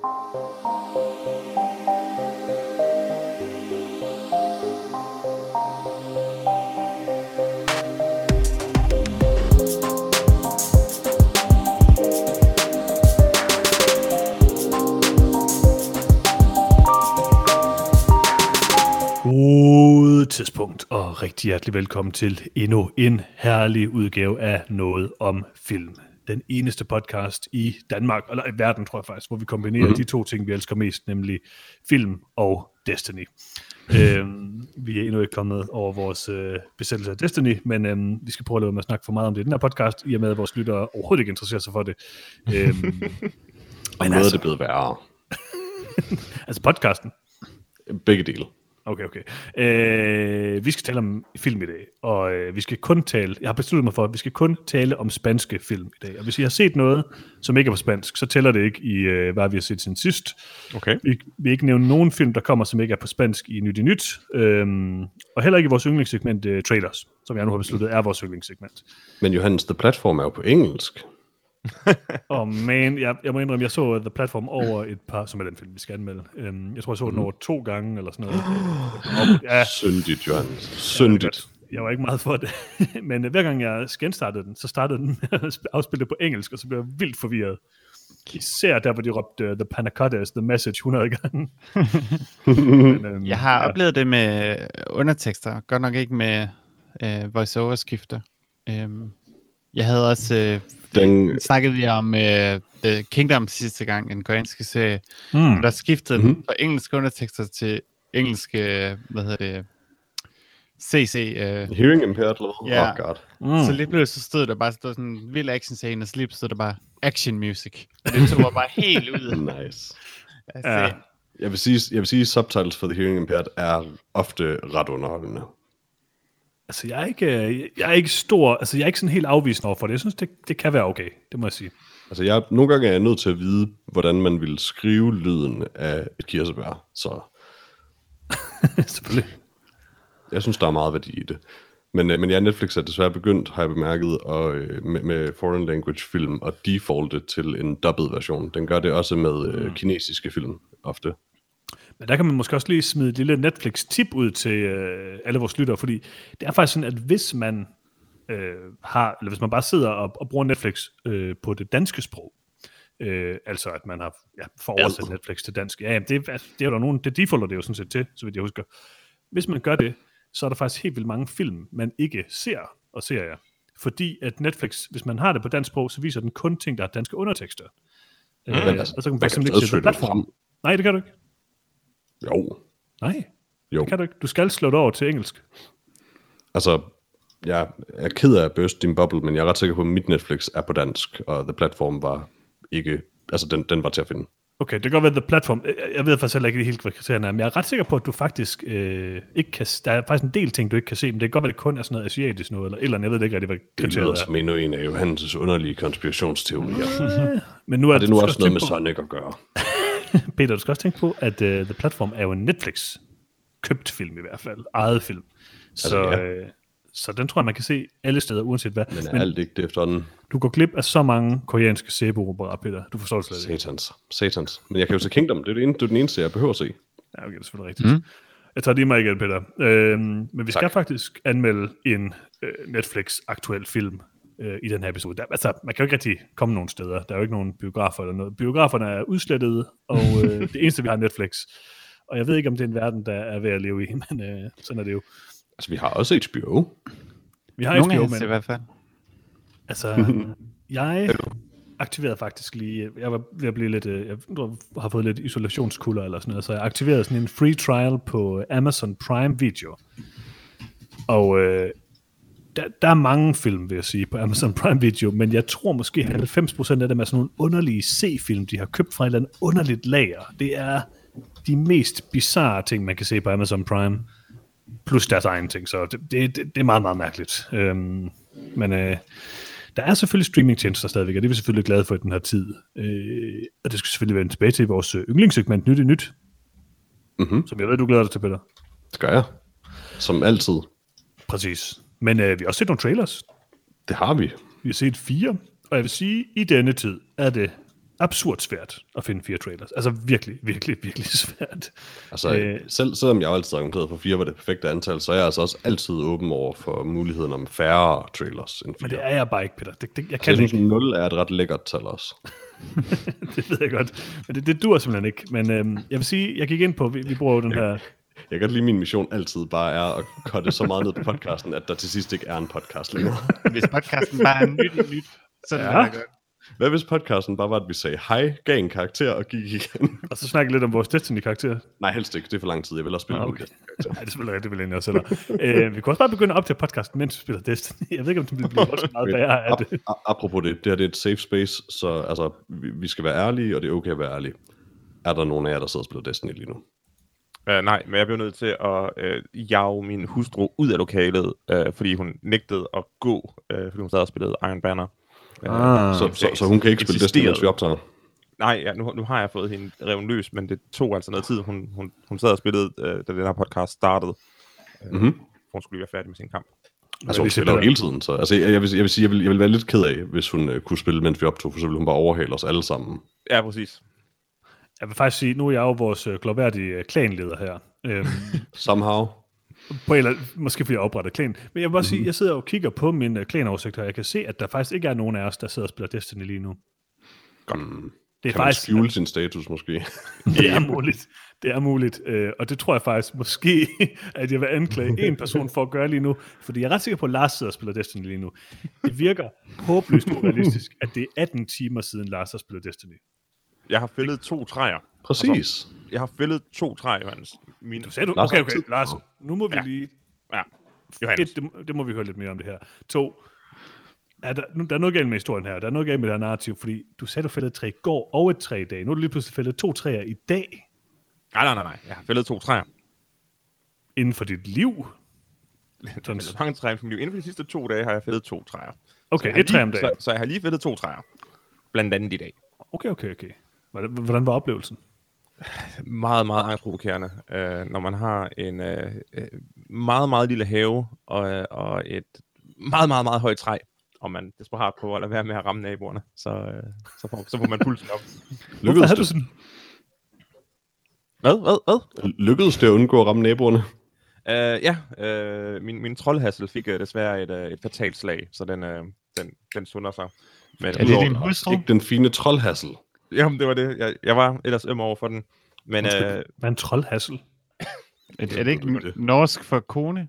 God tidspunkt, og rigtig hjertelig velkommen til endnu en herlig udgave af Noget om Film. Den eneste podcast i Danmark, eller i verden tror jeg faktisk, hvor vi kombinerer de to ting, vi elsker mest, nemlig film og Destiny. Vi er endnu ikke kommet over vores besættelse af Destiny, men vi skal prøve at lade med at snakke for meget om det i den her podcast, i og med at vores lyttere overhovedet ikke interesserer sig for det. Og noget er det blevet værre. Altså podcasten? Begge dele. Okay. Vi skal tale om film i dag, og vi skal kun tale, jeg har besluttet mig for, at vi skal kun tale om spanske film i dag. Og hvis I har set noget, som ikke er på spansk, så tæller det ikke i, hvad vi har set siden sidst. Okay. Vi vil ikke nævne nogen film, der kommer, som ikke er på spansk i Nyt i Nyt. Og heller ikke i vores yndlingssegment trailers, som jeg nu har besluttet er vores yndlingssegment. Men Johannes, The Platform er jo på engelsk. Man, jeg må indrømme, jeg så The Platform over et par, som er den film, vi skal anmelde. Jeg tror, jeg så den over 2 gange, eller sådan noget. Ja. Syndigt, Johannes. Syndigt. Jeg var ikke meget for det. Men hver gang jeg genstartede den, så startede den med at afspille det på engelsk, og så blev jeg vildt forvirret. Især der, hvor de råbte The Panna Cotta is the message 100 gange. Men, jeg har oplevet det med undertekster, godt nok ikke med voice-over-skifter. Jeg havde også... snakkede vi om The Kingdom sidste gang, en koreanske serie, der skiftede den fra engelske undertekster til engelske, CC. Hearing impaired level? Ja. Oh god. Så lige pludselig så stod der bare sådan en vild action-scene, og så lige stod der bare action music. Og det tog mig bare helt ud. Nice. Ja. Jeg vil sige, subtitles for The Hearing Impaired er ofte ret underholdende. Altså, jeg er ikke stor, altså jeg er ikke sådan helt afvisende over for det. Jeg synes, det kan være okay, det må jeg sige. Altså, nogle gange er jeg nødt til at vide, hvordan man vil skrive lyden af et kirsebær, så... Selvfølgelig. Jeg synes, der er meget værdi i det. Men ja, Netflix er desværre begyndt, har jeg bemærket, med foreign language film, og defaultet til en dubbed version. Den gør det også med kinesiske film, ofte. Men der kan man måske også lige smide et lille Netflix-tip ud til alle vores lyttere, fordi det er faktisk sådan, at hvis man hvis man bare sidder og bruger Netflix på det danske sprog, altså at man har oversat Netflix til dansk, det er jo der nogen, det defaulter det jo sådan set til, så vidt jeg husker. Hvis man gør det, så er der faktisk helt vildt mange film, man ikke ser og serier, fordi at Netflix, hvis man har det på dansk sprog, så viser den kun ting, der har danske undertekster. Og så kan man faktisk ikke se The Platform. Nej, det kan du ikke. Jo. Nej, det kan du ikke. Du skal slå det over til engelsk. Altså, jeg er ked af at burst din bubble, men jeg er ret sikker på, at mit Netflix er på dansk, og The Platform var ikke... Altså, den var til at finde. Okay, det kan godt være The Platform. Jeg ved faktisk heller ikke helt, hvad kriterierne er, men jeg er ret sikker på, at du faktisk ikke kan... Der er faktisk en del ting, du ikke kan se, men det kan godt være, at det kun er sådan noget asiatisk noget, eller jeg ved ikke rigtig, hvad kriteriet er. Det lyder som endnu en af Johannes' underlige konspirationsteorier. Men nu er det nu også noget med Sonic at gøre. Peter, du skal også tænke på, at The Platform er jo en Netflix-købt film i hvert fald. Eget film. Så den tror jeg, man kan se alle steder, uanset hvad. Men alt ikke det efterhånden. Du går glip af så mange koreanske sæbeoperaer, Peter. Du forstår det slet ikke. Satans. Men jeg kan jo se Kingdom. Det er den eneste, jeg behøver at se. Ja, okay, det er selvfølgelig rigtigt. Jeg tager det mig igen, Peter. Men vi skal faktisk anmelde en Netflix-aktuel film i den her episode. Altså, man kan jo ikke rigtig komme nogen steder. Der er jo ikke nogen biografer eller noget. Biograferne er udslettet, og det eneste, vi har, er Netflix. Og jeg ved ikke, om det er en verden, der er ved at leve i, men sådan er det jo. Altså, vi har også HBO. Vi har HBO, men... i hvert fald. Altså, jeg aktiverede faktisk lige... Jeg var ved at blive lidt... Jeg har fået lidt isolationskulder eller sådan noget, så jeg aktiverede sådan en free trial på Amazon Prime Video. Og der er mange film, vil jeg sige, på Amazon Prime Video, men jeg tror måske 90% af dem er sådan nogle underlige C-film, de har købt fra et eller andet underligt lager. Det er de mest bizarre ting, man kan se på Amazon Prime, plus deres egen ting, så det er meget, meget mærkeligt. Men der er selvfølgelig streamingtjenester stadigvæk, og det er vi selvfølgelig glade for i den her tid. Og det skal selvfølgelig vende tilbage til vores yndlingssegment Nyt i Nyt, som jeg ved, du glæder dig til, Peter. Det gør jeg. Som altid. Præcis. Men vi har også set nogle trailers. Det har vi. Vi har set 4, og jeg vil sige, i denne tid er det absurd svært at finde 4 trailers. Altså virkelig, virkelig, virkelig svært. Altså, selvom jeg altid har argumenteret for 4 var det perfekte antal, så er jeg altså også altid åben over for muligheden om færre trailers end 4. Men det er jeg bare ikke, Peter. Jeg kan synes, 0 er et ret lækkert tal også. Det ved jeg godt. Men det dur simpelthen ikke. Men jeg vil sige, jeg gik ind på, vi bruger jo den her... Jeg kan godt lide, min mission altid bare er at cutte så meget ned på podcasten, at der til sidst ikke er en podcast længere. Hvis podcasten bare er nyt, så er det godt. Hvad hvis podcasten bare var, at vi sagde hej, gav en karakter og gik igen? Og så snakke lidt om vores Destiny-karakter? Nej, helst ikke. Det er for lang tid. Jeg vil også spille okay. Nej, det er selvfølgelig rigtigt, det vil jeg også heller. Vi kan også bare begynde at optage podcasten, mens vi spiller Destiny. Jeg ved ikke, om det bliver også meget værre af det. Apropos det her det er et safe space, så altså, vi skal være ærlige, og det er okay at være ærlige. Er der nogen af jer, der sidder og spiller Destiny lige nu? Nej, men jeg blev nødt til at jage min hustru ud af lokalet, fordi hun nægtede at gå, fordi hun sad og spillede Iron Banner. Så hun kan ikke spille Destiny, mens vi optager? Nej, ja, nu har jeg fået hende revet løs, men det tog altså noget tid. Hun sad og spillede, da den her podcast startede. Hun skulle lige være færdig med sin kamp. Altså hun spiller jo hele tiden, så altså, jeg vil sige, jeg vil være lidt ked af, hvis hun kunne spille, mens vi optog, for så ville hun bare overhale os alle sammen. Ja, præcis. Jeg vil faktisk sige, nu er jeg jo vores glorværdige klanleder her. Somehow. Måske fordi jeg opretter klan. Men jeg vil bare sige, jeg sidder og kigger på min klanoversigt her, og jeg kan se, at der faktisk ikke er nogen af os, der sidder og spiller Destiny lige nu. Godt. Det er kan faktisk, man skjule sin status måske? Det er muligt. Det er muligt. Og det tror jeg faktisk måske, at jeg vil anklage en person for at gøre lige nu. Fordi jeg er ret sikker på, at Lars sidder og spiller Destiny lige nu. Det virker håbløst urealistisk, at det er 18 timer siden Lars har spillet Destiny. Jeg har fældet 2 træer. Præcis. Altså, jeg har fældet 2 træer, Johannes. Du sagde du? Okay, Lars, nu må vi lige... Ja, Johannes. Det må vi høre lidt mere om det her. 2. Der er noget galt med historien her. Der er noget galt med det her narrativ, fordi du sagde, du fældede et træ i går og et træ i dag. Nu er du lige pludselig fældet 2 træer i dag. Nej. Jeg har fældet 2 træer. Inden for dit liv? Sådan mange træer for mit liv. Inden for de sidste 2 dage har jeg fældet 2 træer. Okay, et træ om dagen. Så jeg har lige fældet 2 træer. Blandt andet i dag. Okay. Hvordan var oplevelsen? Meget, meget angstprovokerende. Når man har en meget, meget lille have og et meget, meget, meget højt træ, og man desperat på at lade være med at ramme naboerne, så får man pulsen op. Lykkedes det? Sådan... Hvad? Lykkedes det at undgå at ramme naboerne? Min troldhassel fik desværre et fatalt slag, så den sunder sig. Men er det din hustru? Ikke den fine troldhassel. Jamen, det var det. Jeg var ellers over for den. Men, hvad er en troldhassel? Er det ikke norsk for kone?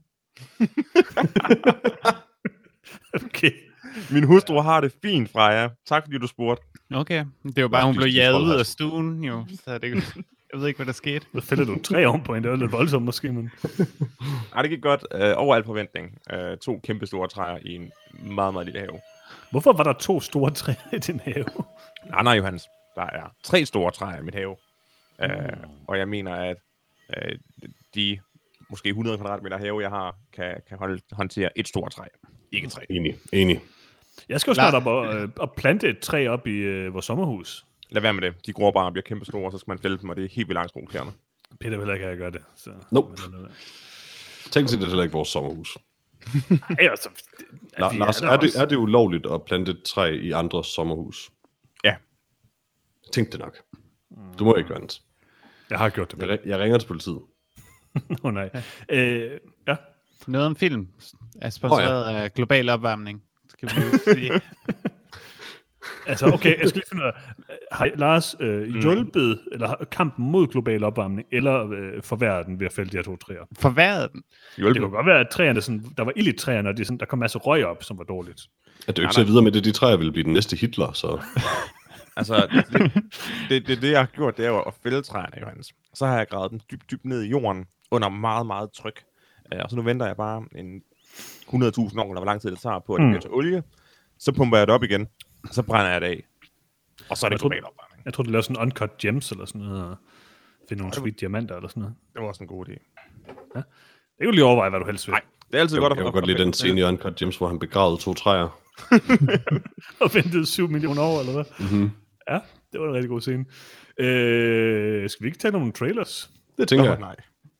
Okay. Min hustru har det fint, Freja. Tak fordi du spurgte. Okay. Det var bare, hun blev jaget ud af stuen, jo. Så det, jeg ved ikke, hvad der skete. Så fælder du 3 om på en, det var lidt voldsomt måske, men... Nej, det gik godt. Over al forventning. 2 kæmpe store træer i en meget, meget lille have. Hvorfor var der 2 store træer i din have? Nej, Johannes. Der er 3 store træer i mit have. Og jeg mener, at de måske 100 kvadratmeter have, jeg har, kan håndtere et stort træ. Ikke 3. Enig. Jeg skal jo snart op og plante et træ op i vores sommerhus. Lad være med det. De gror bare og bliver kæmpe store, så skal man fælde dem, og det er helt vildt langtprovokerende. Peter vil heller ikke have at gøre det. Så. Nope. Tænk sig, det er heller ikke vores sommerhus. Nej, altså... Lars, er det ulovligt at plante et træ i andres sommerhus? Ja. Tænk det nok. Du må ikke gøre det. Jeg har gjort det. Jeg ringer til politiet. Nej. Ja. Noget om film er sponsoreret af global opvarmning. Skal vi sige. Altså, okay, jeg skal lige finde ud af, har Lars hjulpet, eller har kampen mod global opvarmning, eller forværret den ved at fælde de her 2 træer? Forværret den? Det kunne godt være, at træerne, sådan, der var ild i træerne, og der kom masser røg op, som var dårligt. At du ikke så videre med det, de træer ville blive den næste Hitler, så... Altså, det jeg har gjort, det er jo at fælde træerne, Johannes. Så har jeg gravet dem dybt ned i jorden, under meget, meget tryk. Og så nu venter jeg bare en 100.000 år, eller hvor lang tid det tager på, at det bliver til olie. Så pumper jeg det op igen, og så brænder jeg det af. Og så er det global opvarmning. Jeg tror, du laver sådan uncut gems, eller sådan noget, og finde nogle sweet diamanter, eller sådan noget. Det var også en god idé. Ja. Det kan du lige overveje, hvad du helst vil. Nej, det er altid godt at få. Jeg kan godt lide den scene i uncut gems, hvor han begravede 2 træer. Og ventede 7 millioner år, eller hvad? Mm-hmm. Ja, det var en rigtig god scene. Skal vi ikke tage nogle trailers? Det tænker jeg. Nej.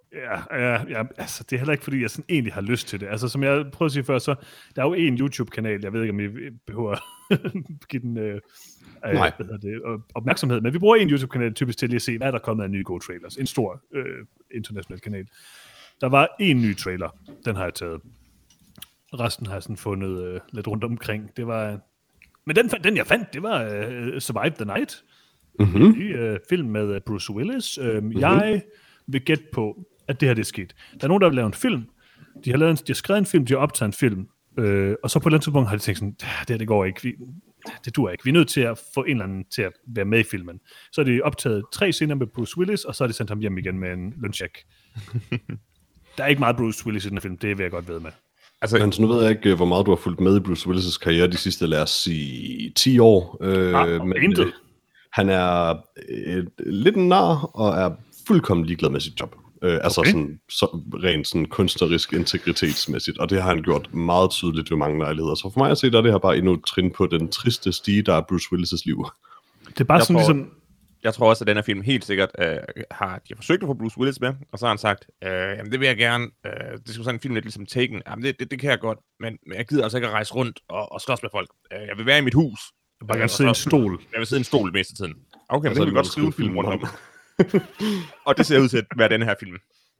Ja, altså, det er heller ikke, fordi jeg sådan egentlig har lyst til det. Altså, som jeg prøvede at sige før, så der er jo en YouTube-kanal, jeg ved ikke, om I behøver give den opmærksomhed, men vi bruger en YouTube-kanal typisk til lige at se, hvad der er kommet af nye gode trailers. En stor international kanal. Der var en ny trailer, den har jeg taget. Resten har jeg sådan fundet lidt rundt omkring. Det var... Men den jeg fandt, det var Survive the Night. Film med Bruce Willis. Jeg vil gætte på, at det her det er sket. Der er nogen, der vil lave en film. De har skrevet en film, de har optaget en film. Og så på et eller andet tidspunkt har de tænkt sådan, det her det går ikke. Det duer ikke. Vi er nødt til at få en eller anden til at være med i filmen. Så har de optaget 3 scener med Bruce Willis, og så har de sendt ham hjem igen med en løncheck. Der er ikke meget Bruce Willis i den film, det vil jeg godt ved med. Altså, nu ved jeg ikke, hvor meget du har fulgt med i Bruce Willis' karriere de sidste, lad os sige, 10 år. Men han er lidt en nar, og er fuldkommen ligeglad med sit job. Altså sådan, rent sådan kunstnerisk integritetsmæssigt, og det har han gjort meget tydeligt ved mange lejligheder. Så for mig at se, der er det her bare endnu et trin på den triste stige, der er Bruce Willis' liv. Det er bare sådan ligesom... Jeg tror også, at den her film helt sikkert de har forsøgt at få Bruce Willis med, og så har han sagt, jamen det vil jeg gerne, det skal sådan en film lidt ligesom Taken, jamen det kan jeg godt, men jeg gider altså ikke at rejse rundt og slås med folk. Jeg vil være i mit hus. Jeg vil bare gerne sidde i en stol. Jeg vil sidde i en stol det meste af tiden. Okay, men så kan vi godt skrive en film rundt om. Og det ser ud til at være den her film.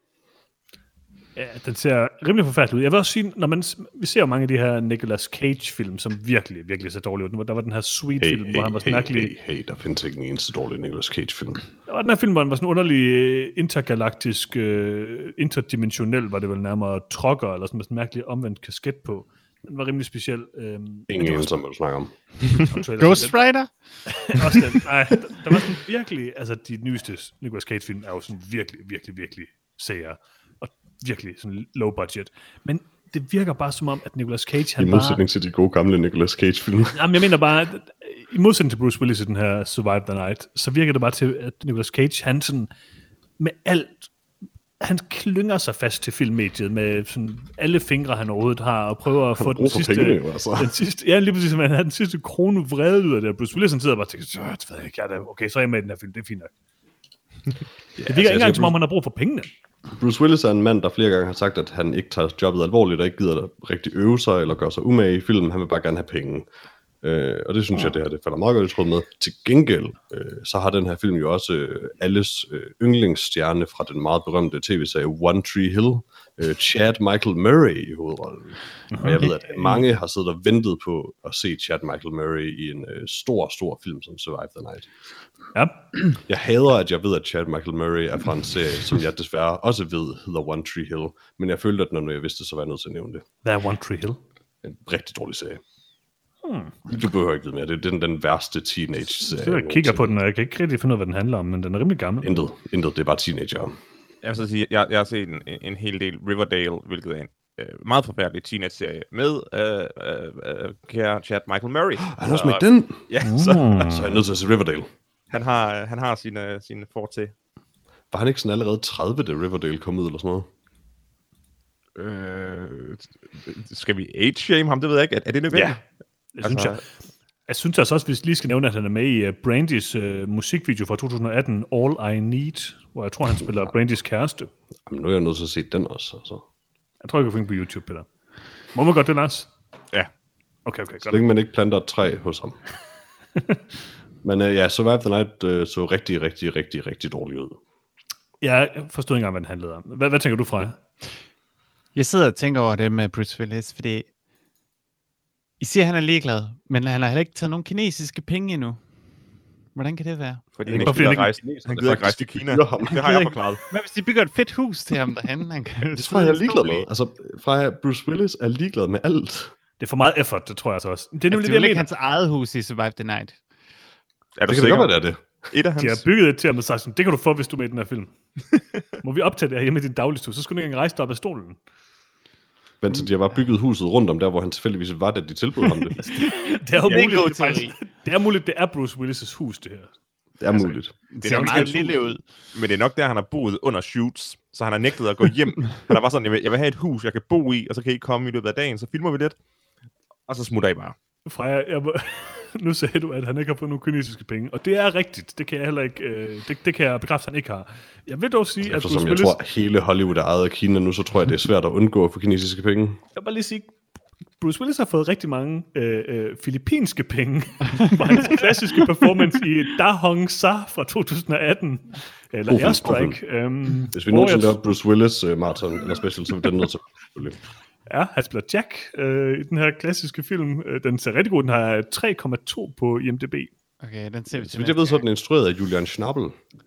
Ja, den ser rimelig forfærdelig ud. Jeg vil også sige, vi ser jo mange af de her Nicolas Cage-film, som virkelig, virkelig ser dårligt ud. Der var den her Sweet-film, hvor han var sådan mærkelig... Der findes ikke en eneste dårlig Nicolas Cage-film. Der var den her film, hvor han var sådan underlig intergalaktisk, interdimensionel, var det vel nærmere trokker, eller sådan en mærkelig omvendt kasket på. Den var rimelig speciel. Ingen eneste, som du snakker om. Ghost Rider? Også den. Nej, der var sådan virkelig... Altså, de nyeste Nicolas Cage-film er jo sådan virkelig, virkelig, virkelig sære. Og virkelig sådan low budget. Men det virker bare som om, at Nicolas Cage... I modsætning til de gode gamle Nicolas Cage-film. Jamen, jeg mener bare... I modsætning til Bruce Willis i den her Survive the Night, så virker det bare til, at Nicolas Cage, han sådan... Med alt... Han klynger sig fast til filmmediet med sådan alle fingre, han overhovedet har, og prøver at få den sidste... Ja, lige præcis, man har den sidste krone vredet ud af det. Bruce Willis, han sidder og bare tænker, okay, så er jeg med i den her film, det er fint nok. Det virker ikke engang, som om han har brug for pengene. Bruce Willis er en mand, der flere gange har sagt, at han ikke tager jobbet alvorligt, og ikke gider rigtig øve sig, eller gøre sig umage i filmen. Han vil bare gerne have penge. Og det synes jeg, det falder meget godt i tråd med. Til gengæld, så har den her film jo også alles yndlingsstjerne fra den meget berømte tv-serie One Tree Hill, Chad Michael Murray i hovedrollen. Og jeg ved, at mange har siddet og ventet på at se Chad Michael Murray i en stor film som Survive the Night. Ja. Jeg hader, at jeg ved, at Chad Michael Murray er fra en serie, som jeg desværre også ved hedder One Tree Hill. Men jeg følte, at når jeg vidste, så var jeg nødt til at nævne det. Hvad er One Tree Hill? En rigtig dårlig serie. Du behøver ikke vide mere. Det er den værste teenage-serie. Jeg kigger på den, og jeg kan ikke rigtig finde ud af, hvad den handler om, men den er rimelig gammel. Intet. Det er bare teenager. Jeg vil så sige, jeg har set en hel del Riverdale, hvilket er en meget forfærdelig teenage-serie med kære Chad Michael Murray. Han har også med den? Ja, så er jeg nødt til at se Riverdale. Han har sine fortæ. Var han ikke sådan allerede 30, da Riverdale kom ud, eller sådan noget? Skal vi age-shame ham? Det ved jeg ikke. Er det nødvendigt? Ja, det synes jeg. Jeg synes altså også, hvis vi lige skal nævne, at han er med i Brandys musikvideo fra 2018, All I Need, hvor jeg tror, han spiller Brandys kæreste. Jamen, nu er jeg nødt til at se den også. Altså. Jeg tror, jeg kan finde på YouTube, Peter. Må man godt det, Lars? Ja. Okay. Så længe man ikke planter et træ hos ham. Men Survive the Night så rigtig, rigtig, rigtig, rigtig dårligt ud. Jeg forstod ikke engang, hvad den handlede om. Hvad tænker du, Freja? Jeg sidder og tænker over det med Bruce Willis, fordi I siger, at han er ligeglad, men han har heller ikke taget nogen kinesiske penge endnu. Hvordan kan det være? Fordi han gider ikke rejse til Kina. Det har jeg forklaret. Hvad hvis de bygger et fedt hus til ham derhen? Det tror jeg er ligeglad med. Altså, Freja, Bruce Willis er ligeglad med alt. Det er for meget effort, det tror jeg så også. Det er nemlig ikke hans eget hus i Survive the Night. Er du sikker? Det er det. De har bygget et til ham og sagt sådan, det kan du få, hvis du er med i den her film. Må vi optage det her hjemme i din dagligstue, så skulle du ikke engang rejse dig op af stolen. Men så de har bare bygget huset rundt om der, hvor han tilfældigvis var, da de tilbød ham det. Det er muligt, det er muligt, det er Bruce Willis' hus, det her. Det er muligt. Det er meget lille ud. Men det er nok der, han har boet under shoots, så han har nægtet at gå hjem. Han er bare sådan, jeg vil have et hus, jeg kan bo i, og så kan I komme i løbet af dagen, så filmer vi lidt, og så smutter I bare. Freja, nu sagde du, at han ikke har fået nogle kinesiske penge, og det er rigtigt. Det kan jeg heller ikke, det kan jeg bekræfte, at han ikke har. Jeg vil dog sige, at Bruce Willis... Jeg tror, hele Hollywood er ejet af Kina nu, så tror jeg, det er svært at undgå at få kinesiske penge. Jeg vil bare lige sige, Bruce Willis har fået rigtig mange filippinske penge for hans klassiske performance i Da Hong Sa fra 2018, eller Airstrike. Hvis vi nogensinde laver Bruce Willis marathon eller special, så er den nødt til selvfølgelig. Ja, han spiller Jack i den her klassiske film. Den ser rigtig god. Den har 3,2 på IMDb. Okay, den ser vi til. Jeg ved så, den er instrueret af Julian Schnabel.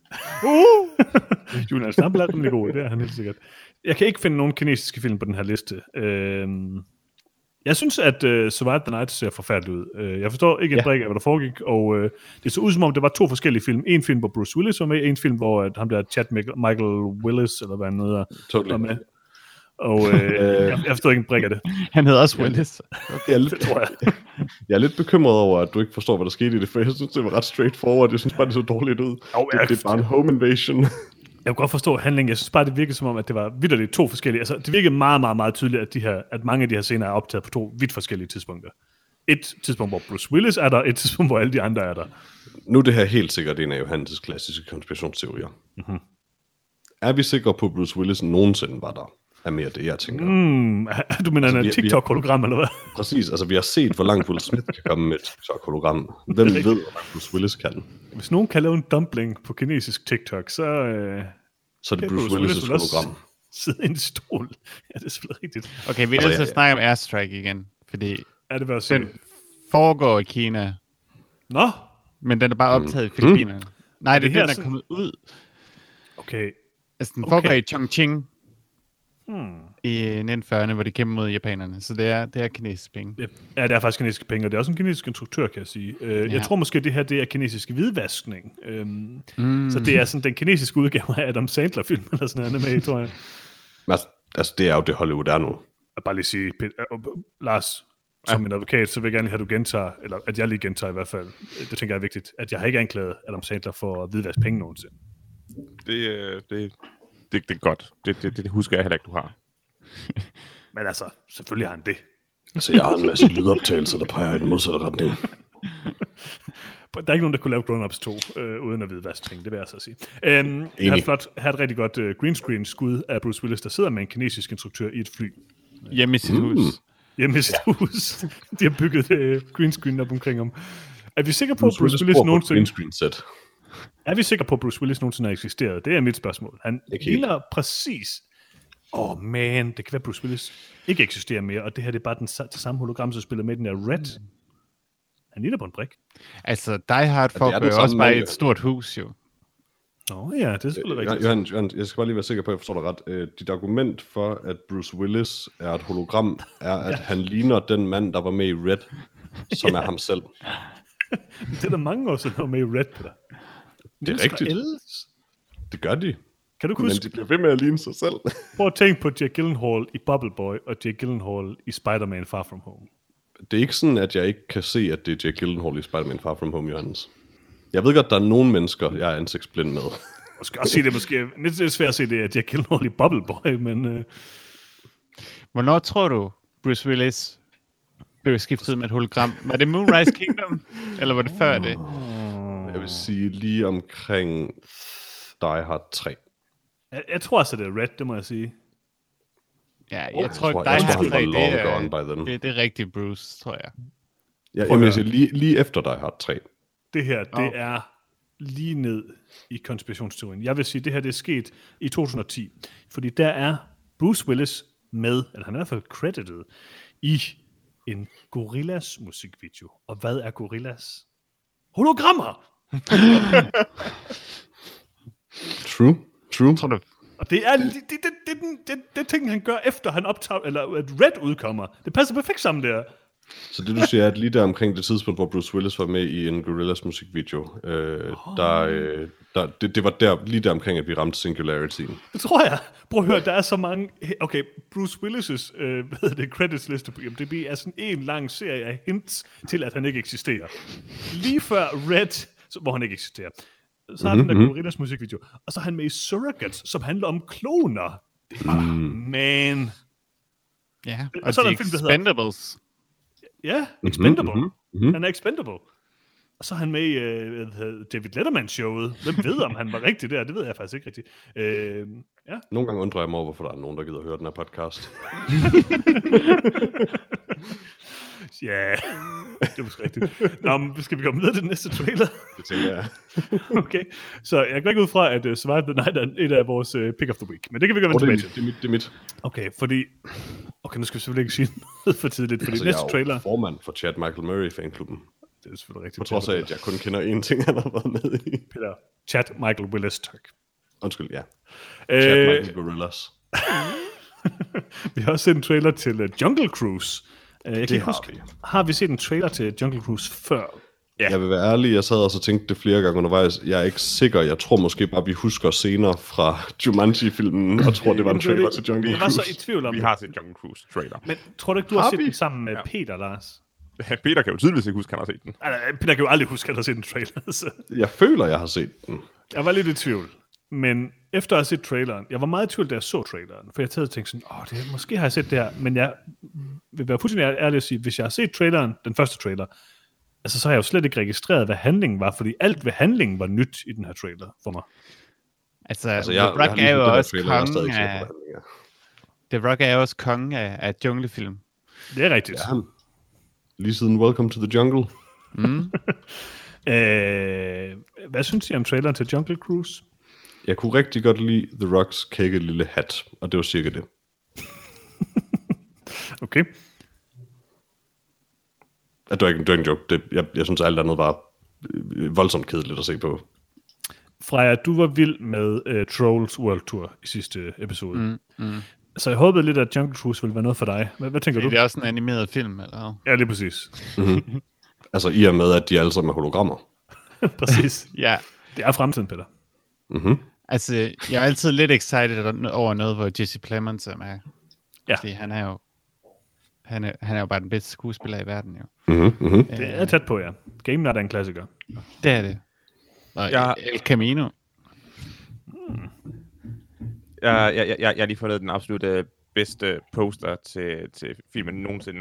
Julian Schnabel er rimelig god, det er han helt sikkert. Jeg kan ikke finde nogen kinesiske film på den her liste. Jeg synes, at Survive the Night ser forfærdeligt ud. Jeg forstår ikke en brik af, hvad der foregik, og det så ud som om, det var 2 forskellige film. En film, hvor Bruce Willis var med, en film, hvor ham der Chad Michael Willis, eller hvad han hedder, var med. Og jeg forstår ikke en brik af det. Han hedder også Willis. Okay, jeg er lidt bekymret over, at du ikke forstår, hvad der skete i det, for jeg synes, det var ret straightforward. Jeg synes bare, det så dårligt ud. Det er bare en home invasion. Jeg kunne godt forstå handlingen. Jeg synes bare, det virkede som om, at det var vitterligt 2 forskellige. Altså, det virkede meget, meget, meget tydeligt, at mange af de her scener er optaget på 2 vidt forskellige tidspunkter. Et tidspunkt, hvor Bruce Willis er der, et tidspunkt, hvor alle de andre er der. Nu er det her helt sikkert en af Johannes' klassiske konspirationsteorier. Mm-hmm. Er vi sikre på, at Bruce Willis nogensinde var der? Er mere det, jeg tænker. Du mener en TikTok-hologram, eller hvad? Præcis, altså vi har set, hvor langt Will Smith kan komme med et TikTok-hologram. Hvem ved, hvor langt Bruce Willis kan? Hvis nogen kan lave en dumpling på kinesisk TikTok, så er det Bruce Willis' hologram. Sidde i en stol. Ja, det er selvfølgelig rigtigt. Okay, vi er nødt til at snakke om Airstrike igen, fordi den foregår i Kina. Nå? Men den er bare optaget i Filippinerne. Nej, det er den, der er kommet ud. Okay. Altså, den foregår i Chongqing. I 1940'erne, hvor de kæmper mod japanerne. Så det er kinesiske penge. Ja, det er faktisk kinesiske penge, og det er også en kinesisk instruktør, kan jeg sige. Jeg tror måske, det her det er kinesisk hvidvaskning. Så det er sådan den kinesiske udgave af Adam Sandler-film, eller sådan noget med, tror jeg. Altså, det er jo det Hollywood er nu. Jeg bare lige sige, Lars, som min advokat, så vil jeg gerne have, at du gentager, eller at jeg lige gentager i hvert fald. Det tænker jeg er vigtigt, at jeg har ikke anklaget Adam Sandler for at hvidvaske penge nogensinde. Det er godt. Det husker jeg heller ikke, du har. Men altså, selvfølgelig har han det. Altså, jeg har en masse lydoptagelser, der peger i den modsatte retning. Der er ikke nogen, der kunne lave Grown Ups 2, uden at vide, hvad det vil jeg så sige. Her er et rigtig godt green screen skud af Bruce Willis, der sidder med en kinesisk instruktør i et fly. Hjemme i sit hus. Hjemme i sit hus. De har bygget green screen op omkring ham. Er vi sikre på, at Bruce Willis nogensinde... Green screen set. Er vi sikre på, at Bruce Willis nogensinde har eksisteret? Det er mit spørgsmål. Han ligner præcis... man, det kan være, Bruce Willis ikke eksisterer mere, og det her det er bare det samme hologram, som spiller med den der Red. Han ligner på en brik. Altså, Die Hard foregår jo også bare et stort hus, jo. Ja, det er selvfølgelig rigtigt. Johan, jeg skal bare lige være sikker på, at jeg forstår dig ret. Dit argument for, at Bruce Willis er et hologram, er, at han ligner den mand, der var med i Red, som er ham selv. Det er der mange år siden, der var med i Red, Peter. Det er rigtigt. Det gør de. Kan du huske? Men de bliver ved med at ligne sig selv. Prøv at tænke på Jake Gyllenhaal i Bubble Boy, og Jake Gyllenhaal i Spider-Man Far From Home. Det er ikke sådan, at jeg ikke kan se, at det er Jake Gyllenhaal i Spider-Man Far From Home, Johannes. Jeg ved godt, der er nogle mennesker, jeg er ansigtsblind med. Jeg skal også sige det måske. Det er svært at se, det er Jake Gyllenhaal i Bubble Boy, men... Hvornår tror du, Bruce Willis blev skiftet med et hologram? Var det Moonrise Kingdom, eller var det før det? Jeg vil sige lige omkring Die Hard 3. Jeg tror altså, det er Red, det må jeg sige. Ja, jeg tror Die Hard 3, det er rigtig Bruce, tror jeg. Jeg siger lige efter Die Hard 3. Det her, det er lige ned i konspirationsteorien. Jeg vil sige, det her det er sket i 2010. Fordi der er Bruce Willis med, eller han er i hvert fald credited, i en Gorillaz musikvideo. Og hvad er Gorillaz? Hologrammer! True. Og det er det ting, han gør efter han optager, eller at Red udkommer. Det passer perfekt sammen der. Så det du siger, at lige der omkring det tidspunkt, hvor Bruce Willis var med i en Gorillaz musikvideo, det var der, lige der omkring, at vi ramte Singularity. Det tror jeg. Prøv at høre, der er så mange... Okay, Bruce Willis' credits liste på IMDb er sådan en lang serie af hints til, at han ikke eksisterer. Lige før Red, hvor han ikke eksisterer. Så har den der Gorillaz musikvideo. Og så er han med i Surrogates, som handler om kloner. Det er bare, man. Ja, og så er der en film, der hedder... Expendables. Ja, Expendable. Han er Expendable. Og så er han med i David Letterman-showet. Hvem ved, om han var rigtig der? Det ved jeg faktisk ikke rigtigt. Ja. Nogle gange undrer jeg mig over, hvorfor der er nogen, der gider at høre den her podcast. Ja, det er måske rigtigt. Nå, men skal vi komme videre til den næste trailer? Det tænker jeg. Okay, så jeg går ikke ud fra, at Survive the Night er et af vores pick of the week. Men det kan vi gøre tilbage til. Det er mit. Okay, fordi... Okay, nu skal vi selvfølgelig ikke sige noget for tidligt, fordi næste trailer... Jeg er formand for Chad Michael Murray-fanklubben. Det er selvfølgelig rigtigt. På trods af, at jeg kun kender én ting, han har været med i. Peter, Chad Michael Willis, tak. Undskyld, ja. Chad Michael Gorillas. Vi har også set en trailer til Jungle Cruise. Jeg kan huske, vi. Har vi set en trailer til Jungle Cruise før? Ja. Jeg vil være ærlig, jeg sad og så tænkte det flere gange undervejs. Jeg er ikke sikker, jeg tror måske bare, vi husker scener fra Jumanji-filmen, og tror, det var en trailer til Jungle Cruise. Jeg var så i tvivl om vi har set Jungle Cruise trailer. Men tror du ikke, du har set den sammen med Peter, Lars? Peter kan jo tydeligvis ikke huske, at han har set den. Peter kan jo aldrig huske, at han har set en trailer. Så. Jeg føler, jeg har set den. Jeg var lidt i tvivl. Men efter at have set traileren, jeg var meget i tvivl, da jeg så traileren, for jeg tænkte sådan, måske har jeg set det her, men jeg vil være fuldstændig ærlig at sige, hvis jeg har set traileren, den første trailer, altså så har jeg jo slet ikke registreret, hvad handlingen var, fordi alt ved handlingen var nyt i den her trailer for mig. Altså The Rock er jo også kongen af... The Rock er jo også kongen af junglefilm. Det er rigtigt. Ja, lige siden Welcome to the Jungle. Hvad synes I om traileren til Jungle Cruise? Jeg kunne rigtig godt lide The Rocks kække lille hat, og det var cirka det. Okay. Det var ikke en joke. Jeg synes, alt andet var voldsomt kedeligt at se på. Freja, du var vild med Trolls World Tour i sidste episode. Så jeg håbede lidt, at Jungle Cruise ville være noget for dig. Hvad tænker du? Det er også en animeret film, eller? Ja, lige præcis. Altså i og med, at de alle sammen er hologrammer. Præcis. Ja. Det er fremtiden, Peter. Altså, jeg er altid lidt excited over noget, hvor Jesse Plemons er med. Ja. Fordi han er jo bare den bedste skuespiller i verden, jo. Det er tæt på, ja. Game Night er en klassiker. Det er det. Og El Camino. Jeg har lige fundet den absolut bedste poster til filmen nogensinde.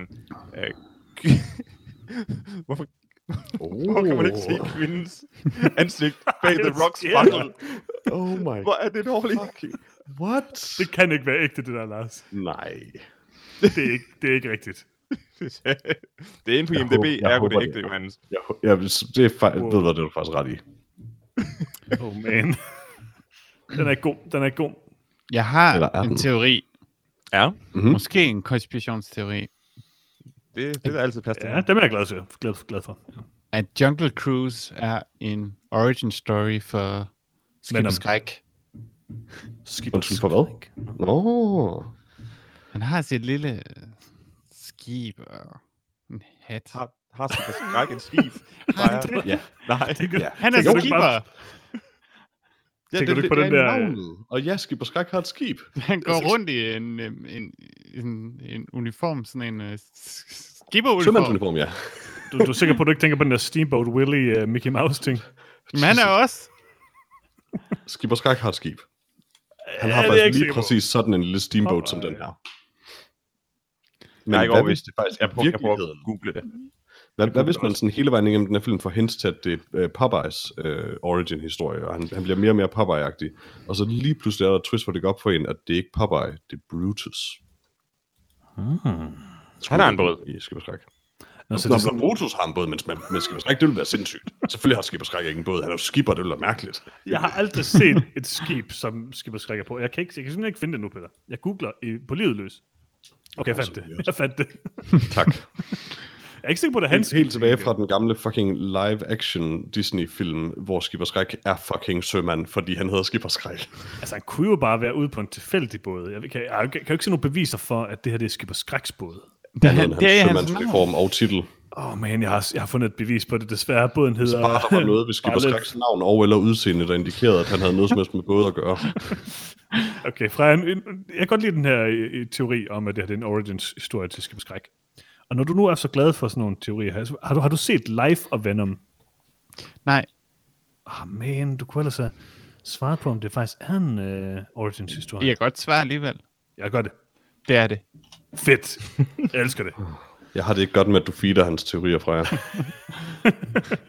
Hvorfor kan man ikke se kvindens ansigt bag The Rock's buckle? Oh my. Hvor er det dårligt? What? Det kan ikke være ægte, det der, Lars. Nej. Det er ikke rigtigt. Det er inde på IMDb, ergo det ægte, Johannes. Det er du faktisk ret i. Oh man. Den er ikke god. Jeg har en teori. Ja. Måske en konspirationsteori. Det er altid plads til. Ja, dem er jeg glad for. Ja. At Jungle Cruise er en origin story for Skib og Skræk. Undskyld for hvad? Han har sit lille skib og en hat. Har Skib og Skræk en skib? Ja. Nej. Han er skipper. Tænker du ikke på den der... Navnet. Og ja, Skib og Skræk har et skib. Han går rundt i en uniform, sådan en skipperuniform. Sømandsuniform, ja. Du er sikker på, at du ikke tænker på den der Steamboat Willie Mickey Mouse ting? Men han er også. Skib og Skræk har et skib. Han har faktisk lige præcis sådan en lille steamboat som den her. Men jeg er ikke overvist det faktisk. Jeg prøver at google det. Hvad hvis man sådan hele vejen igennem den her film får hints til, at det er Popeyes origin-historie, og han bliver mere og mere Popeye-agtig. Og så lige pludselig er der et twist, hvor det går op for en, at det er ikke Popeye, det er Brutus. Han har en båd. I Skib og Skræk. Når Brutus har en båd, mens med Skib og Skræk, det ville være sindssygt. Selvfølgelig har Skib og Skræk ikke en båd. Han er jo skipper, det ville være mærkeligt. Jeg har aldrig set et skib, som Skib og Skræk er på. Jeg kan simpelthen ikke finde det nu, Peter. Jeg googler på livet løs. Okay, jeg fandt det. Tak. Jeg er ikke sikker på, det er hans. Helt tilbage fra den gamle fucking live-action Disney-film, hvor Skib og Skræk er fucking sømand, fordi han hedder Skib og Skræk. Altså, han kunne jo bare være ude på en tilfældig båd. Jeg kan jo ikke se nogle beviser for, at det her det er Skib og Skræks båd. Det er hans sømandsuniform og titel. Man, jeg har fundet et bevis på det. Desværre, båden hedder... Så bare der var noget ved Skib og Skræks navn og eller udseende, der indikerede, at han havde noget som helst med båd at gøre. Okay, Freja, jeg kan godt lide den her teori om, at det her er en origins-historie til Skib og Skræk. Og når du nu er så glad for sådan nogle teorier, har du set Life of Venom? Nej. Man, du kunne ellers have svaret på, om det faktisk er en origins-historie. Jeg kan godt svare alligevel. Jeg gør det. Det er det. Fedt. Jeg elsker det. Jeg har det ikke godt med, at du feeder hans teorier fra jer.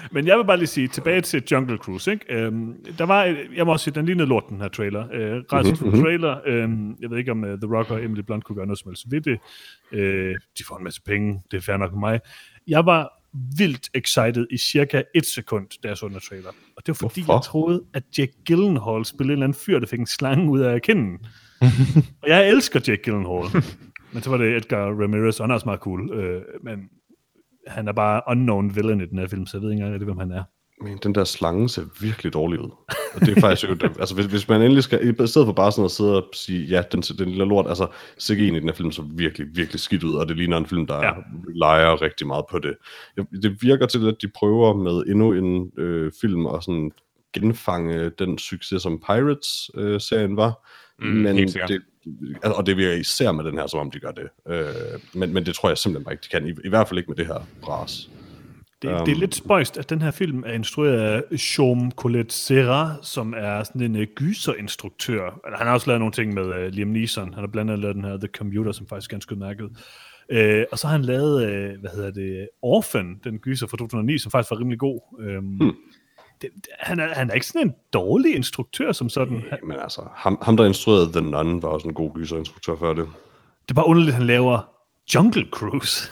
Men jeg vil bare lige sige, tilbage til Jungle Cruise, ikke? Der var, jeg må også sige, den lignede lort, den her trailer. Rædselsfuld trailer. Jeg ved ikke, om The Rock og Emily Blunt kunne gøre noget som helst ved det. De får en masse penge, det er fair nok med mig. Jeg var vildt excited i cirka 1 sekund, da jeg så den trailer. Og det var fordi, jeg troede, at Jake Gyllenhaal spillede en eller anden fyr, der fik en slange ud af kinden. Og jeg elsker Jake Gyllenhaal. Men så var det Edgar Ramirez, og han er også meget cool. Men han er bare unknown villain i den her film, så jeg ved ikke engang, hvem han er. Men den der slange ser virkelig dårlig ud. Og det er faktisk jo, altså hvis man endelig skal, i stedet for bare sådan at sidde og sige, ja, den lille lort, altså CGI'en i den her film så virkelig, virkelig skidt ud, og det ligner en film, der leger rigtig meget på det. Det virker til, at de prøver med endnu en film og sådan genfange den succes, som Pirates-serien var. Men det, og det virker især med den her, som om de gør det. Men det tror jeg simpelthen bare ikke, de kan. I hvert fald ikke med det her bras. Det er lidt spøjst, at den her film er instrueret af Jaume Collet-Serra, som er sådan en gyserinstruktør. Han har også lavet nogle ting med Liam Neeson. Han har blandt andet lavet den her The Commuter, som faktisk er ganske udmærket. Og så har han lavet, Orphan, den gyser fra 2009, som faktisk var rimelig god. Han er ikke sådan en dårlig instruktør som sådan. Men altså, ham der instruerede The Nun, var også en god gyserinstruktør før det. Det er bare underligt, at han laver Jungle Cruise.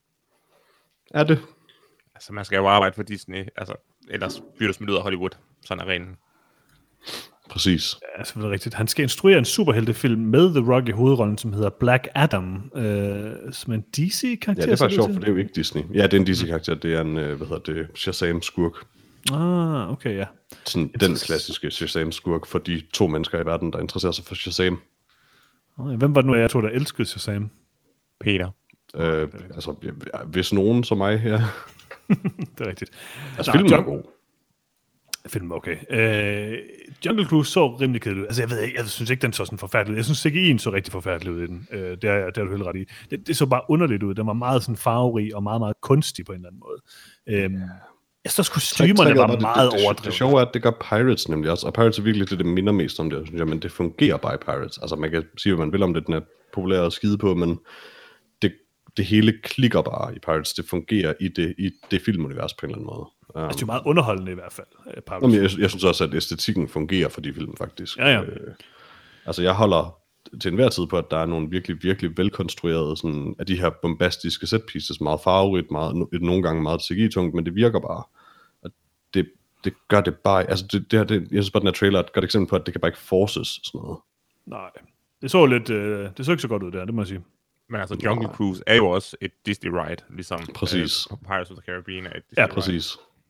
Er det? Altså, man skal jo arbejde for Disney, altså, ellers bliver du smidt ud af Hollywood. Sådan er reglen. Præcis. Ja, selvfølgelig rigtigt. Han skal instruere en superheltefilm med The Rock i hovedrollen, som hedder Black Adam, som en DC-karakter. Ja, det er faktisk sjovt, for det er jo ikke Disney. Ja, det er en DC-karakter, det er en, Shazam-skurk. Ah, okay, ja. Sådan den klassiske Shazam-skurk for de 2 mennesker i verden, der interesserer sig for Shazam. Hvem var det nu, jeg tror, der elskede Shazam? Peter. Altså, hvis nogen som mig her. Det er rigtigt. Altså, filmen er god. Filmen okay. Jungle Cruise så rimelig kedelig ud. Altså, jeg synes ikke, den så sådan forfærdelig ud. Jeg synes CGI'en så rigtig forfærdelig ud i den. Det er du helt ret i. Det så bare underligt ud. Den var meget sådan farverig og meget, meget kunstig på en eller anden måde. Jeg synes, kostymerne var meget overdrevet. Det sjove er, at det gør Pirates nemlig også. Og Pirates er virkelig det minder mest om det, synes jeg. Men det fungerer bare i Pirates. Altså, man kan sige, hvad man vil om det. Den er populær at skide på, men det hele klikker bare i Pirates. Det fungerer i det filmunivers på en eller anden måde. Altså, det er meget underholdende i hvert fald. Jeg synes også, at æstetikken fungerer for de film, faktisk. Ja. Altså, jeg holder til enhver tid på, at der er nogle virkelig, virkelig velkonstruerede sådan, af de her bombastiske set pieces, meget farverigt, nogle gange meget CGI-tungt, men det virker bare. Og det gør det bare. Altså, jeg synes bare, den her trailer er et godt eksempel på, at det kan bare ikke forces sådan noget. Nej. Det så ikke så godt ud der, det må jeg sige. Men altså, Jungle Cruise er jo også et Disney ride, ligesom præcis. Pirates of the Caribbean er et Disney ride. Præcis.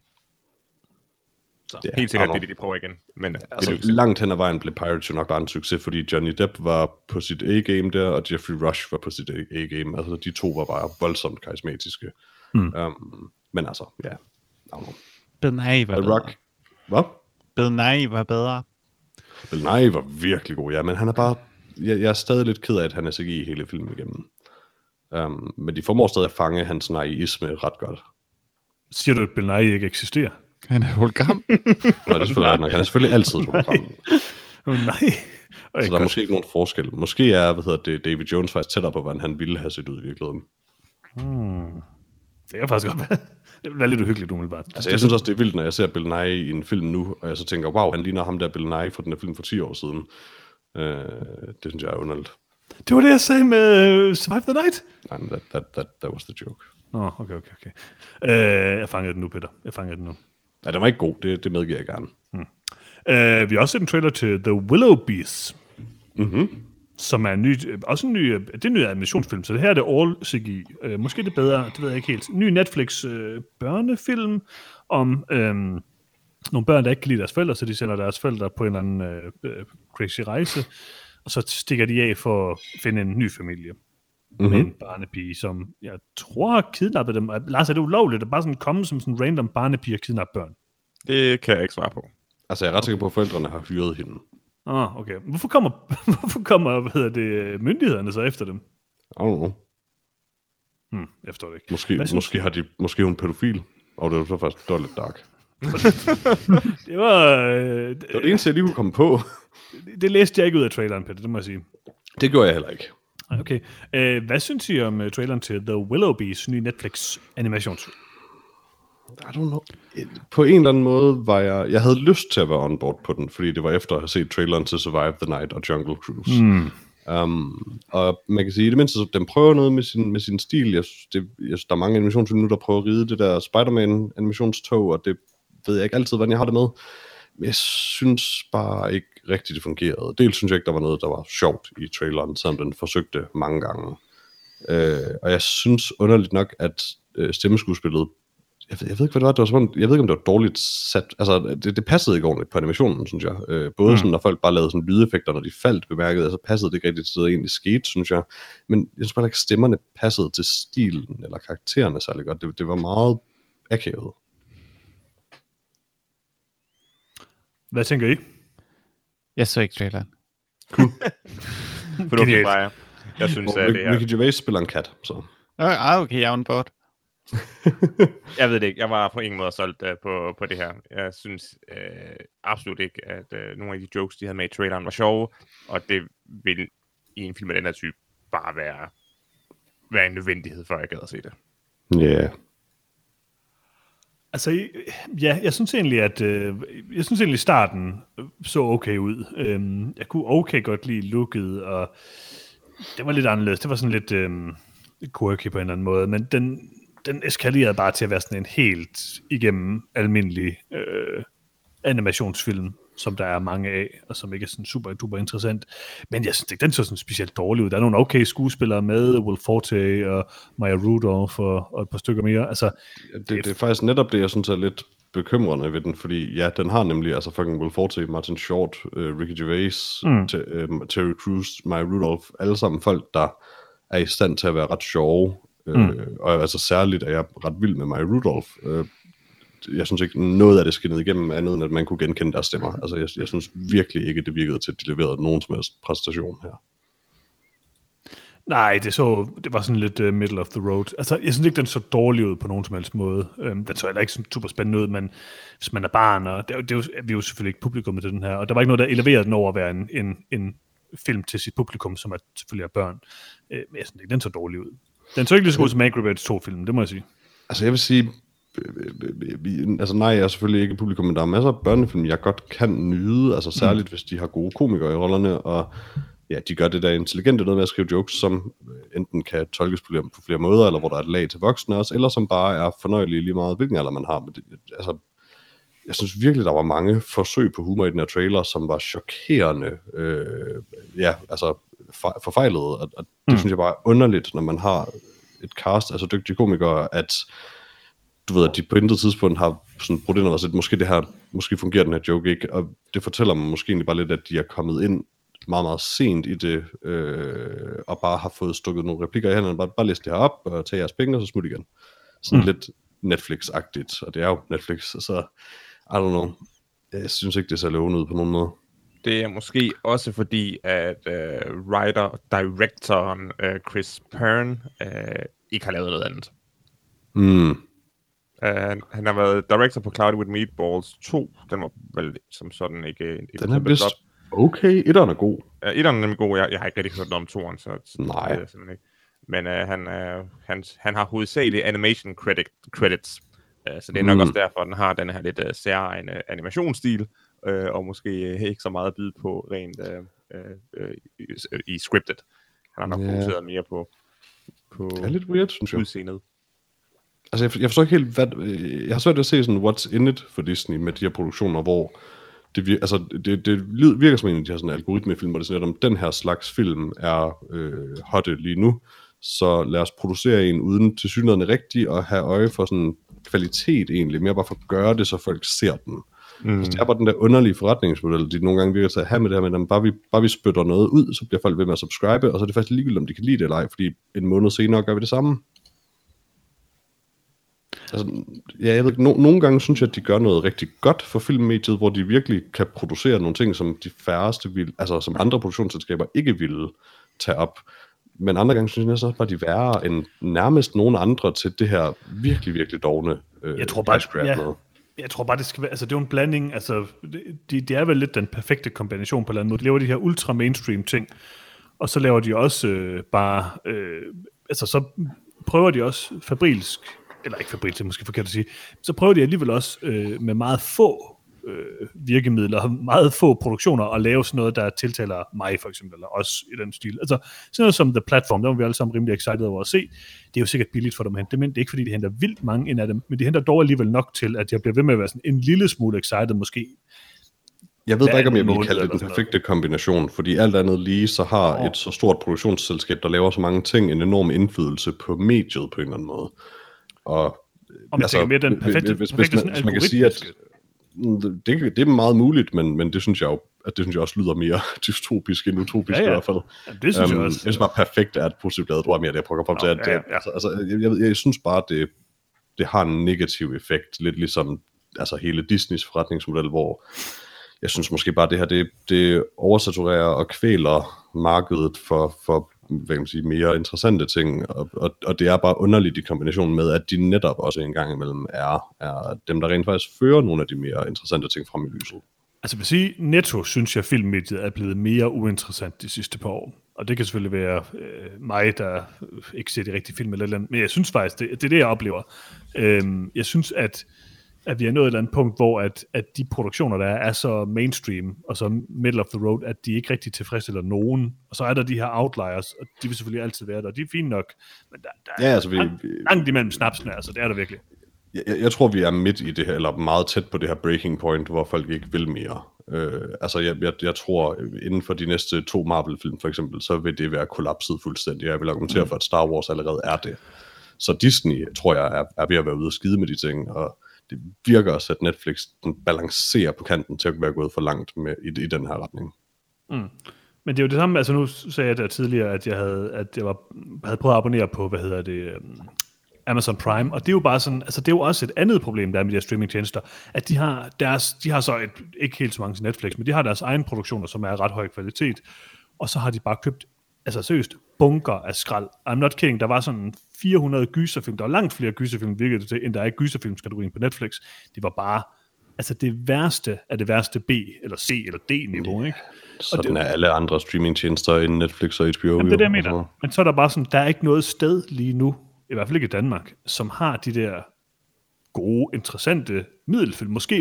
Så helt sikkert det, de prøver igen. Men altså, langt hen ad vejen blev Pirates jo nok bare en succes, fordi Johnny Depp var på sit A-game der, og Jeffrey Rush var på sit A-game. Altså, de 2 var bare voldsomt karismatiske. Men altså, ja. Bill Nye var bedre. Hvad? Bill Nye var bedre. Bill Nye var virkelig god, ja, men han er bare... Jeg er stadig lidt ked af, at han er CGI hele filmen igennem. Men de formår stadig at fange hans naivisme ret godt. Siger du, at Bill Nye ikke eksisterer? Han er hologram. Nej, det er selvfølgelig nok. Han er selvfølgelig altid hologram. Nej. Så der er måske ikke nogen forskel. Måske er, David Jones faktisk tættere på, hvordan han ville have set ud i virkeligheden. Det er faktisk godt være. Det er lidt uhyggeligt umiddelbart. Altså, jeg synes også, det er vildt, når jeg ser Bill Nye i en film nu, og jeg så tænker, wow, han ligner ham der Bill Nye fra den der film for 10 år siden. Det synes jeg er underligt. Det var det, jeg sagde med Survive the Night? Nej, that was the joke. Okay. Jeg fangede den nu, Peter. Ja, den var ikke god. Det medgiver jeg gerne. Vi har også set en trailer til The Willoughbys, som er en ny, det er en ny animationsfilm, så det her er det all CGI. Måske det bedre, det ved jeg ikke helt. Ny Netflix børnefilm om nogle børn, der ikke kan lide deres forældre, så de sender deres forældre på en eller anden crazy rejse, og så stikker de af for at finde en ny familie. Med en barnepige, som jeg tror har kidnappet dem. Lars, er det ulovligt at bare sådan komme som sådan random barnepige og kidnappe børn? Det kan jeg ikke svare på. Altså, jeg er ret sikker på, at forældrene har hyret hende. Okay. Hvorfor kommer myndighederne så efter dem? I don't know. Jeg forstår det ikke. Måske hun pædofil. Og det var så faktisk lidt dark. det var det eneste, jeg lige kunne komme på. Det læste jeg ikke ud af traileren, Peter, det må jeg sige. Det gjorde jeg heller ikke. Okay. Hvad synes I om traileren til The Willoughbys nye Netflix animationsfilm? I don't know. På en eller anden måde var jeg havde lyst til at være on board på den, fordi det var efter at have set traileren til Survive the Night og Jungle Cruise. Og man kan sige, i det mindste, at den prøver noget med sin stil. Jeg synes, der er mange animationsfilm nu, der prøver at ride det der Spider-Man animationstog, og det ved jeg ikke altid, hvordan jeg har det med. Men jeg synes bare ikke rigtigt, det fungerede. Dels synes jeg ikke, der var noget, der var sjovt i traileren, selvom den forsøgte mange gange. Og jeg synes underligt nok, at stemmeskuespillet, jeg ved ikke, hvad det var sådan, jeg ved ikke, om det var dårligt sat, altså det passede ikke ordentligt på animationen, synes jeg. Både sådan, når folk bare lavede sådan lydeffekter, når de faldt bemærket, altså passede det ikke rigtigt til det, der egentlig skete, synes jeg. Men jeg synes bare ikke, stemmerne passede til stilen, eller karaktererne særlig godt. Det var meget akavet. Hvad tænker I? Jeg så ikke traileren. Cool. Genialt. Jeg synes, at det er... Ricky Gervais spiller en kat, så... Okay, jeg er on board. Jeg ved det ikke. Jeg var på ingen måde solgt på det her. Jeg synes absolut ikke, at nogle af de jokes, de havde med i traileren, var sjove, og det vil i en film af den her type bare være en nødvendighed, for at jeg gad at se det. Ja. Yeah. Altså, ja, jeg synes egentlig, starten så okay ud. Jeg kunne okay godt lide looket, og det var lidt anderledes. Det var sådan lidt quirky på en eller anden måde, men den eskalerede bare til at være sådan en helt igennem almindelig animationsfilm, som der er mange af, og som ikke er sådan super duper interessant. Men jeg synes ikke, den så sådan specielt dårlig ud. Der er nogle okay skuespillere med, Will Forte og Maya Rudolph og et par stykker mere. Altså, det er faktisk netop det, jeg synes er lidt bekymrende ved den, fordi ja, den har nemlig altså fucking Will Forte, Martin Short, Ricky Gervais, Terry Crews, Maya Rudolph, alle sammen folk, der er i stand til at være ret sjove. Og altså særligt er jeg ret vild med Maya Rudolph. Jeg synes ikke noget af det skinnede igennem andet end at man kunne genkende deres stemmer. Altså jeg synes virkelig ikke, det virkede til, at de leverede nogen som helst præstation her. Nej, det var sådan lidt middle of the road. Altså jeg synes ikke, den så dårlig ud på nogen som helst måde. Den så heller ikke sådan super spændende ud, men hvis man er barn, og vi er jo selvfølgelig ikke publikum til den her, og der var ikke noget, der eleverede den over at være en film til sit publikum, som selvfølgelig er børn. Men jeg synes ikke, den så dårlig ud. Den så ikke lige så god som Angry Birds 2-filmen, det må jeg sige. Altså jeg vil sige, altså nej, jeg er selvfølgelig ikke publikum, men der er masser af børnefilm, jeg godt kan nyde, altså særligt hvis de har gode komikere i rollerne, og ja, de gør det der intelligente noget med at skrive jokes, som enten kan tolkes på flere måder, eller hvor der er et lag til voksne også, eller som bare er fornøjelige lige meget, hvilken alder man har. Men altså, jeg synes virkelig, der var mange forsøg på humor i den her trailer, som var chokerende, forfejlede, og det synes jeg bare er underligt, når man har et cast af så dygtige komikere, at du ved, at de på intet tidspunkt har sådan brudt ind og sagt, måske fungerer den her joke ikke, og det fortæller mig måske egentlig bare lidt, at de er kommet ind meget, meget sent i det, og bare har fået stukket nogle replikker i hænderne, bare læse det her op, og tage jeres penge, og så smut igen. Sådan lidt Netflix-agtigt, og det er jo Netflix, så I don't know. Jeg synes ikke, det ser lovende ud på nogen måde. Det er måske også fordi, at writer-directoren Chris Pern ikke har lavet noget andet. Han har været director på Cloudy with Meatballs 2. Den var vel som sådan ikke... Den er vist okay. Etteren er god. Etteren er nemlig god. Jeg har ikke rigtig hørt noget om toeren, så nej. Det simpelthen ikke. Men han har hovedsageligt animation credits. Så det er nok også derfor, at den har den her lidt særegne animationsstil, og måske ikke så meget at byde på rent i scriptet. Han har nok fokuseret mere på det er lidt weird, synes jeg. Udseendet. Altså jeg forstår ikke helt, jeg har svært ved at se sådan what's in it for Disney med de her produktioner, hvor det virker som en af de her sådan algoritmefilm, hvor det sådan, at om den her slags film er hotte lige nu, så lad os producere en uden tilsyneladende rigtig og have øje for sådan kvalitet egentlig, mere bare for at gøre det, så folk ser den. Altså, det er bare den der underlige forretningsmodel, de nogle gange virker til at have med det her, men bare vi spytter noget ud, så bliver folk ved med at subscribe, og så er det faktisk ligegyldigt, om de kan lide det eller ej, fordi en måned senere gør vi det samme. Altså, ja, jeg ved ikke, nogle gange synes jeg, at de gør noget rigtig godt for filmmediet, hvor de virkelig kan producere nogle ting, som de færreste vil, altså som andre produktionsselskaber ikke ville tage op. Men andre gange synes jeg så bare, de værre end nærmest nogen andre til det her virkelig, virkelig dovne jeg tror bare, det skal være, altså det er jo en blanding, altså det er vel lidt den perfekte kombination på en eller anden måde. De laver de her ultra mainstream ting, og så laver de også altså så prøver de også fabrilsk eller ikke febrilsk, måske forkert at sige, så prøver de alligevel også med meget få virkemidler og meget få produktioner at lave sådan noget, der tiltaler mig for eksempel, eller også i den stil. Altså sådan noget som The Platform, der var vi alle sammen rimelig excited over at se. Det er jo sikkert billigt for dem at hente det, men det er ikke fordi, de henter vildt mange ind af dem, men de henter dog alligevel nok til, at jeg bliver ved med at være sådan en lille smule excited måske. Jeg ved da ikke, om jeg vil kalde det den perfekte kombination, fordi alt andet lige, så har et så stort produktionsselskab, der laver så mange ting, en enorm indflydelse på mediet på en eller anden måde. Og om altså, mere den perfekte, hvis man kan sige, at det er meget muligt, men det synes jeg jo, at det synes jeg også lyder mere dystopisk end utopisk i hvert fald. Ja, det synes jeg også. Jeg synes bare, perfekt er et positivt ladet ord mere, det jeg prøver frem til. Jeg synes bare, det har en negativ effekt, lidt ligesom altså hele Disneys forretningsmodel, hvor jeg synes måske bare, det her, det oversaturerer og kvæler markedet for hvad kan man sige, mere interessante ting, og det er bare underligt i kombination med, at de netop også en gang imellem er dem, der rent faktisk fører nogle af de mere interessante ting frem i lyset. Altså jeg vil sige, netto synes jeg, filmmediet er blevet mere uinteressant de sidste par år. Og det kan selvfølgelig være mig, der ikke ser de rigtige film eller andet, men jeg synes faktisk, det er det, jeg oplever. Jeg synes, at vi er nået et eller andet punkt, hvor at de produktioner, der er så mainstream og så middle of the road, at de ikke rigtig tilfredsstiller nogen. Og så er der de her outliers, og de vil selvfølgelig altid være der, og de er fine nok. Men der er langt imellem snapsene, altså det er der virkelig. Jeg tror, vi er midt i det her, eller meget tæt på det her breaking point, hvor folk ikke vil mere. Jeg tror, inden for de næste 2 Marvel-film for eksempel, så vil det være kollapset fuldstændig. Jeg vil argumentere for, at Star Wars allerede er det. Så Disney, tror jeg, er ved at være ude og skide med de ting, og det virker også, at Netflix balancerer på kanten til at være gået for langt med, i den her retning. Mm. Men det er jo det samme, altså nu sagde jeg der tidligere, at jeg havde prøvet at abonnere på, Amazon Prime, og det er jo bare sådan, altså det er jo også et andet problem, der er med de her streamingtjenester, at de har så ikke helt så mange til Netflix, men de har deres egne produktioner, som er ret høj kvalitet, og så har de bare købt, altså seriøst, bunker af skrald. I'm not kidding, der var sådan 400 gyserfilm, der var langt flere gyserfilm, virkede det til, end der er i gyserfilmskategorien på Netflix. Det var bare, altså det værste af det værste B, eller C, eller D-niveau, ikke? Sådan er alle andre streamingtjenester end Netflix og HBO. Jamen, det er det, jeg mener. Men så er der bare sådan, der er ikke noget sted lige nu, i hvert fald ikke i Danmark, som har de der gode, interessante middelfilm. Måske,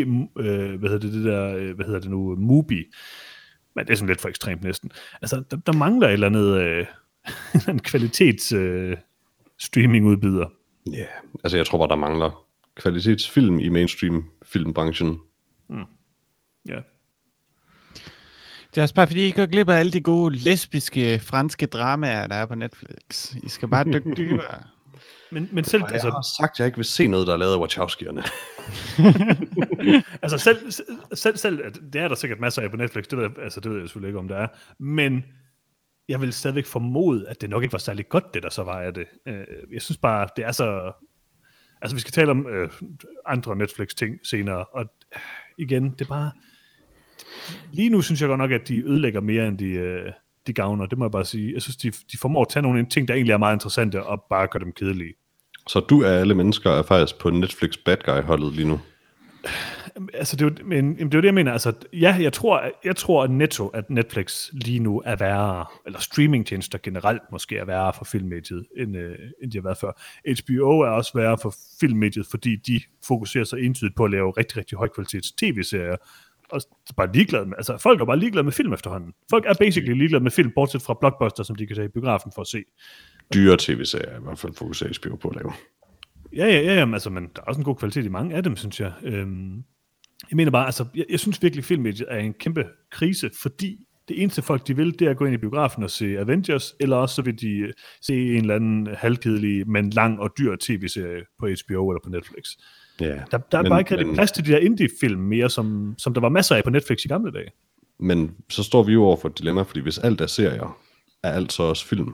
Mubi. Men det er sådan lidt for ekstremt næsten. Altså, der mangler et eller andet en kvalitets streamingudbyder. Ja, altså jeg tror bare, der mangler kvalitetsfilm i mainstream filmbranchen. Ja. Det er også bare fordi, I går glip af alle de gode lesbiske franske dramaer, der er på Netflix. I skal bare dykke dybere. Men selv, jeg har sagt, at jeg ikke vil se noget, der er lavet af Wachowskierne. Altså selv, det er der sikkert masser af på Netflix, det ved jeg selvfølgelig ikke, om der er, men jeg vil stadigvæk formode, at det nok ikke var særlig godt, det der så var af det. Jeg synes bare, det er så... Altså vi skal tale om andre Netflix-ting senere, og igen, det er bare... Lige nu synes jeg godt nok, at de ødelægger mere, end de gavner, det må jeg bare sige. Jeg synes, de formår at tage nogle ting, der egentlig er meget interessante, og bare gøre dem kedelige. Så du af alle mennesker er faktisk på Netflix bad guy-holdet lige nu? Altså, det er jo det, jeg mener. Altså, ja, jeg tror at Netflix lige nu er værre, eller streamingtjenester generelt måske er værre for filmmediet, end de har været før. HBO er også værre for filmmediet, fordi de fokuserer så entydigt på at lave rigtig, rigtig højkvalitets tv-serier, og bare ligeglade med, altså folk er bare ligeglade med film efterhånden. Folk er basically ligeglade med film, bortset fra blockbuster, som de kan tage i biografen for at se. Dyre tv-serier i hvert fald fokuserer HBO på at lave. Ja, altså, men der er også en god kvalitet i mange af dem, synes jeg. Jeg mener bare, altså, jeg synes virkelig, filmmediet er en kæmpe krise, fordi det eneste folk, de vil, det er at gå ind i biografen og se Avengers, eller også så vil de se en eller anden halvkedelig, men lang og dyr tv-serie på HBO eller på Netflix. Yeah, der er bare ikke rigtig plads til de der indie-film mere, som der var masser af på Netflix i gamle dage. Men så står vi jo over for et dilemma, fordi hvis alt er serier, er alt så også film.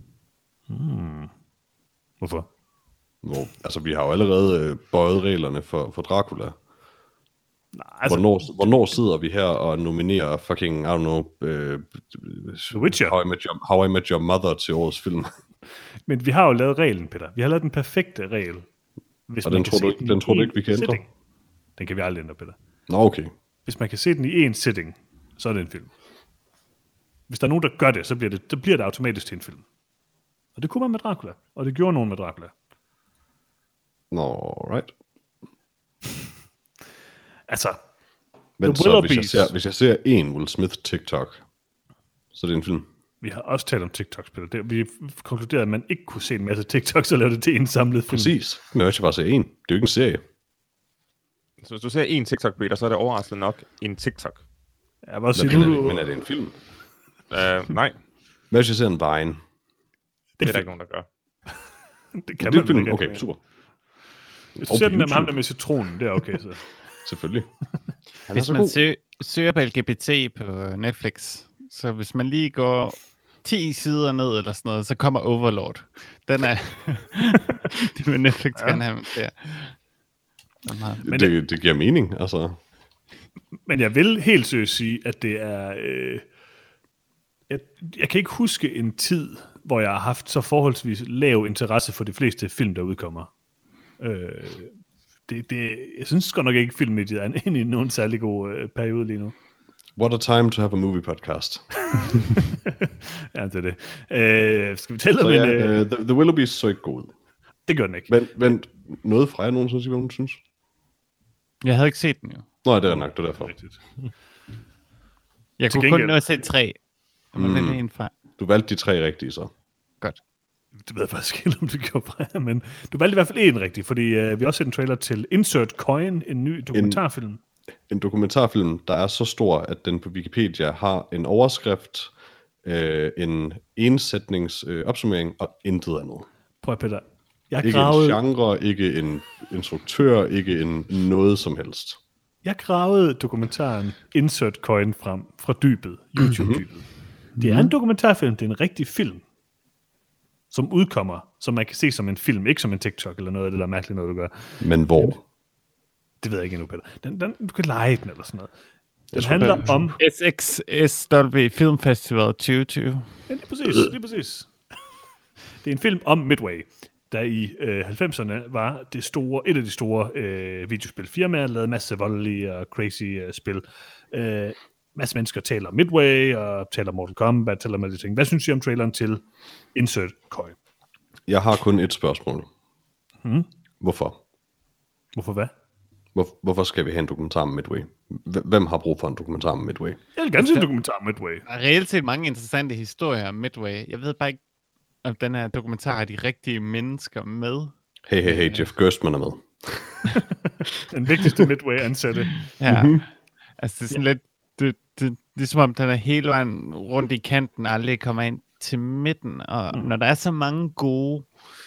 Hvorfor? Altså, vi har jo allerede bøjet reglerne for Dracula. Nej, altså, hvornår sidder vi her og nominerer fucking, I don't know, The Witcher. How I Met Your Mother til årets film? Men vi har jo lavet reglen, Peter. Vi har lavet den perfekte regel. Og den tror du ikke, vi kan ændre? Sitting. Den kan vi aldrig ændre, Peter. Nå, okay. Hvis man kan se den i en sitting, så er det en film. Hvis der er nogen, der gør det, så bliver det automatisk til en film. Og det kunne man med Dracula. Og det gjorde nogen med Dracula. right. Altså, Men så, hvis jeg ser en Will Smith TikTok, så er det en film. Vi har også talt om TikTok-spil. Vi konkluderede, at man ikke kunne se en masse TikToks og lave det til en samlet film. Præcis. Men jeg bare se en. Det er jo ikke en serie. Så hvis du ser en TikTok, Peter, så er det overraskende nok en TikTok. Ja, hvad siger du? Men er det en film? Nej. Hvad hvis jeg ser en Vine? Det er der ikke nogen, der gør. Det kan det man film. ikke. Okay, super. Hvis du ser den med ham der med citronen, det er okay så. Selvfølgelig. Hvis man søger på LGBT på Netflix, så hvis man lige går 10 sider ned eller sådan noget, så kommer Overlord. Den er... det vil Netflix gerne have der. Men det giver mening, altså. Men jeg vil helt seriøst sige, at det er... Jeg kan ikke huske en tid, hvor jeg har haft så forholdsvis lav interesse for de fleste film, der udkommer. Jeg synes godt nok ikke, filmmediet er inde i nogen særlig god periode lige nu. What a time to have a movie podcast. Ja, det er det. Skal vi tælle om en... The Willoughbys så ikke god ud. Det gør den ikke. Vent, noget fra jer nogensinde sige, hvad hun synes? Jeg havde ikke set den jo. Nå, det er nok, det er derfor. Jeg kunne kun nå at se 3. En fra. Du valgte de 3 rigtige, så. Godt. Det ved jeg faktisk ikke, om du gjorde fra, men du valgte i hvert fald en rigtig, fordi vi har også set en trailer til Insert Coin, en ny dokumentarfilm. En dokumentarfilm, der er så stor, at den på Wikipedia har en overskrift, en ensætningsopsummering og intet andet. Prøv Peter. Ikke en genre, ikke en instruktør, ikke en noget som helst. Jeg gravede dokumentaren Insert Coin frem fra dybet, YouTube-dybet. Det er en dokumentarfilm, det er en rigtig film, som udkommer, som man kan se som en film, ikke som en TikTok eller noget af det der mærkeligt noget, du gør. Men hvor? Det ved jeg ikke endnu, Peter. Du kan lege den eller sådan noget. Den handler om... SXSW Film Festival 2020. Ja, lige præcis. Det er en film om Midway, der i 90'erne var et af de store videospilfirmaer, lavede masse voldelige og crazy spil. Masse mennesker taler om Midway, og taler om Mortal Kombat, taler om alle de ting. Hvad synes I om traileren til Insert Coin? Jeg har kun et spørgsmål. Hvorfor? Hvorfor hvad? Hvorfor skal vi have en dokumentar om Midway? Hvem har brug for en dokumentar om Midway? Jeg vil gerne se en dokumentar om Midway. Der er reelt set mange interessante historier om Midway. Jeg ved bare ikke, om den her dokumentar er de rigtige mennesker med. Hey, Jeff Gerstmann er med. Den vigtigste Midway-ansatte. Ja, altså det er sådan lidt, det er som om den er hele vejen rundt i kanten, og aldrig kommer ind til midten, og når der er så mange gode,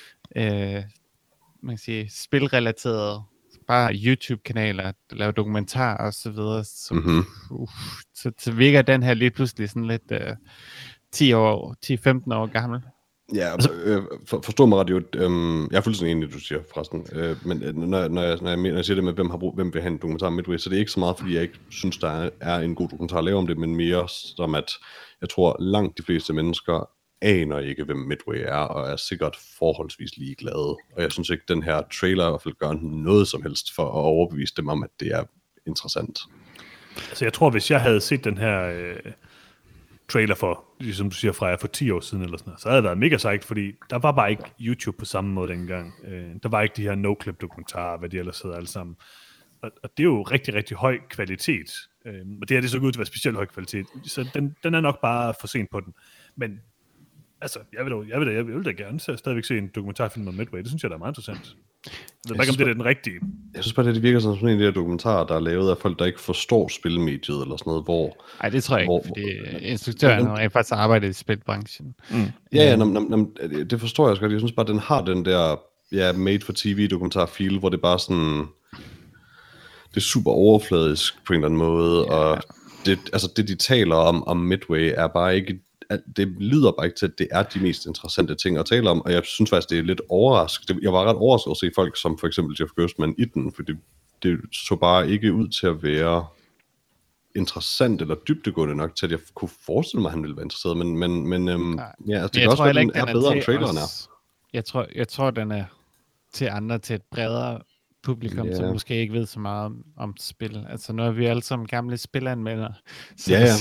man kan sige, spilrelaterede, bare YouTube-kanaler, der laver dokumentarer og så videre, så virker den her lige pludselig sådan lidt 10-15 år gammel. Ja, forstå mig ret, jeg er fuldstændig enig, du siger forresten, men når jeg siger det med, hvem vil have en dokumentar om Midway, så det er ikke så meget, fordi jeg ikke synes, der er en god dokumentar at lave om det, men mere som at, jeg tror langt de fleste mennesker aner ikke, hvem Midway er, og er sikkert forholdsvis ligeglade, og jeg synes ikke, den her trailer i hvert fald gør noget som helst for at overbevise dem om, at det er interessant. Altså jeg tror, hvis jeg havde set den her... trailer for, ligesom du siger, fra for 10 år siden eller sådan noget, så havde det været mega sejt, fordi der var bare ikke YouTube på samme måde dengang. Der var ikke de her no-clip-dokumentarer, hvad de ellers hedder alle sammen. Og det er jo rigtig, rigtig høj kvalitet. Og det her det så ud til at være specielt høj kvalitet. Så den er nok bare for sent på den. Men altså, jeg vil da gerne stadigvæk se en dokumentarfilm om Midway. Det synes jeg, der er meget interessant. Jeg ved ikke, om det er den rigtige. Jeg synes bare, det virker som sådan en af de her dokumentarer, der er lavet af folk, der ikke forstår spilmediet eller sådan noget, hvor... Nej, det tror jeg ikke, fordi instruktøren har faktisk arbejdet i spilbranchen. Ja, det forstår jeg godt. Jeg synes bare, den har den der made for TV dokumentar feel, hvor det bare sådan... Det er super overfladisk på en eller anden måde, og det de taler om Midway er bare ikke... Det lyder bare ikke til, at det er de mest interessante ting at tale om, og jeg synes faktisk, det er lidt overraskende. Jeg var ret overrasket at se folk som for eksempel Jeff Gerstmann i den, for det så bare ikke ud til at være interessant eller dybdegående nok til, at jeg kunne forestille mig, at han ville være interesseret, men altså, det kan også være, at den er bedre end traileren er. Jeg tror, den er til andre, til et bredere publikum, som måske ikke ved så meget om spil. Altså nu er vi alle sammen gamle spilanmeldere. Så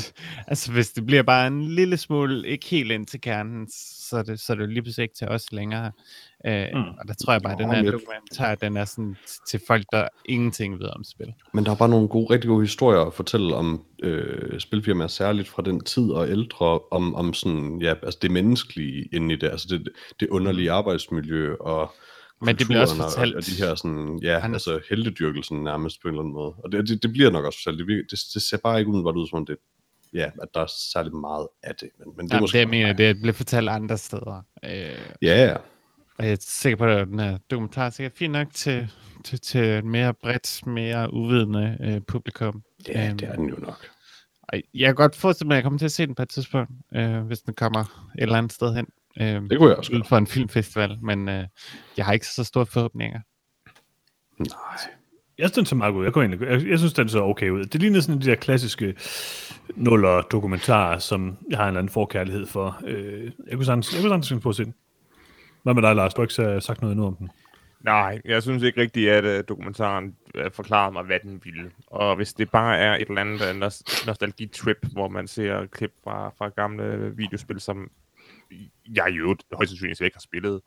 Altså, hvis det bliver bare en lille smule, ikke helt ind til kernen, så er det jo lige pludselig ikke til os længere. Og der tror jeg bare, at den her dokumentar, den er sådan til folk, der ingenting ved om spil. Men der er bare nogle rigtig gode historier at fortælle om spilfirmaer, særligt fra den tid og ældre, om sådan, ja, altså det menneskelige inde i det, altså det underlige arbejdsmiljø og men det bliver også fortalt. Og de her sådan, ja, altså heltedyrkelsen nærmest på en eller anden måde. Og det bliver nok også fortalt. Det ser bare ikke umiddelbart ud som det, ja, at der er særlig meget af det. Men det er måske... Det jeg mener, det bliver fortalt andre steder. Ja. Og jeg er sikker på, at den her dokumentar er sikkert fint nok til mere bredt, mere uvidende publikum. Ja, det er den jo nok. Jeg kan godt forestille mig, at jeg kommer til at se den på et tidspunkt, hvis den kommer et eller andet sted hen. Det kunne jeg også for en filmfestival, men jeg har ikke så store forhåbninger. Nej. Jeg synes, den så meget ud. Jeg synes, den så okay ud. Det ligner sådan de der klassiske nuller dokumentarer, som jeg har en eller anden forkærlighed for. Jeg kunne sagtens finde på at se den. Hvad med dig, Lars? Du har ikke sagt noget endnu om den. Nej, jeg synes ikke rigtigt, at dokumentaren forklarer mig, hvad den ville. Og hvis det bare er et eller andet nostalgi-trip, hvor man ser klip fra gamle videospil, som jeg jo højst sandsynligt ikke har spillet.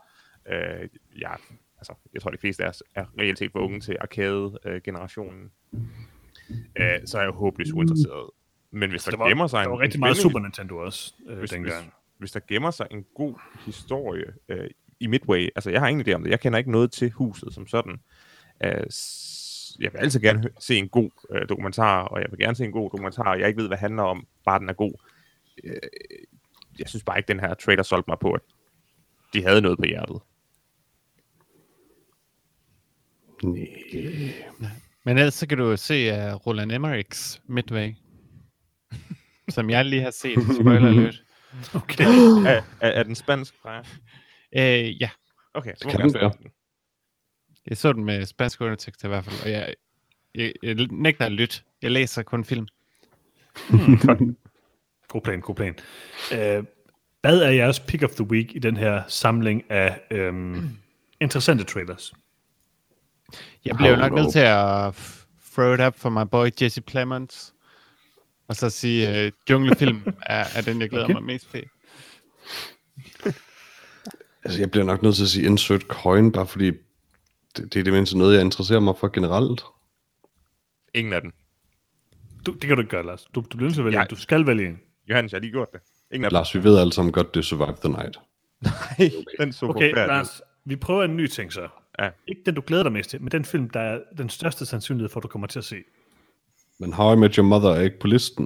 Jeg tror, de fleste af os er reelt set for unge til arcade-generationen. Så er jeg håbløst uinteresseret. Men hvis der gemmer sig der var rigtig meget Super Nintendo også dengang. Hvis der gemmer sig en god historie i Midway, altså jeg har ingen idé om det. Jeg kender ikke noget til huset som sådan. Jeg vil altid gerne se en god dokumentar, og jeg vil gerne se en god dokumentar, jeg ikke ved, hvad det handler om, bare den er god. Jeg synes bare ikke, den her trailer solgte mig på, at de havde noget på hjertet. Nej. Men ellers så kan du se Roland Emmerichs Midway, som jeg lige har set. Spoiler alert. Okay. Er den spansk, Freja? Ja. Okay, så kan den være. Jeg så den med spansk undertekst i hvert fald, og jeg nægter at lytte. Jeg læser kun film. God plan. Hvad er jeres pick of the week i den her samling af interessante trailers? Jeg bliver jo nok nødt til at throw it up for my boy Jesse Plemons, og så sige, junglefilm er den, jeg glæder mig mest til. Altså, jeg bliver nok nødt til at sige insert coin, bare fordi det er det mindste noget, jeg interesserer mig for generelt. Ingen af dem. Det kan du ikke gøre, Lars. Du bliver nødt til at vælge en. Du skal vælge en. Johannes, jeg har lige gjort det. Ingen af dem. Lars, vi ved alle sammen godt, det Survive the Night. Nej, den så okay, Lars, vi prøver en ny ting så. Ja. Ikke den, du glæder dig mest til, men den film, der er den største sandsynlighed for, at du kommer til at se. Men How I Met Your Mother er ikke på listen.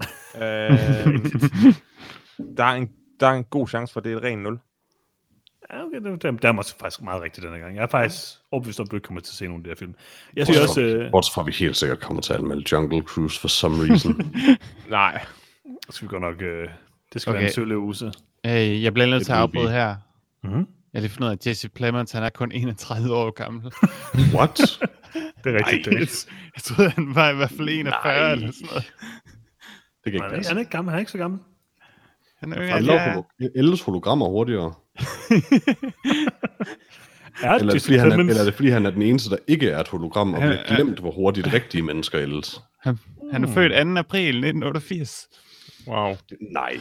Der er en god chance for, det er et ren 0. Ja, okay, der er måske faktisk meget rigtigt denne gang. Jeg er faktisk overbevist om, at du ikke kommer til at se nogle af de her film. Jeg synes også... Bortset fra, vi helt sikkert kommer til at anmelde Jungle Cruise for some reason. Nej. Det skal vi godt nok... det skal være en sølle use. Jeg bliver nødt til at afbryde her. Mm-hmm. Jeg har lige fundet ud af, at Jesse Plemons, han er kun 31 år gammel. What? Det er rigtigt. Jeg troede, han var i hvert fald 41 eller sådan noget. Det kan ikke passe. Han er ikke gammel, han er ikke så gammel. Han ældes hologrammer hurtigere. Eller er det fordi han er den eneste, der ikke er et hologram, og bliver glemt, hvor hurtigt rigtige mennesker ældes? Han er født 2. april 1988. Wow. Nej.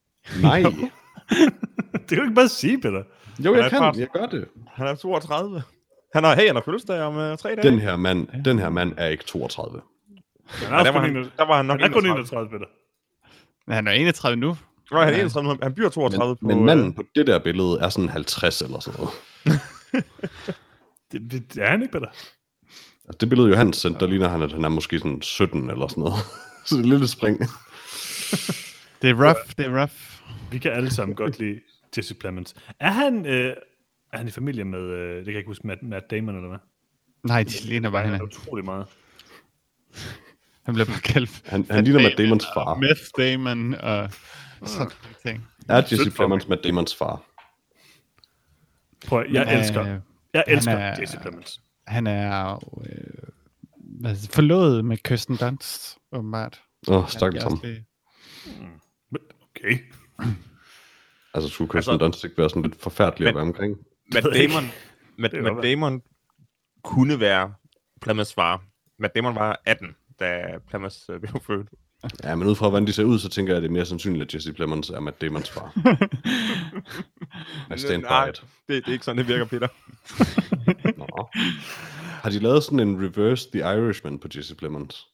Det kan du ikke bare sige, Peter. Jo, jeg gør det. Han er 32. Han har fødselsdag om 3 dage. Den her mand er ikke 32. Der var han nok 31, Peter. Men han er 31 nu. Nej, han er 31 nu. Han bliver 32 på... Men manden på det der billede er sådan 50 eller sådan noget. det er han ikke, Peter. Altså, det billede Johannes sendte, der ligner han, at han er måske sådan 17 eller sådan noget. Så det er et lille spring. Det er rough. Vi kan alle sammen godt lide Jesse Plemons. Er han i familie med, det kan jeg ikke huske, Matt Damon eller hvad? Nej, de ligner bare hende. Utrolig meget. Han bliver bare kaldt. Han ligner Matt Damons far. Matt Damon og sådan ting. Er Jesse Plemons Matt Damons far? Prøv, jeg elsker Jesse Plemons. Han er forlovet med Kirsten Dunst, åbenbart. Stakkels ham. Okay. Altså, skulle Kirsten Dunst ikke være sådan lidt forfærdelig at være omkring? Matt Damon kunne være Plemons far. Matt Damon var 18, da Plemons blev født. Ja, men ud fra hvordan de ser ud, så tænker jeg, at det er mere sandsynligt, at Jesse Plemons er Matt Damons far. I stand by it. Det er ikke sådan, det virker, Peter. Nå. Har de lavet sådan en Reverse the Irishman på Jesse Plemons?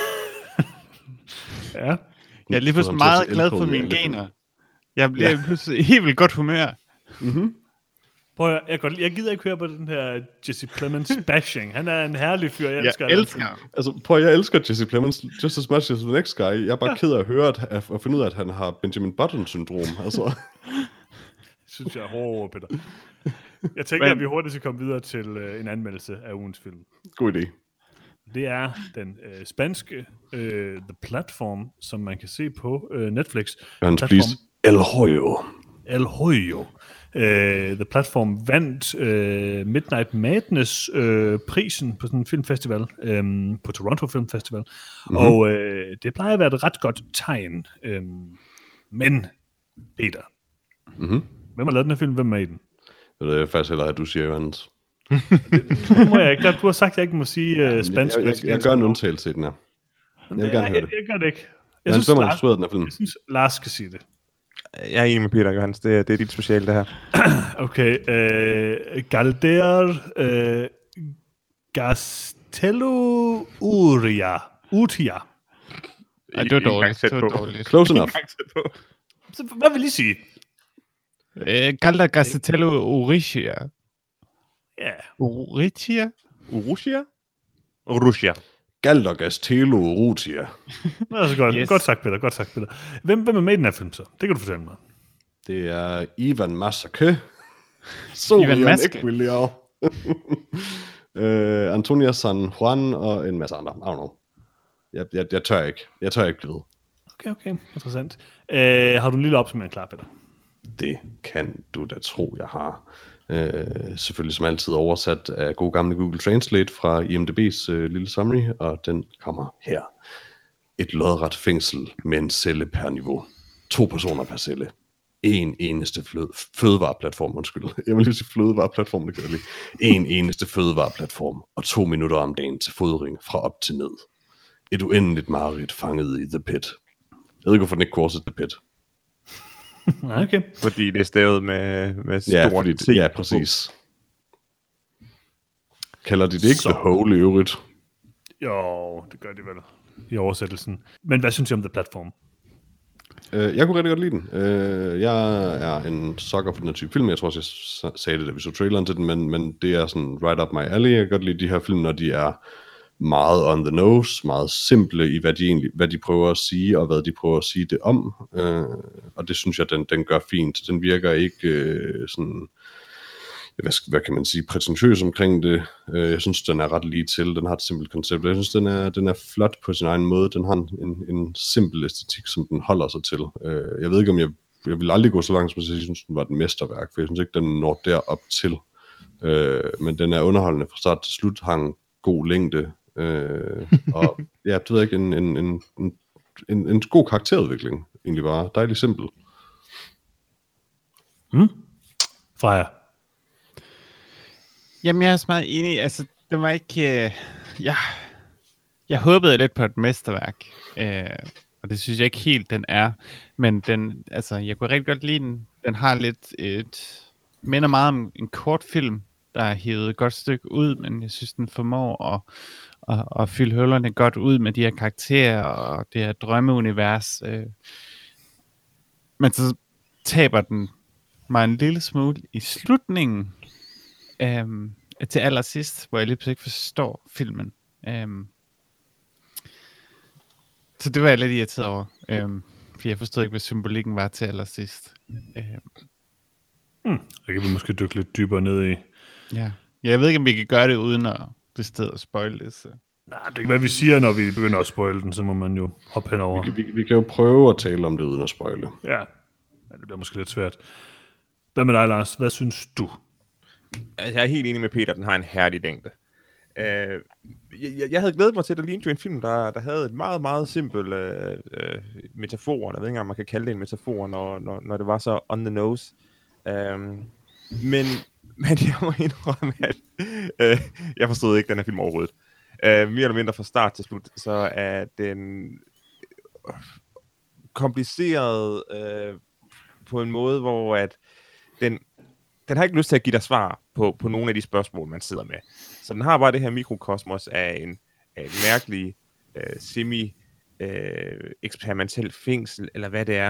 Ja. Jeg er lige pludselig meget glad for mine gener. Jeg bliver pludselig helt vildt godt humør. Mm-hmm. Prøv at, jeg gider ikke høre på den her Jesse Plemons bashing. Han er en herlig fyr, jeg elsker. Altså, jeg elsker Jesse Plemons just as much as the next guy. Jeg er bare ked af at høre og finde ud af, at han har Benjamin Button-syndrom. Altså. Synes jeg er hårdt, Peter. Jeg tænker, at vi hurtigt skal komme videre til en anmeldelse af ugens film. God idé. Det er den spanske The Platform, som man kan se på Netflix. Hans please. El Hoyo. El Hoyo. The Platform vandt Midnight Madness prisen på sådan en filmfestival, på Toronto Film Festival. Mm-hmm. Og det plejer at være et ret godt tegn. Men, Peter, hvem har lavet den her film? Hvem er i den? Det er faktisk heller, at du siger, Johannes. Det må jeg ikke. Du har sagt, at jeg ikke må sige spansk. Jeg gør en undtagelse i den her. Jeg vil gerne høre det. Jeg gør det ikke. Jeg synes, Lars skal sige det. Jeg er enig med Peter, Johannes. Det er dit speciale, det her. Okay. Galder Castello Utia. Ej, det var dårligt. Close enough. Så hvad vil I sige? Galder Castello Uria. Ja. Urrutia. Galder Castello Uria. Det er så godt. Yes. Godt sagt, Peter. Hvem er med i den her film så? Det kan du fortælle mig. Det er Ivan Masake. Ivan Maske. Antonia San Juan og en masse andre. I don't know. Jeg tør ikke. Jeg tør ikke vide. Okay. Interessant. Har du en lille opsummering klar, Peter? Det kan du da tro, jeg har. Selvfølgelig som altid oversat af god gamle Google Translate fra IMDb's lille summary, og den kommer her. Et lodret fængsel med en celle per niveau. 2 personer per celle. En eneste fødevareplatform, Jeg vil lige sige flødevareplatform, det kan jeg lige. En eneste fødevareplatform, og 2 minutter om dagen til fodring fra op til ned. Et uendeligt mareridt fanget i The Pit. Jeg ved ikke, hvorfor den ikke kunne oversætte The Pit. Okay. Fordi det er stavet med stort T. Ja, præcis. Kalder de det ikke The Hole i øvrigt? Jo, det gør de vel i oversættelsen. Men hvad synes I om The Platform? Jeg kunne rigtig godt lide den. Jeg er en sucker for den her type film. Jeg tror også, jeg sagde det, da vi så traileren til den, men det er sådan right up my alley. Jeg kan godt lide de her film, når de er meget on the nose, meget simple i, hvad de prøver at sige, og hvad de prøver at sige det om. Og det synes jeg, den gør fint. Den virker ikke sådan, hvad kan man sige, prætentiøs omkring det. Jeg synes, den er ret lige til. Den har et simpelt koncept. Jeg synes, den er flot på sin egen måde. Den har en simpel æstetik, som den holder sig til. Jeg ved ikke, om jeg vil aldrig gå så langt, som jeg synes, den var et mesterværk, for jeg synes ikke, den når derop til. Men den er underholdende fra start til slut, har en god længde. Og ja, det ved jeg ikke, en god karakterudvikling, egentlig bare dejligt simpel. Freja? Jamen, jeg er så meget enig. Altså, det var ikke... Jeg håbede lidt på et mesterværk, og det synes jeg ikke helt, den er. Men den, altså, jeg kunne rigtig godt lide den. Den har lidt minder meget om en kortfilm, der er hævet et godt stykke ud, men jeg synes, den formår at fylde hullerne godt ud med de her karakterer og det her drømmeunivers. Men så taber den mig en lille smule i slutningen til allersidst, hvor jeg lige pludselig ikke forstår filmen. Så det var jeg lidt irriteret over, for jeg forstod ikke, hvad symbolikken var til allersidst. Det kan vi måske dykke lidt dybere ned i. Ja, jeg ved ikke, om vi kan gøre det uden at det sted at spoile det. Så. Nej, det kan hvad vi siger, når vi begynder at spoile den, så må man jo hoppe henover. Vi kan jo prøve at tale om det uden at spoile. Ja, det bliver måske lidt svært. Hvad med dig, Lars? Hvad synes du? Jeg er helt enig med Peter, den har en herlig længde. Jeg havde glædet mig til, at der lignede jo en film, der havde et meget, meget simpelt metafor. Jeg ved ikke engang, man kan kalde det en metafor, når det var så on the nose. Men jeg må indrømme, at jeg forstod ikke den her film overhovedet. Mere eller mindre fra start til slut, så er den kompliceret på en måde, hvor at den har ikke lyst til at give dig svar på nogle af de spørgsmål, man sidder med. Så den har bare det her mikrokosmos af en mærkelig eksperimentel fængsel, eller hvad det er.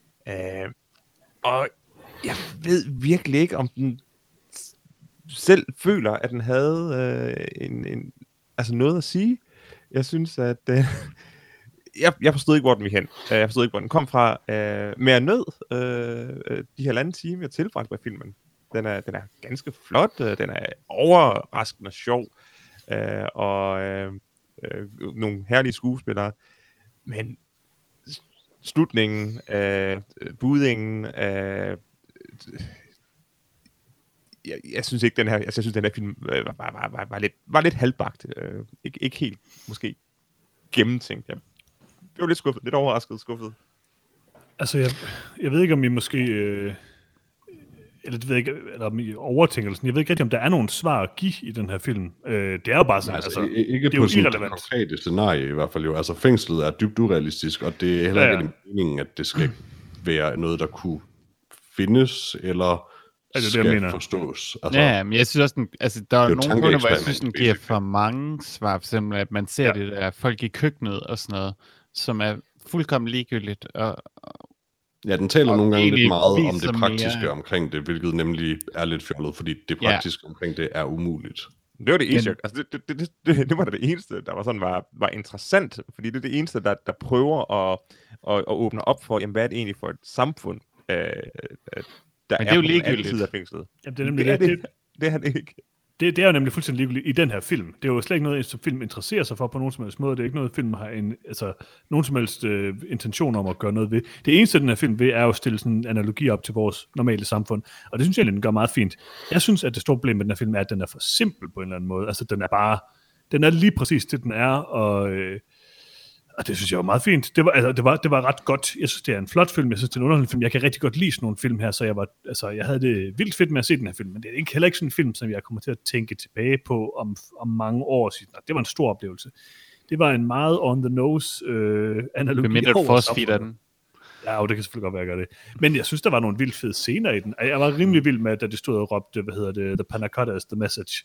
Og jeg ved virkelig ikke, om den selv føler, at den havde altså noget at sige. Jeg synes, at jeg forstod ikke, hvor den ville hen. Jeg forstod ikke, hvor den kom fra. Mere nød de halvanden time, jeg tilbragte med filmen. Den er ganske flot. Den er overraskende sjov. Og nogle herlige skuespillere. Men slutningen, budingen, jeg synes ikke, den her film var lidt halvbagt. Ikke helt, måske, gennemtænkt. Jeg blev lidt skuffet, lidt overrasket skuffet. Altså, jeg ved ikke, om I måske... eller det ved jeg ikke, eller om I overtænker eller sådan. Jeg ved ikke rigtig, om der er nogle svar at give i den her film. Det er jo bare sådan, altså ikke det er på sådan et konkrete scenarie i hvert fald jo. Altså, fængslet er dybt urealistisk, og det er heller ikke meningen, at det skal være noget, der kunne findes, eller skal forstås. Altså, ja, men jeg synes også, der er nogle punkter, hvor jeg synes, den giver for mange svar. For eksempel, at man ser det der folk i køkkenet og sådan noget, som er fuldkommen ligegyldigt. Ja, den taler nogle gange lidt meget om det praktiske omkring det, hvilket nemlig er lidt fjollet, fordi det praktiske omkring det er umuligt. Det var det eneste, altså det var det eneste, der var sådan var interessant, fordi det er det eneste, der prøver at åbne op for, jamen, hvad er det egentlig for et samfund, der men det er jo ligegyldigt. Tid af fængslet. Jamen, det er nemlig det er det ikke. Det er jo nemlig fuldstændig ligegyldigt i den her film. Det er jo slet ikke noget, som film interesserer sig for på nogen som helst måde. Det er ikke noget, film har nogen som helst intention om at gøre noget ved. Det eneste, den her film ved, er jo at stille sådan en analogi op til vores normale samfund. Og det synes jeg, den gør meget fint. Jeg synes, at det store problem med den her film er, at den er for simpel på en eller anden måde. Altså, den er lige præcis det, den er, og det synes jeg var meget fint. Det var ret godt. Jeg synes, det er en flot film. Jeg synes, det er en underholdende film. Jeg kan rigtig godt lide sådan nogle film her, så jeg havde det vildt fedt med at se den her film, men det er heller ikke sådan en film, som jeg kommer til at tænke tilbage på om mange år siden. Det var en stor oplevelse. Det var en meget on the nose analogi. Mindre force-feed af den. Ja, og det kan selvfølgelig godt være, at gøre det. Men jeg synes, der var nogle vildt fede scener i den. Jeg var rimelig vild med, da det stod og råbte, The Panna Cotta is the message.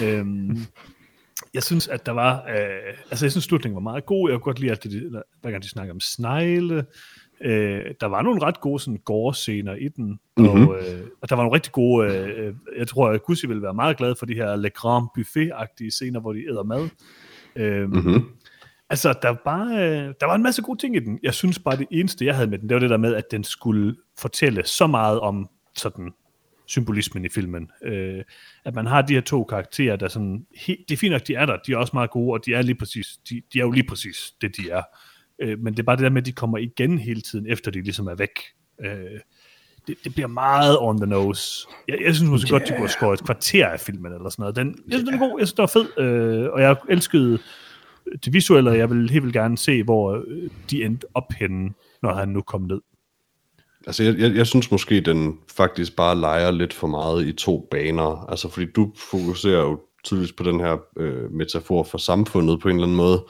Jeg synes, at der var... jeg synes, slutningen var meget god. Jeg kunne godt lide, at hver gang de snakker om snegle. Der var nogle ret gode sådan, gore-scener i den. Mm-hmm. Og der var nogle rigtig gode... jeg tror, at Gussi ville være meget glad for de her Le Grand Buffet-agtige scener, hvor de æder mad. Altså, der var en masse gode ting i den. Jeg synes bare, det eneste, jeg havde med den, det var det der med, at den skulle fortælle så meget om sådan... symbolismen i filmen. At man har de her to karakterer, der sådan, det er fint nok, de er der, de er også meget gode, og de er jo lige præcis det, de er. Men det er bare det der med, at de kommer igen hele tiden, efter de ligesom er væk. Det bliver meget on the nose. Jeg synes måske godt, de kunne have skåret et kvarter af filmen, eller sådan noget. Jeg synes, den er god, jeg synes, det var fed, og jeg elskede det visuelle, og jeg vil helt vildt gerne se, hvor de endte op henne, når han nu kom ned. Altså, jeg synes måske, den faktisk bare leger lidt for meget i to baner. Altså, fordi du fokuserer jo tydeligvis på den her metafor for samfundet på en eller anden måde.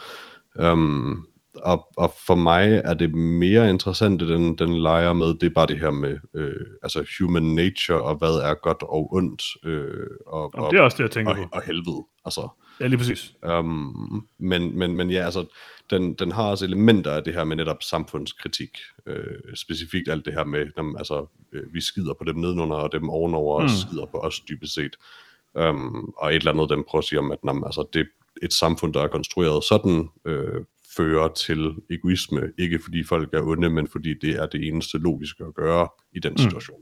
Og for mig er det mere interessant, den leger med, det er bare det her med altså human nature, og hvad er godt og ondt. Og det er også det, jeg tænker på. Og helvede, altså. Ja, lige præcis. Men ja, altså, den har også elementer af det her med netop samfundskritik. Specifikt alt det her med, altså, vi skider på dem nedenunder, og dem ovenover skider på os dybest set. Og et eller andet, den prøver at sige om, at altså, det er et samfund, der er konstrueret sådan, fører til egoisme, ikke fordi folk er onde, men fordi det er det eneste logiske at gøre i den situation.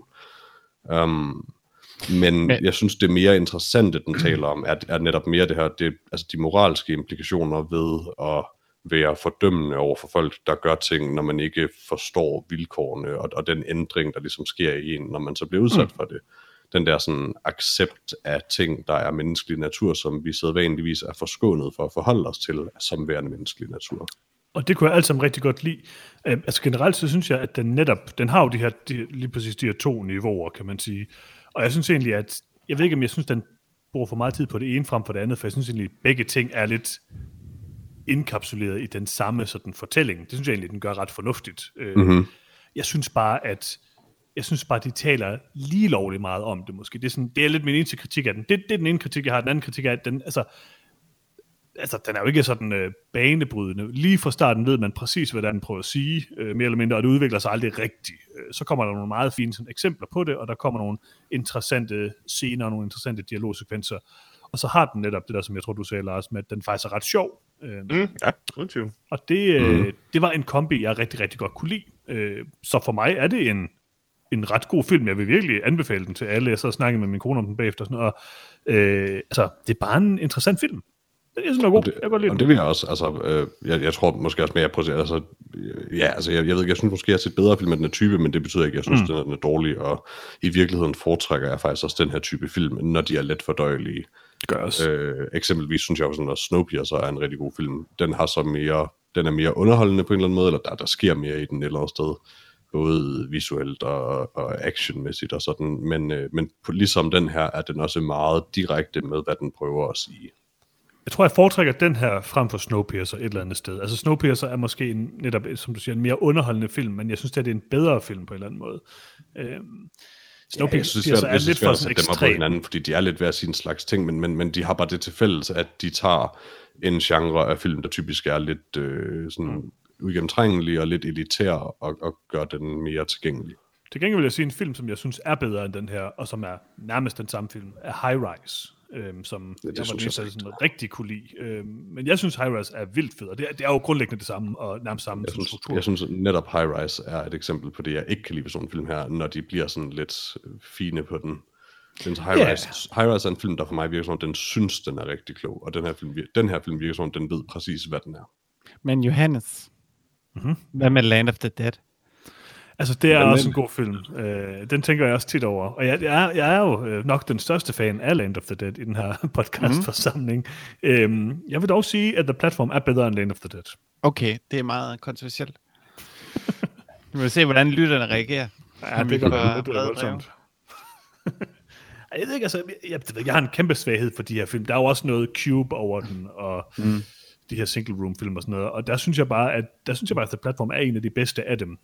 Men jeg synes, det mere interessante, den taler om, er netop mere det her, altså de moralske implikationer ved at være fordømmende over for folk, der gør ting, når man ikke forstår vilkårene, og den ændring, der ligesom sker i en, når man så bliver udsat for det. Den der sådan accept af ting, der er menneskelig natur, som vi sædvanligvis er forskånet for at forholde os til, som værende menneskelig natur. Og det kunne jeg alt sammen rigtig godt lide. Altså generelt så synes jeg, at den har jo lige præcis de her to niveauer, kan man sige. Og jeg synes egentlig, at jeg ved ikke, om jeg synes, den bruger for meget tid på det ene frem for det andet, for jeg synes egentlig, at begge ting er lidt indkapsuleret i den samme sådan fortælling. Det synes jeg egentlig, den gør ret fornuftigt. Jeg synes bare, de taler lige lovligt meget om det måske. Det er lidt min eneste kritik af den. Det er den ene kritik, jeg har. Den anden kritik er, at den, altså, den er jo ikke sådan banebrydende. Lige fra starten ved man præcis, hvad den prøver at sige, mere eller mindre, og det udvikler sig aldrig rigtigt. Så kommer der nogle meget fine sådan, eksempler på det, og der kommer nogle interessante scener og nogle interessante dialogsekvenser. Og så har den netop det der, som jeg tror, du sagde, Lars, med at den faktisk er ret sjov. Ja, uden tvivl. Og det var en kombi, jeg rigtig, rigtig godt kunne lide. Så for mig er det en ret god film. Jeg vil virkelig anbefale den til alle. Jeg så snakkede med min kone om den bagefter. Og sådan noget. Altså, det er bare en interessant film. Jeg synes, den er god. Jeg kan godt lide den. Og det vil jeg også. Altså, jeg tror måske også mere på det. Altså, ja, altså, jeg ved ikke, jeg synes måske, jeg har set bedre film af den her type, men det betyder ikke, at jeg synes, den er dårlig. Og i virkeligheden foretrækker jeg faktisk også den her type film, når de er let fordøjelige. Det gør også. Eksempelvis synes jeg også, at Snowpiercer er en rigtig god film. Den er mere underholdende på en eller anden måde, eller der sker mere i den et eller andet sted. Både visuelt og actionmæssigt og sådan. Men ligesom den her, er den også meget direkte med, hvad den prøver at sige. Jeg tror, jeg foretrækker den her frem for Snowpiercer et eller andet sted. Altså Snowpiercer er måske netop, som du siger, en mere underholdende film, men jeg synes, at det er en bedre film på en eller anden måde. Snowpiercer er lidt for sådan ekstrem. Hinanden, fordi de er lidt hver sin slags ting, men de har bare det til fælles, at de tager en genre af film, der typisk er lidt sådan uigennemtrængelig og lidt elitær, og gør den mere tilgængelig. Til gengæld vil jeg sige en film, som jeg synes er bedre end den her, og som er nærmest den samme film, er High Rise. Som jeg var sådan rigtig kunne lide. Men jeg synes, High Rise er vildt fed, og det er jo grundlæggende det samme, og nærmest samme struktur. Jeg synes netop High Rise er et eksempel på det, jeg ikke kan lide ved sådan en film her, når de bliver sådan lidt fine på den. High Rise er en film, der for mig virker som, den synes, den er rigtig klog, og den her film virker som, den ved præcis, hvad den er. Men Johannes, hvad med Land of the Dead? Altså, det er også en god film. Den tænker jeg også tit over. Og jeg er jo nok den største fan af Land of the Dead i den her podcastforsamling. Jeg vil dog sige, at The Platform er bedre end Land of the Dead. Okay, det er meget kontroversielt. Vi må se, hvordan lytterne reagerer. Ja, det gør lidt voldsomt. Jeg ved ikke, altså, jeg har en kæmpe svaghed for de her film. Der er jo også noget Cube over den, og de her single-room-film og sådan noget. Og der synes jeg bare, at The Platform er en af de bedste af dem.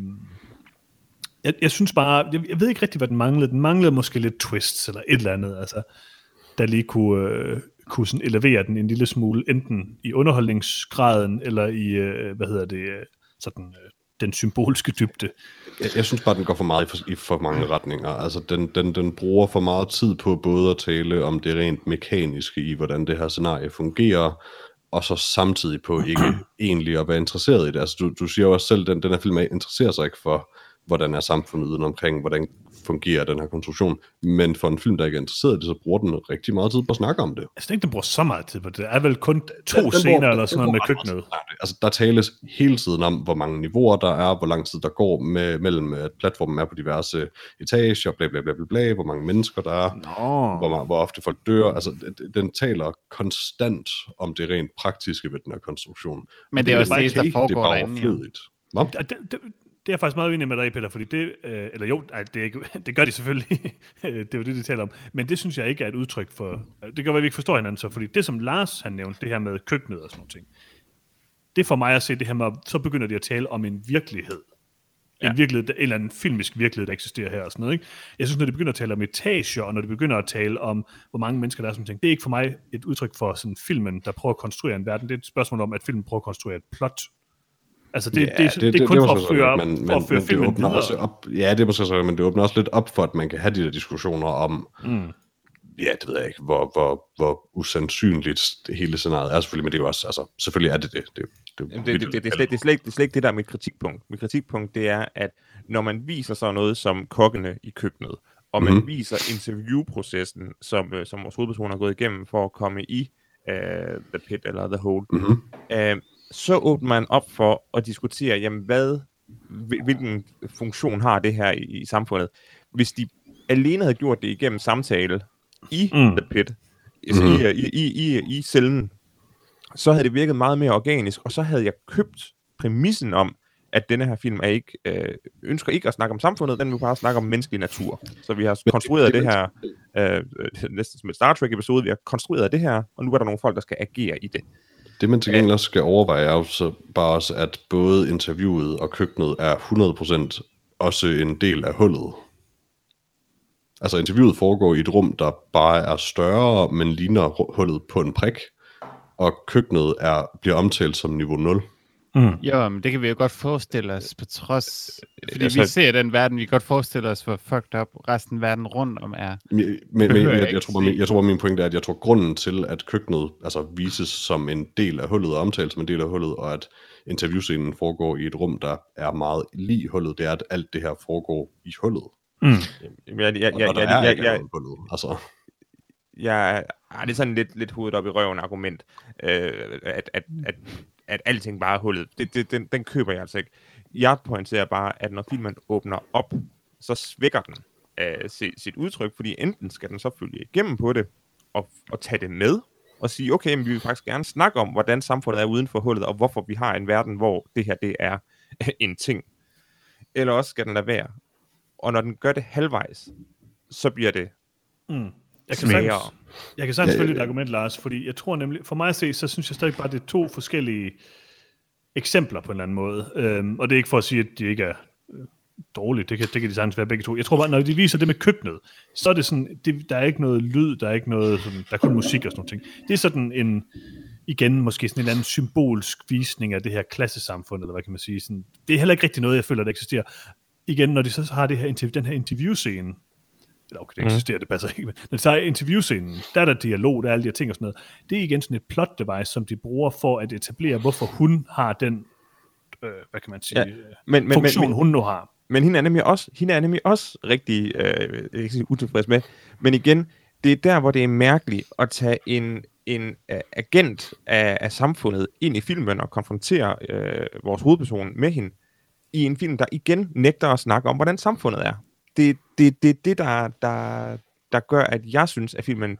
Jeg synes bare, jeg ved ikke rigtig, hvad den manglede. Den manglede måske lidt twists eller et eller andet, altså, der lige kunne sådan elevere den en lille smule, enten i underholdningsgraden, eller i, den symbolske dybde. Jeg synes bare, den går for meget i for mange retninger. Altså, den bruger for meget tid på både at tale om det rent mekaniske i, hvordan det her scenarie fungerer, og så samtidig på ikke egentlig at være interesseret i det. Altså, du siger jo også selv, at den her film interesserer sig ikke for, hvordan er samfundet uden omkring, hvordan fungerer den her konstruktion. Men for en film, der ikke er interesseret i det, så bruger den rigtig meget tid på at snakke om det. Jeg synes ikke, den bruger så meget tid på det. Det er vel kun to scener eller sådan noget med køkkenet. Altså, der tales hele tiden om, hvor mange niveauer der er, hvor lang tid der går mellem, at platformen er på diverse etager, bla bla bla bla bla, hvor mange mennesker der er, hvor ofte folk dør. Altså, den taler konstant om det rent praktiske ved den her konstruktion. Men det er også det, der foregår derinde. Det er jeg faktisk meget enig med dig, Peter, fordi det gør de selvfølgelig. Det er jo det, de taler om. Men det synes jeg ikke er et udtryk for. Det gør, at vi ikke forstår hinanden så, fordi det, som Lars han nævnte, det her med køkkenet og sådan noget ting, det er for mig at se det her med, så begynder de at tale om en virkelighed. Ja. En virkelighed, en eller anden filmisk virkelighed, der eksisterer her og sådan noget, ikke? Jeg synes, når de begynder at tale om etager, og når de begynder at tale om, hvor mange mennesker der er, sådan ting, det er ikke for mig et udtryk for sådan filmen, der prøver at konstruere en verden. Det er et spørgsmål om, at filmen prøver at konstruere et plot. Altså, det er kun for at føre filmen videre. Ja, det er måske så, men det åbner også lidt op for, at man kan have de der diskussioner om, ja, det ved jeg ikke, hvor usandsynligt det hele scenariet er selvfølgelig, men det er jo også, altså, selvfølgelig er det det. Det er slet ikke det, der er mit kritikpunkt. Mit kritikpunkt, det er, at når man viser så noget som kokkene i køkkenet, og man viser interviewprocessen, som vores hovedperson har gået igennem for at komme i The Pit eller The Hole, så åbner man op for at diskutere, jamen hvilken funktion har det her i samfundet. Hvis de alene havde gjort det igennem samtale i The Pit, i cellen, så havde det virket meget mere organisk, og så havde jeg købt præmissen om, at denne her film ønsker ikke at snakke om samfundet, den vil bare snakke om menneskelig natur. Så vi har konstrueret det her, næsten som et Star Trek-episode, vi har konstrueret det her, og nu er der nogle folk, der skal agere i det. Det man til gengæld også skal overveje, er jo så bare også, at både interviewet og køkkenet er 100% også en del af hullet. Altså interviewet foregår i et rum, der bare er større, men ligner hullet på en prik, og køkkenet bliver omtalt som niveau 0. Jo, men det kan vi jo godt forestille os på trods, fordi vi ser den verden, vi kan godt forestille os, hvor fucked up resten af verden rundt om er. Men jeg tror, min pointe er, at jeg tror, grunden til, at køkkenet vises som en del af hullet og omtales som en del af hullet, og at interviewscenen foregår i et rum, der er meget lig hullet, det er, at alt det her foregår i hullet. Det er sådan lidt hovedet op i røven argument, at alting bare er hullet. Den køber jeg altså ikke. Jeg pointerer bare, at når filmen åbner op, så svækker den sit udtryk, fordi enten skal den så følge igennem på det, og tage det med, og sige, okay, men vi vil faktisk gerne snakke om, hvordan samfundet er uden for hullet, og hvorfor vi har en verden, hvor det her, det er en ting. Eller også skal den lade være. Og når den gør det halvvejs, så bliver det smagere. Jeg kan sagtens følge et argument, Lars, fordi jeg tror nemlig, for mig at se, så synes jeg stadig bare, det er to forskellige eksempler på en eller anden måde. Og det er ikke for at sige, at de ikke er dårlige, det kan de sagtens være begge to. Jeg tror bare, når de viser det med køkkenet, så er det sådan, der er ikke noget lyd, der er ikke noget, sådan, der er kun musik og sådan noget ting. Det er sådan igen måske sådan en eller anden symbolsk visning af det her klassesamfund, eller hvad kan man sige. Sådan, det er heller ikke rigtig noget, jeg føler, der eksisterer. Igen, når de så har den her interviewscene, eller okay, det eksisterer, det passer ikke, men når de så har interviewscenen, der er der dialog, der er alle de her ting og sådan noget. Det er igen sådan et plot device, som de bruger for at etablere, hvorfor hun har den, hvad kan man sige, funktion, hun nu har. Men hende er nemlig også rigtig ikke utilfreds med. Men igen, det er der, hvor det er mærkeligt at tage en agent af samfundet ind i filmen og konfrontere vores hovedperson med hende i en film, der igen nægter at snakke om, hvordan samfundet er. Det er det, der gør, at jeg synes, at filmen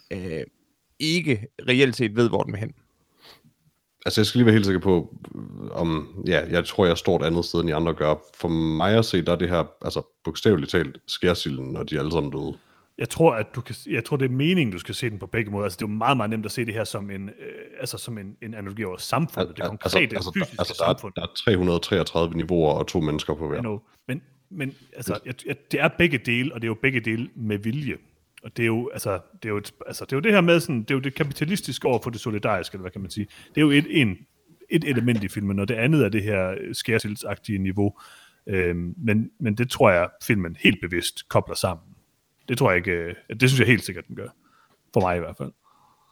ikke reelt set ved, hvor den vil hen. Altså, jeg skal lige være helt sikker på, jeg tror, jeg står et andet sted, end de andre gør. For mig at se, der er det her, bogstaveligt talt, skærsilden, når de er alle sammen døde. Jeg tror, det er meningen, du skal se den på begge måder. Altså, det er jo meget, meget nemt at se det her som en analogi over samfundet. Det konkrete, fysiske samfund. Der er 333 niveauer og 2 mennesker på hver. Men det er begge dele, og det er jo begge dele med vilje. Og det er jo, det er jo det her med sådan, det er jo det kapitalistiske over for det solidariske, eller hvad kan man sige. Det er jo et element i filmen, og det andet er det her skærsildsagtige niveau. Men det tror jeg, filmen helt bevidst kobler sammen. Det tror jeg ikke, det synes jeg helt sikkert, den gør. For mig i hvert fald.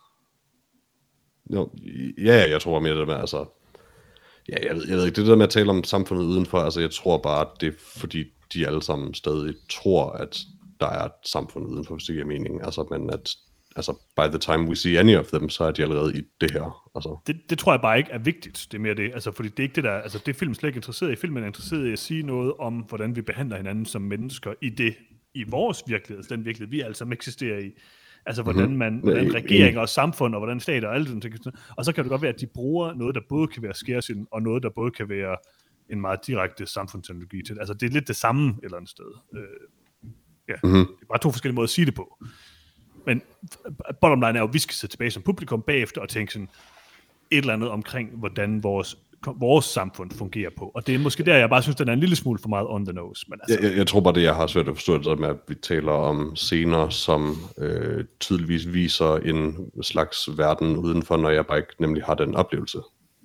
Jo, jeg tror mere det med, jeg ved ikke, det der med at tale om samfundet udenfor, jeg tror bare, at det er fordi, de alle sammen stadig tror, at der er et samfund udenfor, hvis det giver mening. Men at, by the time we see any of them, så er de allerede i det her. Det tror jeg bare ikke er vigtigt, det er mere det. Fordi det er ikke det der, det er filmen slet ikke interesseret i. Filmen er interesseret i at sige noget om, hvordan vi behandler hinanden som mennesker i vores virkelighed, den virkelighed, vi alle sammen eksisterer i. Hvordan regeringer og samfund, og hvordan stater og alt sådan ting. Og så kan det godt være, at de bruger noget, der både kan være skærsilden, og noget, der både kan være en meget direkte samfundsteknologi til. Det er lidt det samme et eller andet sted. Det er bare to forskellige måder at sige det på. Men bottom line er jo, at vi skal sidde tilbage som publikum bagefter og tænke sådan et eller andet omkring, hvordan vores samfund fungerer på. Og det er måske der, jeg bare synes, den er en lille smule for meget on the nose. Men jeg tror bare, det jeg har svært at forstå, det med, at vi taler om scener, som tydeligvis viser en slags verden udenfor, når jeg bare ikke nemlig har den oplevelse.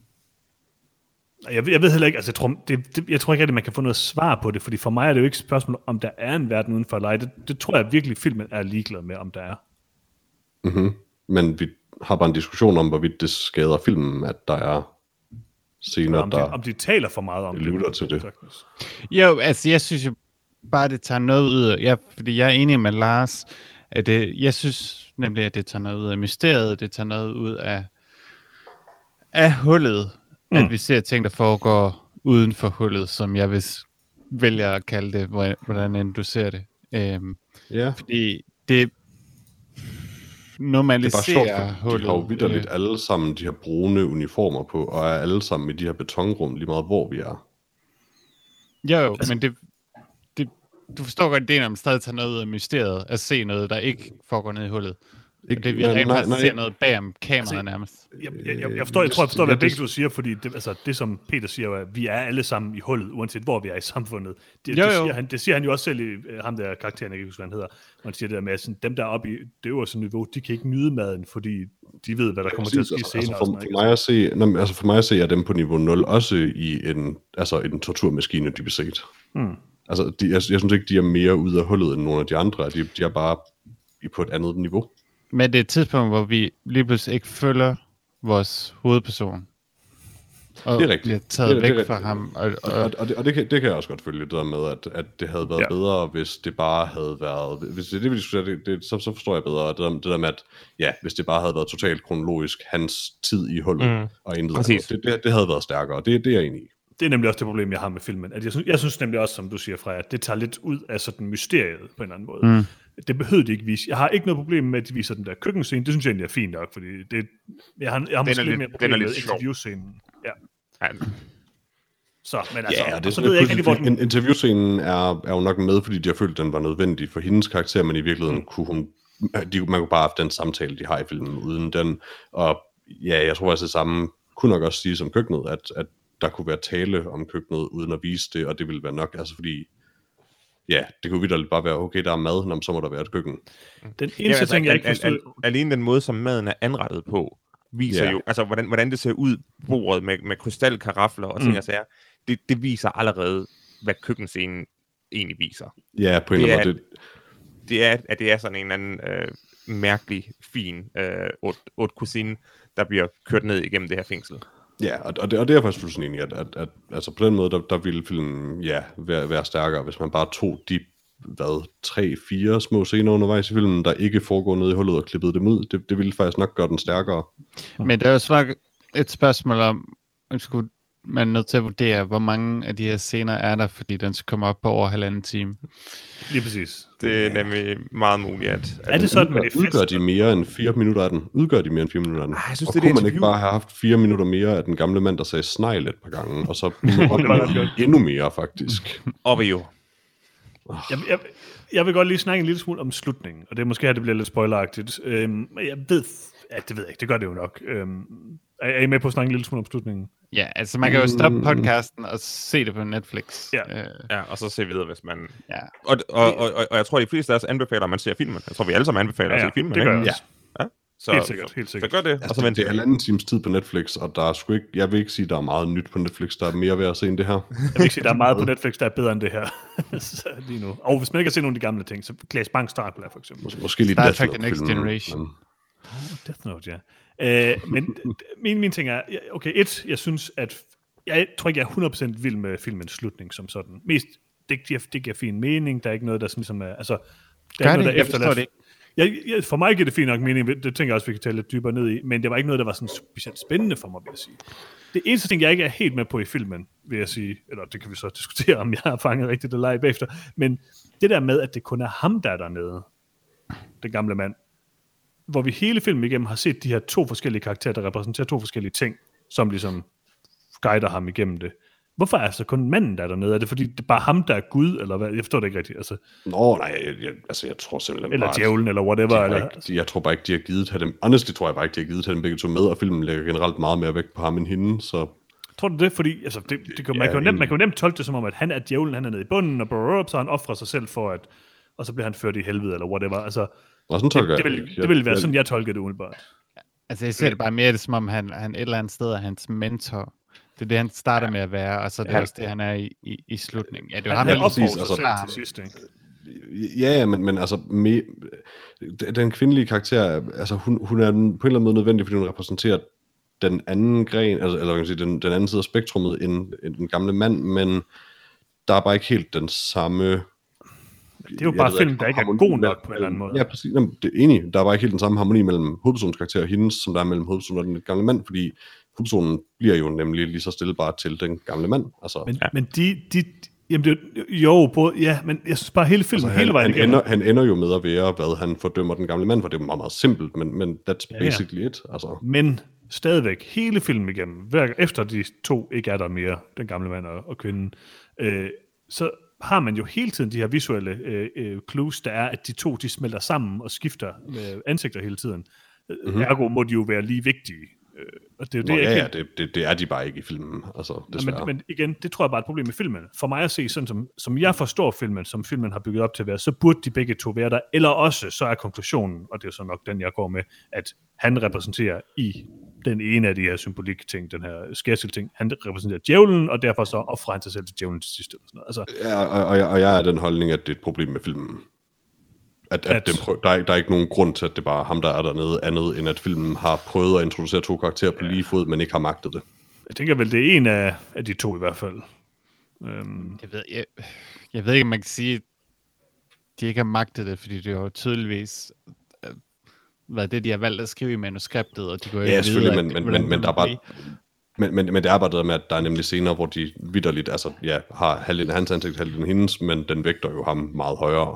Jeg ved heller ikke, jeg tror ikke rigtig, man kan få noget svar på det, fordi for mig er det jo ikke et spørgsmål, om der er en verden udenfor eller ej. Det tror jeg virkelig, filmen er ligeglad med, om der er. Men vi har bare en diskussion om, hvorvidt det skader filmen, at der er scener, om de taler for meget om det. Til det. Jo, jeg synes jo bare, det tager noget ud af, fordi jeg er enig med Lars, at jeg synes nemlig, at det tager noget ud af mysteriet, det tager noget ud af hullet, at vi ser ting, der foregår uden for hullet, som jeg vælger at kalde det, hvordan end du ser det. Fordi det normaliserer hullet. De har jo vitterligt alle sammen de her brune uniformer på, og er alle sammen i de her betonrum, lige meget hvor vi er. Jo, men du forstår godt ideen om stadig tager noget ud af mysteriet, at se noget, der ikke foregår nede i hullet. Ikke, det vi rent faktisk ser noget bag om kameraet nærmest. Jeg forstår, hvad begge du siger, fordi det som Peter siger, er, at vi er alle sammen i hullet, uanset hvor vi er i samfundet. Det siger han jo også selv i ham der karakteren, jeg kan huske, hvad han hedder. Man siger det der med, at dem der er oppe i det øverste niveau, de kan ikke nyde maden, fordi de ved, hvad der kommer til at ske senere. For mig at se er dem på niveau 0 også i en torturmaskine, dybest set. Altså, jeg synes ikke, de er mere ude af hullet end nogle af de andre. De er bare på et andet niveau. Men det er et tidspunkt, hvor vi lige pludselig ikke følger vores hovedperson. Og det er rigtigt. bliver taget væk fra ham. Og det kan jeg også godt følge, det der med, at det havde været bedre, hvis det bare havde været... Hvis det er det, vi diskuterer, så forstår jeg bedre. Det der med, at hvis det bare havde været totalt kronologisk, hans tid i hullet og intet andet, det havde været stærkere. Det er jeg enig i. Det er nemlig også det problem, jeg har med filmen. At jeg synes nemlig også, som du siger, Freja, at det tager lidt ud af sådan mysteriet på en eller anden måde. Det behøvede de ikke vise. Jeg har ikke noget problem med, at de viser den der køkkenscene. Det synes jeg egentlig er fint nok, fordi jeg har måske lidt mere problem med interviewscenen. Ja. Så, men altså, så ved jeg ikke, hvor den... Interviewscenen er jo nok med, fordi de har følt, at den var nødvendig for hendes karakter, men i virkeligheden man kunne bare have haft den samtale, de har i filmen, uden den. Og ja, jeg tror også, det samme kunne nok også sige som køkkenet, at der kunne være tale om køkkenet, uden at vise det, og det ville være nok, altså fordi, ja, det kunne vitterligt bare være, okay, der er mad, så må der være et køkken. Den eneste ting, jeg ikke forstod... Alene den måde, som maden er anrettet på, viser jo, altså hvordan det ser ud, bordet med krystalkarafler og ting og sager, det viser allerede, hvad køkkenscenen egentlig viser. Ja, på en eller anden måde. Det er sådan en eller anden mærkelig, fin haute cuisine, der bliver kørt ned igennem det her fængsel. Ja, og det er faktisk fuldstændig enig, at altså på den måde, der ville filmen være stærkere, hvis man bare tog de 3-4 små scener undervejs i filmen, der ikke foregår ned i hullet og klippede dem ud. Det ville faktisk nok gøre den stærkere. Men det er jo et spørgsmål om, man er nødt til at vurdere, hvor mange af de her scener er der, fordi den skal komme op på over 1,5 time. Lige præcis. Det er nemlig meget muligt, at er det sådan, at udgør de mere end 4 minutter af den? Udgør de mere end 4 minutter af den? Jeg synes, og kunne man ikke bare have haft 4 minutter mere af den gamle mand, der sagde snegl et par gange, og så endnu mere, faktisk. Og jo. Jeg vil godt lige snakke en lille smule om slutningen, og det er måske her, det bliver lidt spoileragtigt. Jeg ved jeg ikke, det gør det jo nok. Er I med på at snakke en lille smule om slutningen? Ja, altså man kan jo stoppe podcasten og se det på Netflix. Ja, og så se videre, hvis man... Ja. Og jeg tror, de fleste af os anbefaler, at man ser filmen. Jeg tror, vi alle sammen anbefaler at se filmen. Det gør jeg også. Ja. Så, helt sikkert. Så gør det, altså, og så venter det er 1,5 times tid på Netflix, og der er sgu ikke... Jeg vil ikke sige, at der er meget nyt på Netflix, der er mere ved at se end det her. Jeg vil ikke sige, at der er meget på Netflix, der er bedre end det her. Lige nu. Og hvis man ikke har set nogle af de gamle ting, så Claes Bangs Dracula for eksempel. Måske lidt Star Trek The Next Generation. Death Note, ja. Men min ting er, okay, jeg synes, at jeg tror ikke, jeg er 100% vild med filmens slutning som sådan. Mest, det giver fin mening, der er ikke noget, der sådan ligesom er, altså, der er noget, der efterlader. For mig giver det fint nok mening, det tænker jeg også, vi kan tale lidt dybere ned i, men det var ikke noget, der var sådan specielt spændende for mig, vil jeg sige. Det eneste ting, jeg ikke er helt med på i filmen, vil jeg sige, eller det kan vi så diskutere, om jeg har fanget rigtigt eller ej bagefter, men det der med, at det kun er ham, der er dernede, den gamle mand, hvor vi hele filmen igennem har set de her 2 forskellige karakterer, der repræsenterer 2 forskellige ting, som ligesom guider ham igennem det. Hvorfor er så kun manden, der er dernede? Er det fordi, det er bare ham, der er Gud, eller hvad? Jeg forstår det ikke rigtigt. Altså. Jeg tror simpelthen eller djævlen, eller whatever. Jeg tror bare ikke, de har givet til dem. Honestly tror jeg bare ikke, de har givet til dem begge to med, og filmen lægger generelt meget mere vægt på ham end hende, så... Tror du det? Fordi altså, man kan jo nemt tolke det som om, at han er djævlen, han er nede i bunden, og så han offrer sig selv for at... Og så bliver han ført i helvede, eller whatever. Altså, det vil være sådan, jeg tolker det umiddelbart. Altså, jeg ser det bare mere som om, han et eller andet sted er hans mentor. Det er det, han starter med at være, og så er det også det, han er i slutningen. Ja, det er ham, der præcis, altså, til sidst, ikke? Ja, men altså, den kvindelige karakter, altså, hun er på en eller anden måde nødvendig, fordi hun repræsenterer den anden gren, altså, eller kan sige, den anden side af spektrummet end den gamle mand, men der er bare ikke helt den samme... Det er jo bare film, der ikke er god nok på en eller anden måde. Ja, præcis. Jamen, det er enig. Der er bare ikke helt den samme harmoni mellem hovedpersonens karakter og hendes, som der er mellem hovedpersonen og den gamle mand, fordi hovedpersonen bliver jo nemlig lige så stille bare til den gamle mand. Altså, men jamen det, men jeg synes bare hele filmen, altså, hele vejen igennem. Han ender jo med at være, hvad han fordømmer den gamle mand, for det er meget, meget simpelt, men that's basically it. Altså. Men stadigvæk, hele filmen igennem, efter de 2 ikke er der mere, den gamle mand og kvinden, så har man jo hele tiden de her visuelle clues, der er, at de to, de smelter sammen og skifter ansigter hele tiden. Ergo må de jo være lige vigtige. Og det er jo det er de bare ikke i filmen, altså desværre. Men igen, det tror jeg bare er et problem med filmen. For mig at se, sådan som jeg forstår filmen, som filmen har bygget op til at være, så burde de begge to være der, eller også så er konklusionen, og det er så nok den, jeg går med, at han repræsenterer i den ene af de her symbolik-ting, den her skærsild-ting, han repræsenterer djævlen, og derfor så offrer han sig selv til djævlen til sidst. Eller sådan noget. Altså, ja, og jeg er den holdning, at det er et problem med filmen. Der er ikke nogen grund til, at det bare er ham, der er dernede, andet end at filmen har prøvet at introducere to karakterer på lige fod, men ikke har magtet det. Jeg tænker vel, det er en af de to i hvert fald. Jeg ved ikke, om man kan sige, at de ikke har magtet det, fordi det er jo tydeligvis hvad det, de har valgt at skrive i manuskriptet, og de går ikke selvfølgelig, men der er bare... Men det er bare det med, at der er nemlig scener, hvor de vitterligt, altså har halvdelen af hans ansigt, halvdelen af hendes, men den vægter jo ham meget højere.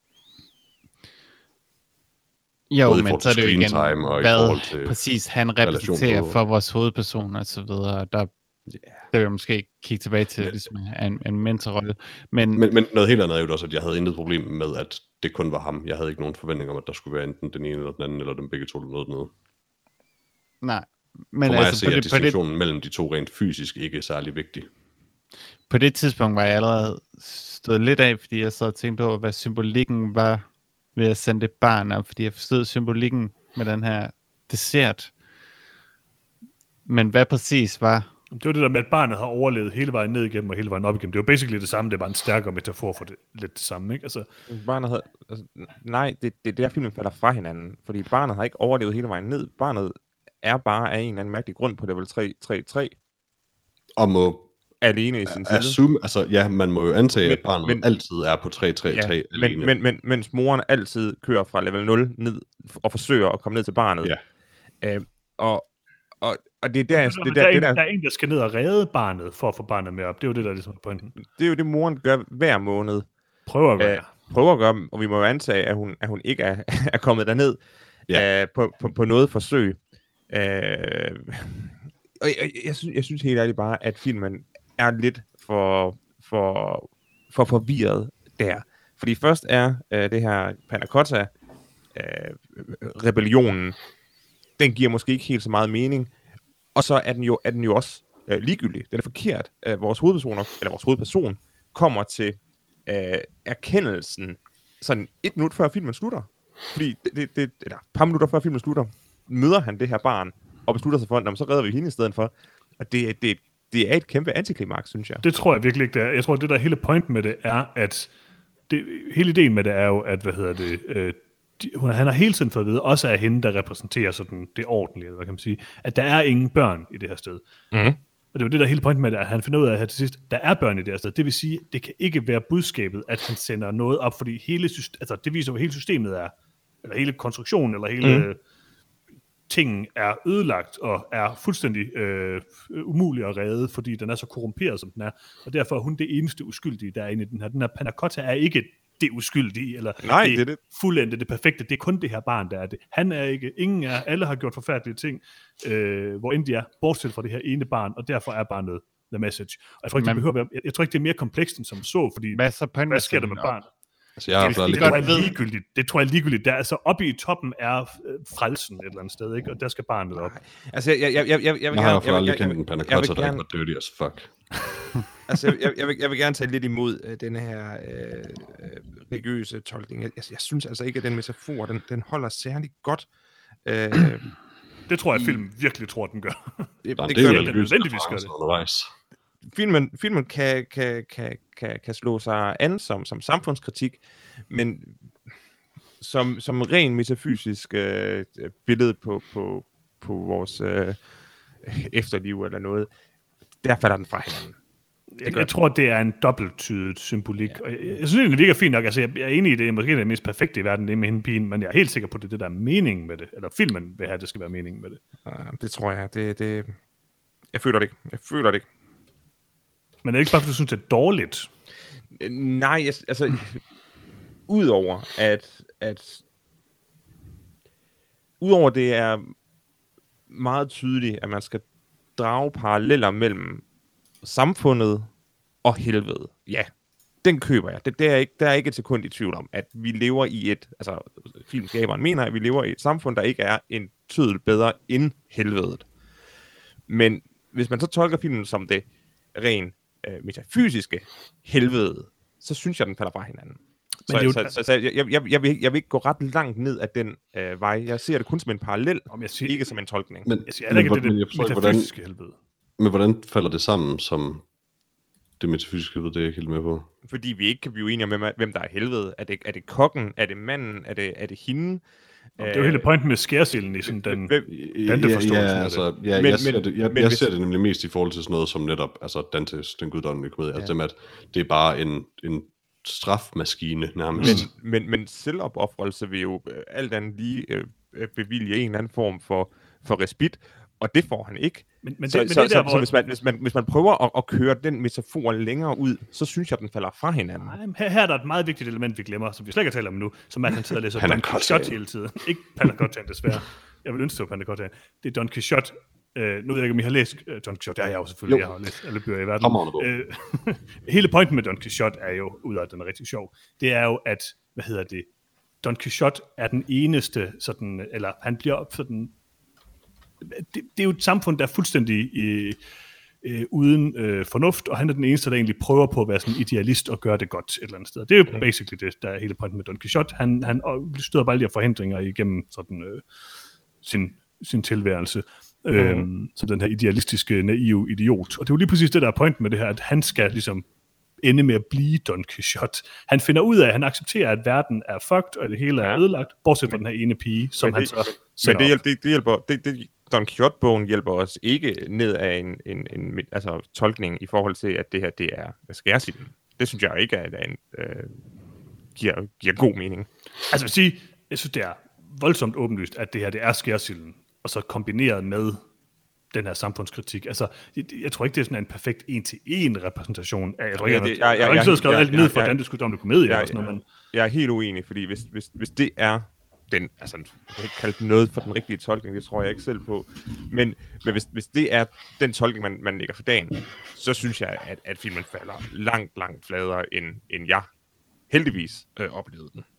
Jo, men så er det jo igen, hvad præcis han repræsenterer for vores hovedperson og så videre. Der vil jeg måske kigge tilbage til ligesom en mentorrolle. Men noget helt andet er jo også, at jeg havde intet problem med, at det kun var ham. Jeg havde ikke nogen forventning om, at der skulle være enten den ene eller den anden, eller dem begge to eller noget dernede. Nej. Men for mig altså, at se, at distinktionen mellem de to rent fysisk ikke er særlig vigtig. På det tidspunkt var jeg allerede stået lidt af, fordi jeg så og tænkte på, hvad symbolikken var ved at sende det barn op, fordi jeg forstod symbolikken med den her dessert. Men hvad præcis var? Det var det der med, at barnet har overlevet hele vejen ned igennem og hele vejen op igennem. Det var basically det samme, det var en stærkere metafor for det, lidt det samme, ikke? Altså... Barnet havde, nej, det er der filmen falder fra hinanden, fordi barnet har ikke overlevet hele vejen ned. Barnet er bare af en eller anden mærkelig grund på level 3-3-3. Og må alene i sin side. Altså ja, man må jo antage, at barnet altid er på 3-3-3 alene. Mens moren altid kører fra level 0 ned og forsøger at komme ned til barnet. Ja. Og det er der, der er en, der skal ned og redde barnet for at få barnet med op. Det er jo det, der er ligesom pointen. Det er jo det, moren gør hver måned. Prøver at gøre. Og vi må jo antage, at hun ikke er kommet derned på noget forsøg. Og jeg synes helt ærligt bare, at filmen er lidt for forvirret der. Fordi først er det her Panna Cotta rebellionen, den giver måske ikke helt så meget mening, og så er den jo også ligegyldig. Den er forkert. Vores hovedperson kommer til erkendelsen sådan 1 minut før filmen slutter. Fordi eller et par minutter før filmen slutter, møder han det her barn og beslutter sig for, så redder vi hende i stedet for. Og det er et kæmpe antiklimaks, synes jeg. Det tror jeg virkelig ikke, det er. Jeg tror, det der hele pointen med det er, at hele ideen med det er jo, at han har hele tiden fået at vide, også af hende, der repræsenterer sådan det ordentlige, hvad kan man sige, at der er ingen børn i det her sted. Mm. Og det er jo det der hele pointen med det, at han finder ud af her til sidst, der er børn i det her sted. Det vil sige, det kan ikke være budskabet, at han sender noget op, fordi det viser jo, hele systemet er, eller hele konstruktionen, eller hele tingen er ødelagt, og er fuldstændig umulig at redde, fordi den er så korrumperet, som den er. Og derfor er hun det eneste uskyldige, der er inde i den her. Den her Panna Cotta er ikke det uskyldige, eller det fuldendte, det perfekte. Det er kun det her barn, der er det. Han er ikke, ingen er, alle har gjort forfærdelige ting, hvor end de er, bortset fra det her ene barn, og derfor er barnet the message. Og jeg tror ikke, jeg tror ikke, det er mere komplekst end som så, fordi hvad sker der med barnet? Altså, det tror jeg er ligegyldigt. Der, altså, oppe i toppen er frelsen et eller andet sted, ikke? Og der skal barnet op. Altså, jeg har aldrig kendt en Panna Cotta, der ikke var dirty as fuck. Altså, jeg vil gerne tage lidt imod den her religiøse tolkning. Jeg synes altså ikke, at den metafor, den holder særlig godt. Det tror jeg, filmen virkelig tror, den gør. Det gør den nødvendigvis gør det. Filmen kan slå sig an som samfundskritik, men som ren metafysisk billede på vores efterliv eller noget, der falder den fra hinanden. Jeg tror, det er en dobbelttydet symbolik. Ja. Og jeg synes egentlig, det virker fint nok. Altså, jeg er enig i det. Måske det mest perfekte i verden, det med hende pigen, men jeg er helt sikker på, det der er meningen med det. Eller filmen vil have, at det skal være meningen med det. Det tror jeg. Jeg føler det ikke. Men er det ikke bare, fordi du synes, det er dårligt? Nej, altså... Udover Udover det er meget tydeligt, at man skal drage paralleller mellem samfundet og helvede. Ja, den køber jeg. Der er ikke et sekund i tvivl om, at vi lever i filmskaberen mener, at vi lever i et samfund, der ikke er en tydel bedre end helvedet. Men hvis man så tolker filmen som det ren metafysiske helvede, så synes jeg, den falder fra hinanden. Jeg vil ikke gå ret langt ned af den vej. Jeg ser det kun som en parallel, ikke som en tolkning. Men jeg siger ikke, det metafysiske helvede. Men hvordan falder det sammen som det metafysiske helvede, det er jeg ikke helt med på? Fordi vi ikke kan blive enige om, hvem der er helvede. Er det kokken? Er det manden? Er det hende? Det er jo hele pointen med skærsilden i sådan den Dante-forståelse. Jeg ser det nemlig mest i forhold til sådan noget som netop, altså Dantes, den guddommelige komedie. Altså dem, at det er bare en strafmaskine nærmest. Men selvopoffrelse vil jo alt andet lige bevilge en eller anden form for respit, og det får han ikke. Så hvis man prøver at køre den metafor længere ud, så synes jeg, den falder fra hinanden. Nej, her er der et meget vigtigt element, vi glemmer, som vi slet ikke taler om nu, som er, at han sidder og læser Don Quixote hele tiden. Ikke Panagottan, desværre. Jeg vil ønske det var Panagottan. Det er Don Quixote. Nu ved jeg ikke, om I har læst Don Quixote. Det har jeg jo selvfølgelig. Jeg har læst alle bøger i verden. Hele pointen med Don Quixote er jo, ud af den er rigtig sjov, det er jo, at, Don Quixote er den eneste, sådan, eller han bliver sådan, det er jo et samfund, der er fuldstændig uden fornuft, og han er den eneste, der egentlig prøver på at være sådan idealist og gøre det godt et eller andet sted. Det er jo basically det, der er hele pointen med Don Quixote. Han støder bare alle de her forhindringer igennem sådan, sin tilværelse. Som den her idealistiske, naive idiot. Og det er jo lige præcis det, der er pointen med det her, at han skal ligesom ende med at blive Don Quixote. Han finder ud af, at han accepterer, at verden er fucked, og det hele er ødelagt, bortset fra den her ene pige, som han så sender op. Det hjælper, Don Quixote-bogen hjælper os ikke ned af en tolkning i forhold til, at det her, det er skærsilden. Det synes jeg ikke, at giver god mening. Altså jeg synes, det er voldsomt åbenlyst, at det her, det er skærsilden, og så kombineret med den her samfundskritik. Altså, jeg tror ikke, det er sådan en perfekt en-til-en repræsentation af, jeg tror ikke, jeg har ikke så skrevet alt ned for den guddommelige komedie eller sådan noget, men jeg er helt uenig, fordi hvis det er den, altså, jeg kan ikke kalde det noget for den rigtige tolkning, det tror jeg ikke selv på, men hvis det er den tolkning, man lægger for dagen, så synes jeg, at filmen falder langt fladere, end jeg heldigvis oplevede den.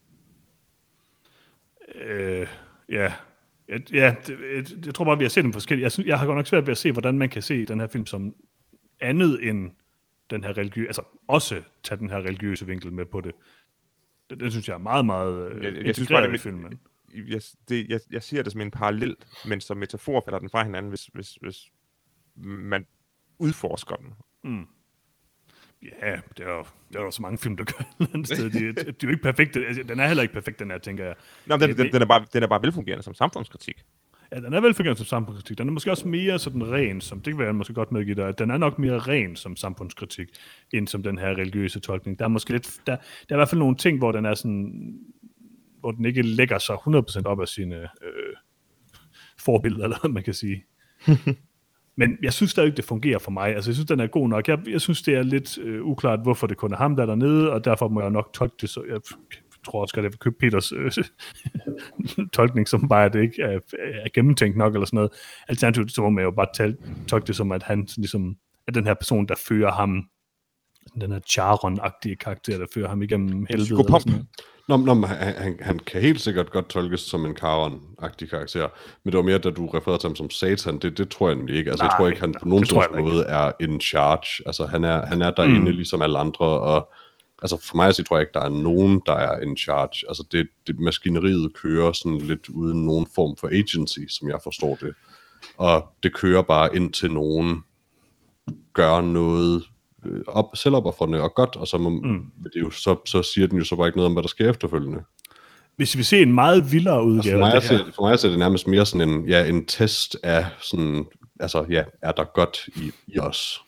Jeg tror bare, vi har set dem forskellige. Jeg har godt nok svært ved at se, hvordan man kan se den her film som andet end den her religiøse, altså også tage den her religiøse vinkel med på det. Det synes jeg er meget, meget integreret i filmen. Jeg ser det som en parallel, men som metafor falder den fra hinanden, hvis man udforsker den. Mm. Ja, det er jo så mange film, der gør et eller andet sted. De er jo ikke perfekte. Altså, den er heller ikke perfekt, den her, tænker jeg. Nå, den er bare velfungerende som samfundskritik. Ja, den er velfungerende som samfundskritik. Den er måske også mere sådan ren, som det vil jeg måske godt medgive dig, at den er nok mere ren som samfundskritik, end som den her religiøse tolkning. Der er måske lidt, der er i hvert fald nogle ting, hvor den er sådan, hvor den ikke lægger sig 100% op af sine forbilleder, eller hvad man kan sige. Men jeg synes da ikke, det fungerer for mig. Altså, jeg synes, den er god nok. Jeg synes, det er lidt uklart, hvorfor det kun er ham, der er dernede, og derfor må jeg nok tolke det, så jeg tror også, at jeg vil købe Peters tolkning, som bare, at det ikke er gennemtænkt nok, eller sådan noget. Alternativt, så må man jo bare tolke det som, at han ligesom er den her person, der fører ham, den her Charon-agtige karakter, der fører ham igennem helvede. Han kan helt sikkert godt tolkes som en Charon-agtig karakter, men det var mere, da du refererede til ham som Satan, det tror jeg nemlig ikke. Altså, jeg tror ikke, han på nogen måde er in charge. Altså, han er derinde ligesom alle andre, og altså, for mig så tror jeg ikke, der er nogen, der er in charge. Altså, det maskineriet kører sådan lidt uden nogen form for agency, som jeg forstår det. Og det kører bare indtil nogen gør noget selvopoffrende og godt, og så, det jo, så siger den jo så bare ikke noget om, hvad der sker efterfølgende. Hvis vi ser en meget vildere udgave altså for mig er det nærmest mere sådan en test af sådan, altså ja, er der godt i os?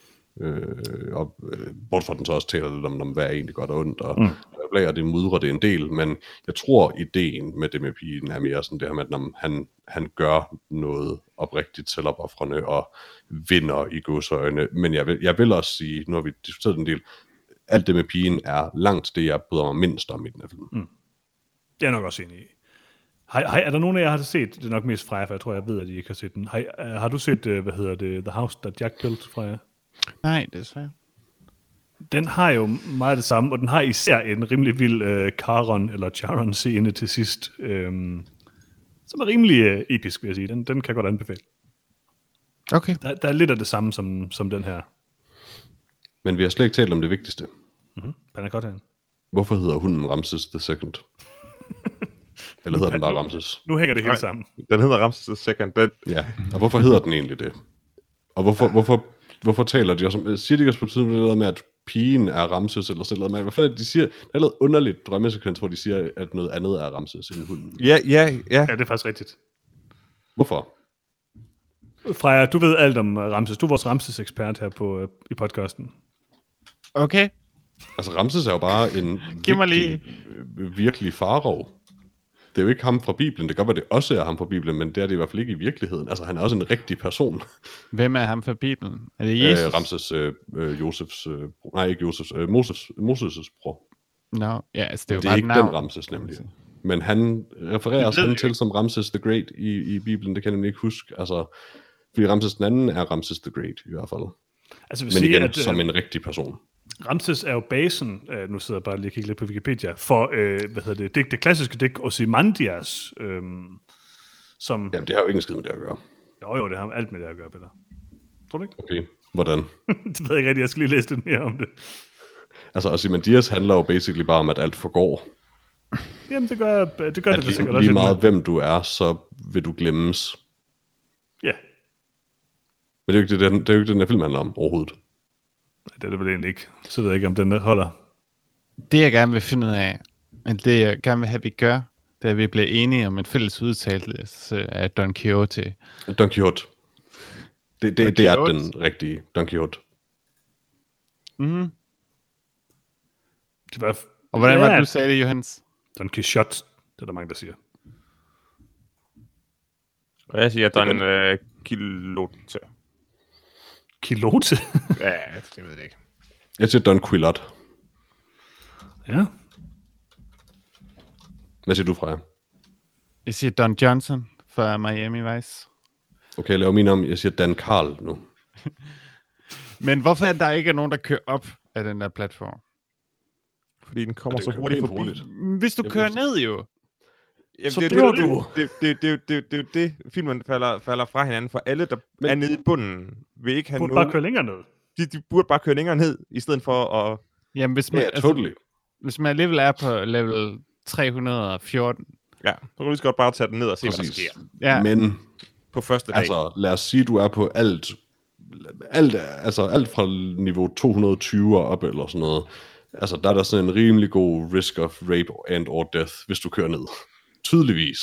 Bort fra den så også taler lidt om, hvad er egentlig godt og ondt, og det mudrer det en del, men jeg tror, ideen med det med pigen er mere sådan det her med, at han gør noget oprigtigt selvopoffrende og vinder i godsøjne, men jeg vil også sige, nu har vi diskuteret en del, alt det med pigen er langt det, jeg bryder mig mindst om i den her film. Det er nok også enig i. Er der nogen af jer, der har set, det er nok mest Freja, for jeg tror, jeg ved, at I ikke har set den. Har du set, The House That Jack Built, Freja? Nej, desværre. Den har jo meget det samme, og den har især en rimelig vild Charon eller Charon-scene til sidst, som er rimelig episk, vil jeg sige. Den kan jeg godt anbefale. Okay. Der er lidt af det samme som den her. Men vi har slet ikke talt om det vigtigste. Den er godt her. Hvorfor hedder hunden Ramses the Second? Eller hedder den bare Ramses? Nu hænger det hele sammen. Den hedder Ramses the Second. Ja, og hvorfor hedder den egentlig det? Og hvorfor taler de også om... Siger de også på tiden noget med, at pigen er Ramses, eller sådan noget? Hvad fanden de siger? Det er noget underligt drømmesekvens, hvor de siger, at noget andet er Ramses end hunden. Ja. Ja, det er faktisk rigtigt. Hvorfor? Freja, du ved alt om Ramses. Du er vores Ramses-ekspert her i podcasten. Okay. Altså, Ramses er jo bare en virkelig farao. Det er jo ikke ham fra Bibelen. Det kan godt være, det også er ham fra Bibelen, men det er det i hvert fald ikke i virkeligheden. Altså, han er også en rigtig person. Hvem er ham fra Bibelen? Er det Jesus? Ramses, Moses' bror. Nå, ja, altså det er jo det er bare ikke navn. den Ramses, nemlig. Men han refererer også til som Ramses the Great i Bibelen. Det kan jeg nemlig ikke huske. Altså, fordi Ramses den anden er Ramses the Great i hvert fald. Altså, men igen, som en rigtig person. Ramses er jo basen, nu sidder jeg bare lige og kigger lidt på Wikipedia, for, det klassiske digt Ozymandias, som... Jamen, det har jo ikke en skid med det at gøre. Jo, det har alt med det at gøre, Peter. Tror du ikke? Okay, hvordan? Det ved jeg ikke rigtig, jeg skal lige læse lidt mere om det. Altså, Ozymandias handler jo basically bare om, at alt forgår. Jamen, det gør det sikkert også. Lige meget hvem du er, så vil du glemmes. Ja. Men det er jo ikke det, den her film handler om overhovedet. Nej, det er det vel egentlig ikke. Så ved jeg ikke, om den holder. Det jeg gerne vil finde ud af, men det jeg gerne vil have, vi gør, det er, at vi bliver enige om en fælles udtalelse af Don Quixote. Don Quixote. Det er den rigtige Don Quixote. Mhm. Det var... Og hvordan var det, du sagde det, Johannes? Don Quixote, det er der mange, der siger. Og jeg siger Don Quixote. Quixote? Ja, det ved jeg ikke. Jeg siger Don Quixote. Ja. Hvad siger du, Freja? Jeg siger Don Johnson fra Miami Vice. Okay, lav min om. Jeg siger Dan Carl nu. Men hvorfor er der ikke nogen, der kører op af den der platform? Fordi den kommer så hurtigt forbi. Hvis du kører ned jo. Jamen, så dør du. Det er jo det, filmen falder fra hinanden, for alle, der er nede i bunden, vil ikke have burde noget... bare køre længere ned. De burde bare køre længere ned, i stedet for at... Jamen, hvis man, hvis man alligevel er på level 314... Ja, så kan du lige så godt bare tage den ned og se, hvad der sker. Ja. Men på første dag. Altså, lad os sige, du er på alt fra niveau 220 og op eller sådan noget. Altså, der er der sådan en rimelig god risk of rape and or death, hvis du kører ned. Tydeligvis.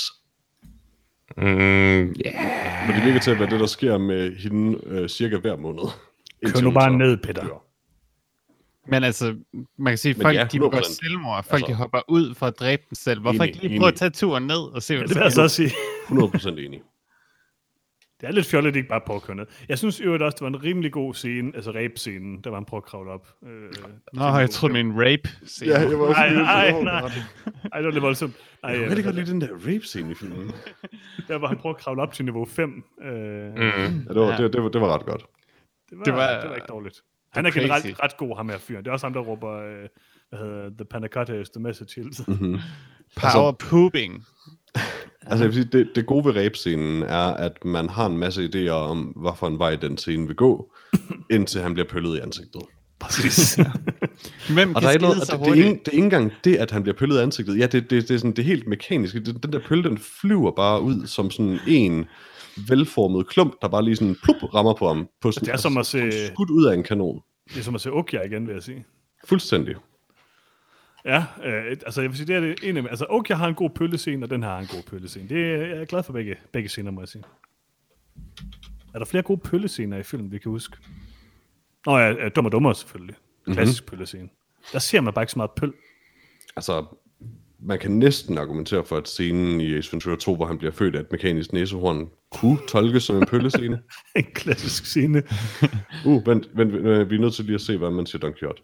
Men det virker til at være det, der sker med hende cirka hver måned. Kør nu bare ned, Peter. Men altså, man kan sige, at folk de begår selvmord, folk de hopper ud for at dræbe dem selv. Hvorfor ikke lige prøve at tage turen ned og se, hvad det vil jeg så også sige. 100% enig. Det er lidt fjollet, ikke bare på at køre ned. Jeg synes jo også, det var en rimelig god scene, altså rape-scenen, der var han prøver at kravle op. Jeg troede, det var en rape-scene. Ja, jeg var også nej, det var lidt voldsomt. Jeg kan rigtig godt lide den der rape-scene i filmen. Der var han prøver at kravle op til niveau 5. Ja, det var ret godt. Det var ikke dårligt. Han er generelt ret god, ham her fyren. Det er også ham, der råber, the panna cotta is the message hele tiden. Power pooping. Altså jeg vil sige, det gode ved ræbscenen er, at man har en masse idéer om, hvad for en vej den scene vil gå, indtil han bliver pøllet i ansigtet. Præcis. Hvem kan skide så hurtigt? Det er ikke engang det, at han bliver pøllet i ansigtet. Ja, det er sådan det helt mekaniske. Den der pølle, den flyver bare ud som sådan en velformet klump, der bare lige sådan plup rammer på ham. På sådan, det er som at se... skudt ud af en kanon. Det er som at se Okja igen, vil jeg sige. Fuldstændig. Ja, altså jeg vil sige, det er det ene med. Altså Okja har en god pøllescene, og den har en god pøllescene. Jeg er glad for begge scener, må jeg sige. Er der flere gode pøllescener i filmen, vi kan huske? Nå ja, Dum og Dummer selvfølgelig. Klassisk pøllescene. Der ser man bare ikke så meget pøl. Altså, man kan næsten argumentere for, at scenen i Ace Ventura 2, hvor han bliver født af et mekanisk næsehorn, kunne tolkes som en pøllescene. En klassisk scene. Vent, vi er nødt til lige at se, hvad man siger Don Quixote.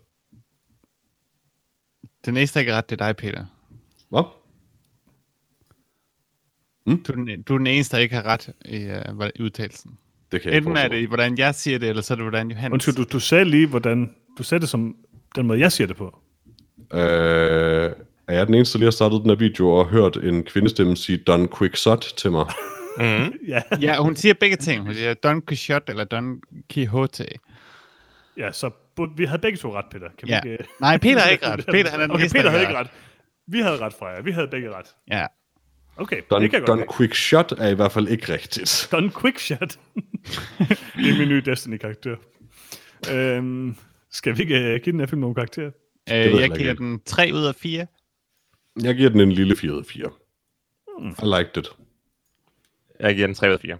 Den næste er ikke ret, det er dig, Peter. Hvad? Du er den eneste, der ikke har ret i udtalelsen. Det kan jeg enten er det, hvordan jeg siger det, eller så er det, hvordan Johannes... Undskyld, du sagde lige, hvordan... Du sagde det som den måde, jeg siger det på. Er jeg den eneste, der lige har startet den her video og hørt en kvindestemme sige Don Quixote til mig? Ja, hun siger begge ting. Hun siger Don Quixote eller Don Quixote. Ja, så vi havde begge to ret, Peter. Kan vi ikke... Nej, Peter har ikke ret. Peter, han er den okay, Peter havde ikke ret. Vi havde ret, Freja. Vi havde begge ret. Ja. Okay, Don Quixote er i hvert fald ikke rigtigt. Don Quixote. Det er min nye Destiny-karakter. Skal vi ikke give den her film nogle karakterer? Jeg giver den 3 ud af 4. Jeg giver den en lille 4 ud af 4. I liked it. Jeg giver den 3 ud af 4.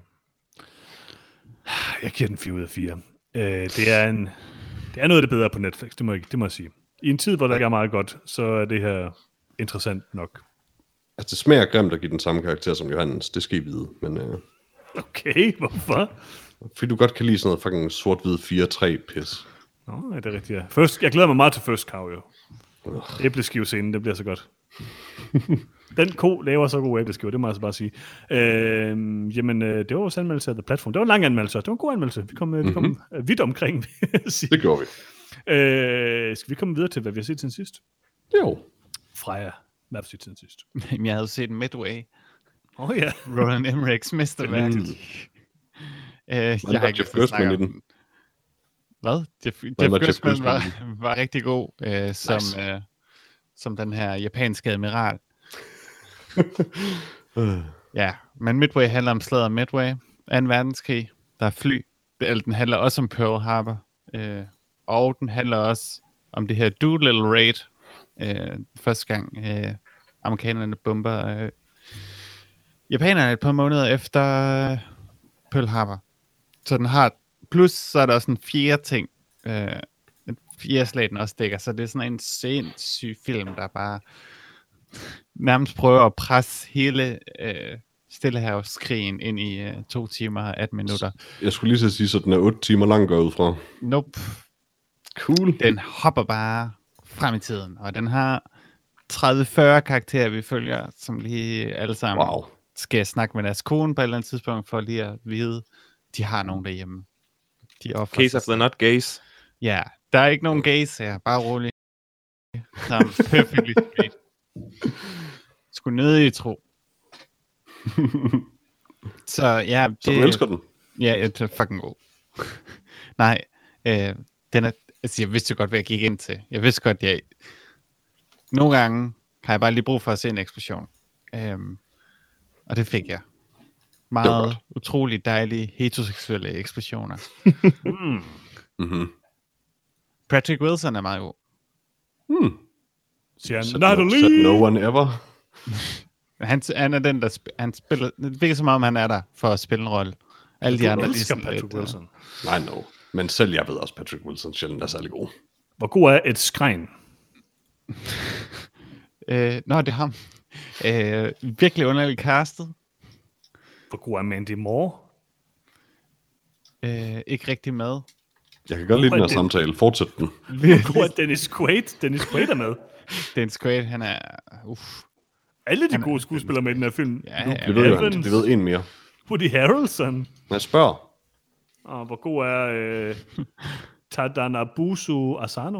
Jeg giver den 4 ud af 4. Det er noget af det bedre på Netflix, det må jeg sige. I en tid, hvor der ikke er meget godt, så er det her interessant nok. Altså, det smager grimt at give den samme karakter som Johannes, det skal I vide, men... Okay, hvorfor? Fordi du godt kan lide sådan noget fucking sort-hvid 4-3-pis. Nå, er det rigtigt, ja. Jeg glæder mig meget til First Cow, jo. Æbleskivescenen, det bliver så godt. Den ko laver så god æbleskiver, det må jeg så bare sige. Jamen, det var vores anmeldelse af The Platform. Det var en lang anmeldelse, det var en god anmeldelse. Vi kom vidt omkring, vil jeg sige. Det gjorde vi. Skal vi komme videre til, hvad vi har set siden sidst? Jo. Freja, hvad har du set siden sidst? Jeg havde set Midway. Ja. Roland Emmerichs mesterværk. Jeg har ikke Jeff Gerstmann i den. Hvad? Jeff Gerstmann var rigtig god som den her japanske admiral. Ja, men Midway handler om slaget om Midway, 2. verdenskrig. Der er fly. Den handler også om Pearl Harbor. Og den handler også om det her Doolittle Raid. Første gang amerikanerne bomber japanerne et par måneder efter Pearl Harbor. Så den har, plus så er der også en fjerde ting, en fjerde slag, den også dækker, så det er sådan en sindssyg film, der bare nærmest prøver at presse hele Stillehavskrigen ind i 2 timer og 18 minutter. Jeg skulle lige så sige, så den er 8 timer lang går ud fra. Nope. Cool. Den hopper bare frem i tiden, og den har 30-40 karakterer, vi følger, som lige alle sammen skal snakke med deres kone på et eller andet tidspunkt, for lige at vide, de har nogen derhjemme. Case of the not gays. Ja, der er ikke nogen gays her, bare rolig. Perfectly straight. Skulle nødig tro. Så ja, så du elsker den? Ja, det er fucking god. Nej, den er, altså jeg vidste godt, hvad jeg gik ind til. Jeg vidste godt, nogle gange har jeg bare lige brug for at se en eksplosion. Og det fik jeg. Meget utrolig dejlige heteroseksuelle eksplosioner. Mm-hmm. Patrick Wilson er meget god. Said no one ever. Han er den, han spiller. Det virker som om, han er der for at spille en rolle. Alle de andre elsker Patrick Wilson. I know. Men selv jeg ved også, Patrick Wilson sjældent er særlig god. Hvor god er et skrein? Nå, det er ham. Virkelig underligt castet. Hvor god er Mandy Moore? Ikke rigtig med. Jeg kan godt lide den her samtale. Fortsæt den. Hvor god er Dennis Quaid? Dennis Quaid er med. Dennis Quaid, han er... Alle de gode skuespillere med i den her film. Det ved jeg, det ved en mere. Woody Harrelson. Jeg spørger. Hvor god er Tadanobusu Asano?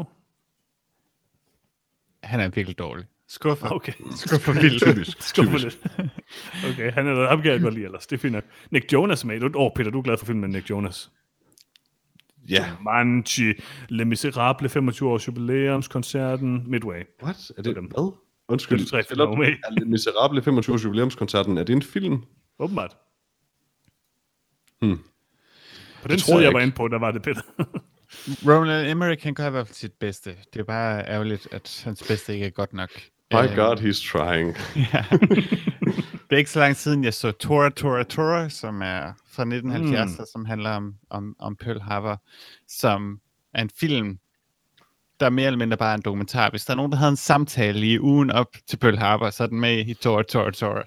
Han er virkelig dårlig. Skuffer. Okay. Skuffer vildt. Skuffer lidt. Okay, han er noget, ham kan jeg godt lide ellers. Det er fint. Nick Jonas med. Peter, du er glad for filmen med Nick Jonas. Ja. Manchi, Les Misérables, 25 års jubilæumskoncerten, Midway. What? Er det hvad? Undskyld. Les Misérables 25 års jubilæumskoncerten, er det en film? Åbenbart. På den side, jeg var inde på, der var det Peter. Roland Emmerich, han gør i hvert fald sit bedste. Det er bare ærgerligt, at hans bedste ikke er godt nok. My God, he's trying. Ja. Det er ikke så lang siden, jeg så Tora, som er fra 1970, som handler om Pearl Harbor, som er en film, der mere eller mindre bare er en dokumentar. Hvis der er nogen, der havde en samtale i ugen op til Pearl Harbor, så er den med i Tora.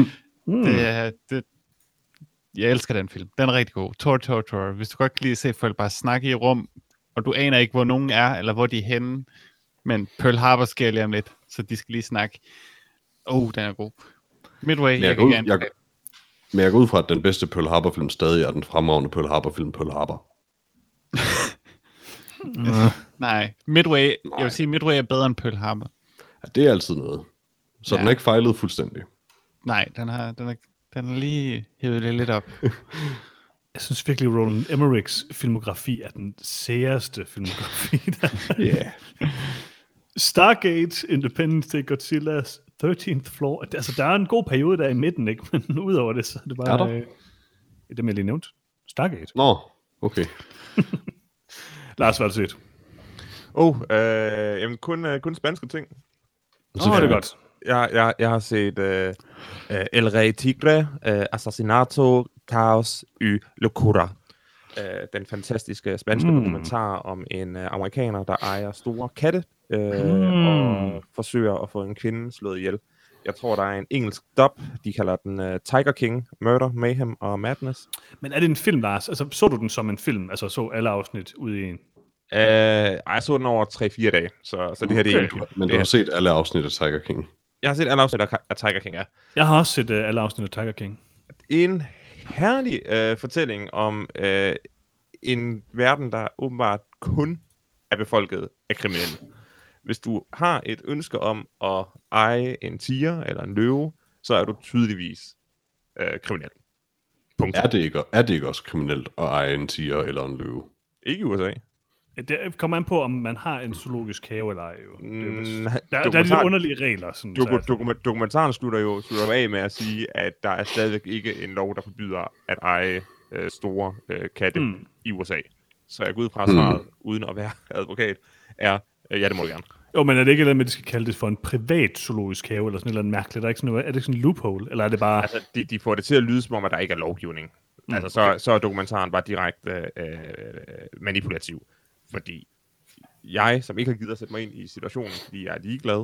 Jeg elsker den film. Den er rigtig god. Tora. Hvis du godt kan lide at se folk bare snakke i rum, og du aner ikke, hvor nogen er, eller hvor de er henne, men Pearl Harbor sker lige om lidt, så de skal lige snakke. Den er god. Midway, jeg går ud fra, at den bedste Pearl Harbor-film stadig er den fremragende Pearl Harbor-film Pearl Harbor. Nej, Midway, jeg vil sige, Midway er bedre end Pearl Harbor. Ja, det er altid noget. Så den er ikke fejlet fuldstændig. Nej, den er lige hævet lidt op. Jeg synes virkelig, Roland Emmerichs filmografi er den særeste filmografi. Ja. Stargate, Independence Day, Godzilla, 13th Floor. Altså, der er en god periode der i midten, ikke? Men udover det, så er det bare... Er der? Det jeg lige nævnt. Stargate. Nå, okay. Lars, hvad har du set? Jamen kun spanske ting. Det er godt. Jeg har set El Rey Tigre, Assassinato, Caos y Locura. Den fantastiske spanske dokumentar om en amerikaner, der ejer store katte og forsøger at få en kvinde slået ihjel. Jeg tror, der er en engelsk dub. De kalder den Tiger King, Murder, Mayhem og Madness. Men er det en film, Lars? Altså, så du den som en film? Altså, så alle afsnit ude i en? Jeg så den over 3-4 dage, så det her det er ikke. Men du har set alle afsnit af Tiger King? Jeg har set alle afsnit af Tiger King, ja. Jeg har også set alle afsnit af Tiger King. En herlig fortælling om en verden, der åbenbart kun er befolket af kriminelle. Hvis du har et ønske om at eje en tiger eller en løve, så er du tydeligvis kriminel. Punkt. Er det ikke også kriminelt at eje en tiger eller en løve? Ikke i USA. Det kommer an på, om man har en zoologisk have eller ej. Der er lidt underlige regler. Sådan, dokumentaren slutter jo af med at sige, at der er stadigvæk ikke en lov, der forbyder at eje store katte i USA. Så jeg går ud fra svaret, uden at være advokat, ja, det må du gerne. Jo, men er det ikke noget med, at de skal kalde det for en privat zoologisk have, eller sådan noget mærkeligt? Er det ikke sådan en loophole, eller er det bare... Altså, de får det til at lyde, som om, at der ikke er lovgivning. Altså, så er dokumentaren bare direkte manipulativ. Fordi jeg, som ikke har givet at sætte mig ind i situationen, fordi jeg er ligeglad,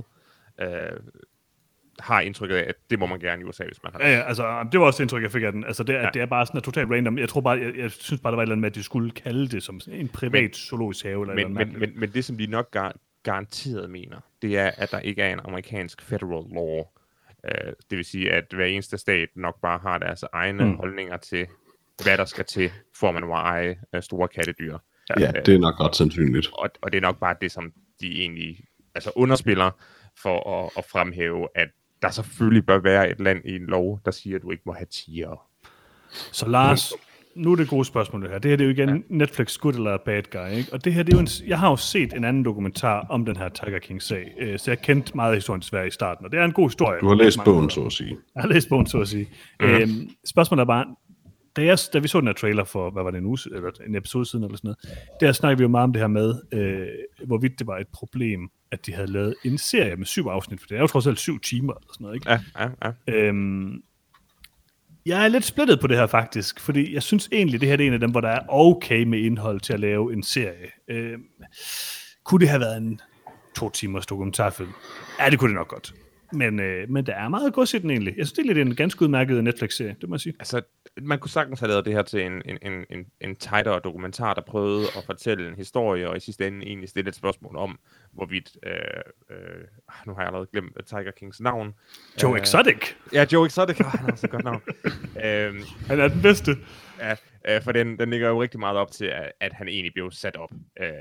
har indtrykket af, at det må man gerne i USA, hvis man har det. Ja, altså, det var også det indtryk, jeg fik af den. Altså, det er bare sådan totalt random. Jeg tror bare, jeg synes bare, der var et eller andet med, at de skulle kalde det som en privat zoologisk have. Men det, som de nok garanteret mener, det er, at der ikke er en amerikansk federal law. Det vil sige, at hver eneste stat nok bare har deres egne holdninger til, hvad der skal til, for man må eje store kattedyr. Ja, det er nok ret sandsynligt. Og det er nok bare det, som de egentlig underspiller for at fremhæve, at der selvfølgelig bør være et land i en lov, der siger, at du ikke må have tiger. Så Lars, nu er det gode spørgsmål det her. Det her det er jo igen Netflix good eller bad guy, ikke? Og det her, det er jo jeg har jo set en anden dokumentar om den her Tiger King-sag, så jeg kendte meget af historien desværre i starten, og det er en god historie. Du har læst bogen, så at sige. Jeg har læst bogen, så at sige. Spørgsmålet er bare, da vi så den her trailer for, hvad var det, en episode siden eller sådan noget, der snakkede vi jo meget om det her med, hvorvidt det var et problem, at de havde lavet en serie med 7 afsnit, for det er jo trods alt 7 timer eller sådan noget, ikke? Ja. Jeg er lidt splittet på det her faktisk, fordi jeg synes egentlig, det her er en af dem, hvor der er okay med indhold til at lave en serie. Kunne det have været en 2 timers dokumentarfilm? Ja, det kunne det nok godt. Men der er meget gods i den egentlig. Jeg synes, det er en ganske udmærket Netflix-serie, det må jeg sige. Altså, man kunne sagtens have lavet det her til en tightere dokumentar, der prøvede at fortælle en historie, og i sidste ende egentlig stille et spørgsmål om, hvorvidt... nu har jeg allerede glemt Tiger Kings navn. Joe Exotic. Ja, Joe Exotic. Han har så godt navn. Han er den bedste. Ja, for den ligger jo rigtig meget op til, at han egentlig blev sat op.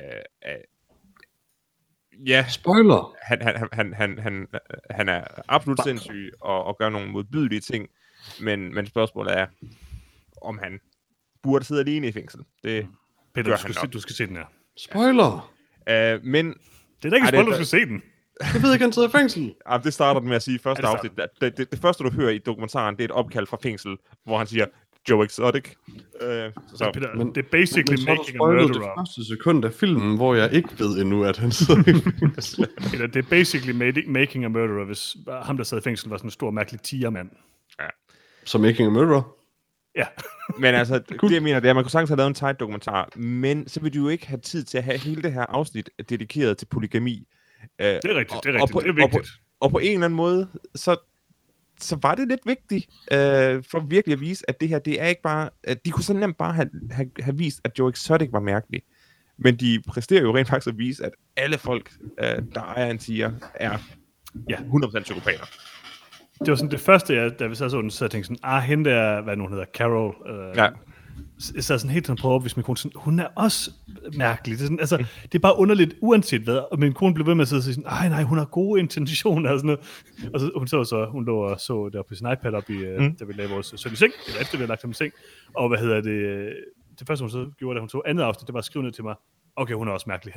Ja, spoiler. Han er absolut sindssyg og gør nogle modbydelige ting, men spørgsmålet er, om han burde sidde alene i fængsel. Det Peter, du skal se den her. Spoiler. Men det er da ikke spoiler, du skal se den. Jeg ved ikke, han sidder i fængsel. Det starter med at sige første afsnit. Det første, du hører i dokumentaren, det er et opkald fra fængsel, hvor han siger, Joe Exotic. Peter, men det er basically making a murderer. Det første sekund af filmen, hvor jeg ikke ved endnu, at han sidder i fængsel. Peter, det er basically making a murderer, hvis ham, der sad i fængsel, var sådan en stor, mærkelig tigermand. Ja. Så making a murderer? Ja. Men altså, det jeg mener, det er, at man kunne sagtens have lavet en tight dokumentar, men så vil du jo ikke have tid til at have hele det her afsnit dedikeret til polygami. Det er rigtigt, det er vigtigt. Og på en eller anden måde, så var det lidt vigtigt for virkelig at vise, at det her, det er ikke bare... de kunne så nemt bare have vist, at Joe Exotic var mærkelig. Men de præsterer jo rent faktisk at vise, at alle folk, der ejer en tiger, er 100% psykopater. Det var sådan det første, da vi så den, så tænkte sådan, hende der, hvad nu hedder, Carol, jeg sad sådan helt sådan på at hvis min kone sådan, hun er også mærkelig. Det er, sådan, altså, det er bare underligt, uanset hvad. Og min kone blev ved med at sidde og sige sådan, nej, hun har gode intentioner og sådan noget. Og så hun lå og så der på sin iPad op i, da vi lavede vores søn i seng, eller efter vi havde lagt ham i seng. Og det første hun så gjorde, da hun så andet afsnit, det var at skrive ned til mig, okay, hun er også mærkelig.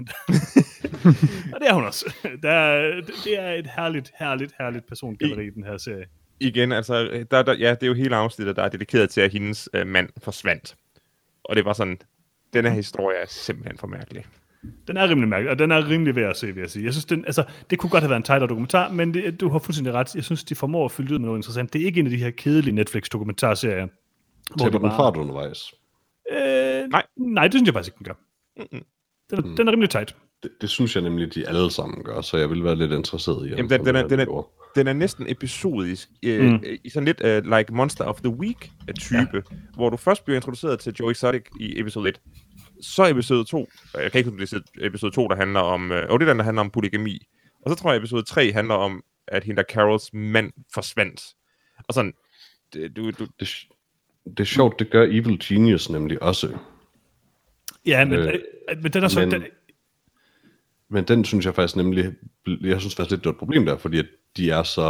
Og det er hun også. Det er et herligt persongalleri, den her serie. Igen, altså, det er jo hele afsnittet, der er dedikeret til, at hendes mand forsvandt. Og det var sådan, denne historie er simpelthen for mærkelig. Den er rimelig mærkelig, og den er rimelig værd at se, vil jeg sige. Jeg synes, det kunne godt have været en tightere dokumentar, men du har fuldstændig ret. Jeg synes, de formår at fylde ud med noget interessant. Det er ikke en af de her kedelige Netflix-dokumentarserier. Tæpper den fra undervejs? Nej, det synes jeg faktisk ikke, den gør. Den er rimelig tight. Det synes jeg nemlig, de alle sammen gør, så jeg vil være lidt interesseret i. Jamen, den er næsten episodisk, i sådan lidt like Monster of the Week-type, hvor du først bliver introduceret til Joe Exotic i episode 1. Så episode 2, jeg kan ikke huske, det er episode 2, der handler om, det er den, der handler om polygami. Og så tror jeg, episode 3 handler om, at hende der Carols mand forsvandt. Og sådan, det er sjovt, det gør Evil Genius nemlig også. Ja, men den er sådan... Men den synes jeg faktisk nemlig, jeg synes faktisk lidt, det er et problem der, fordi at de er så,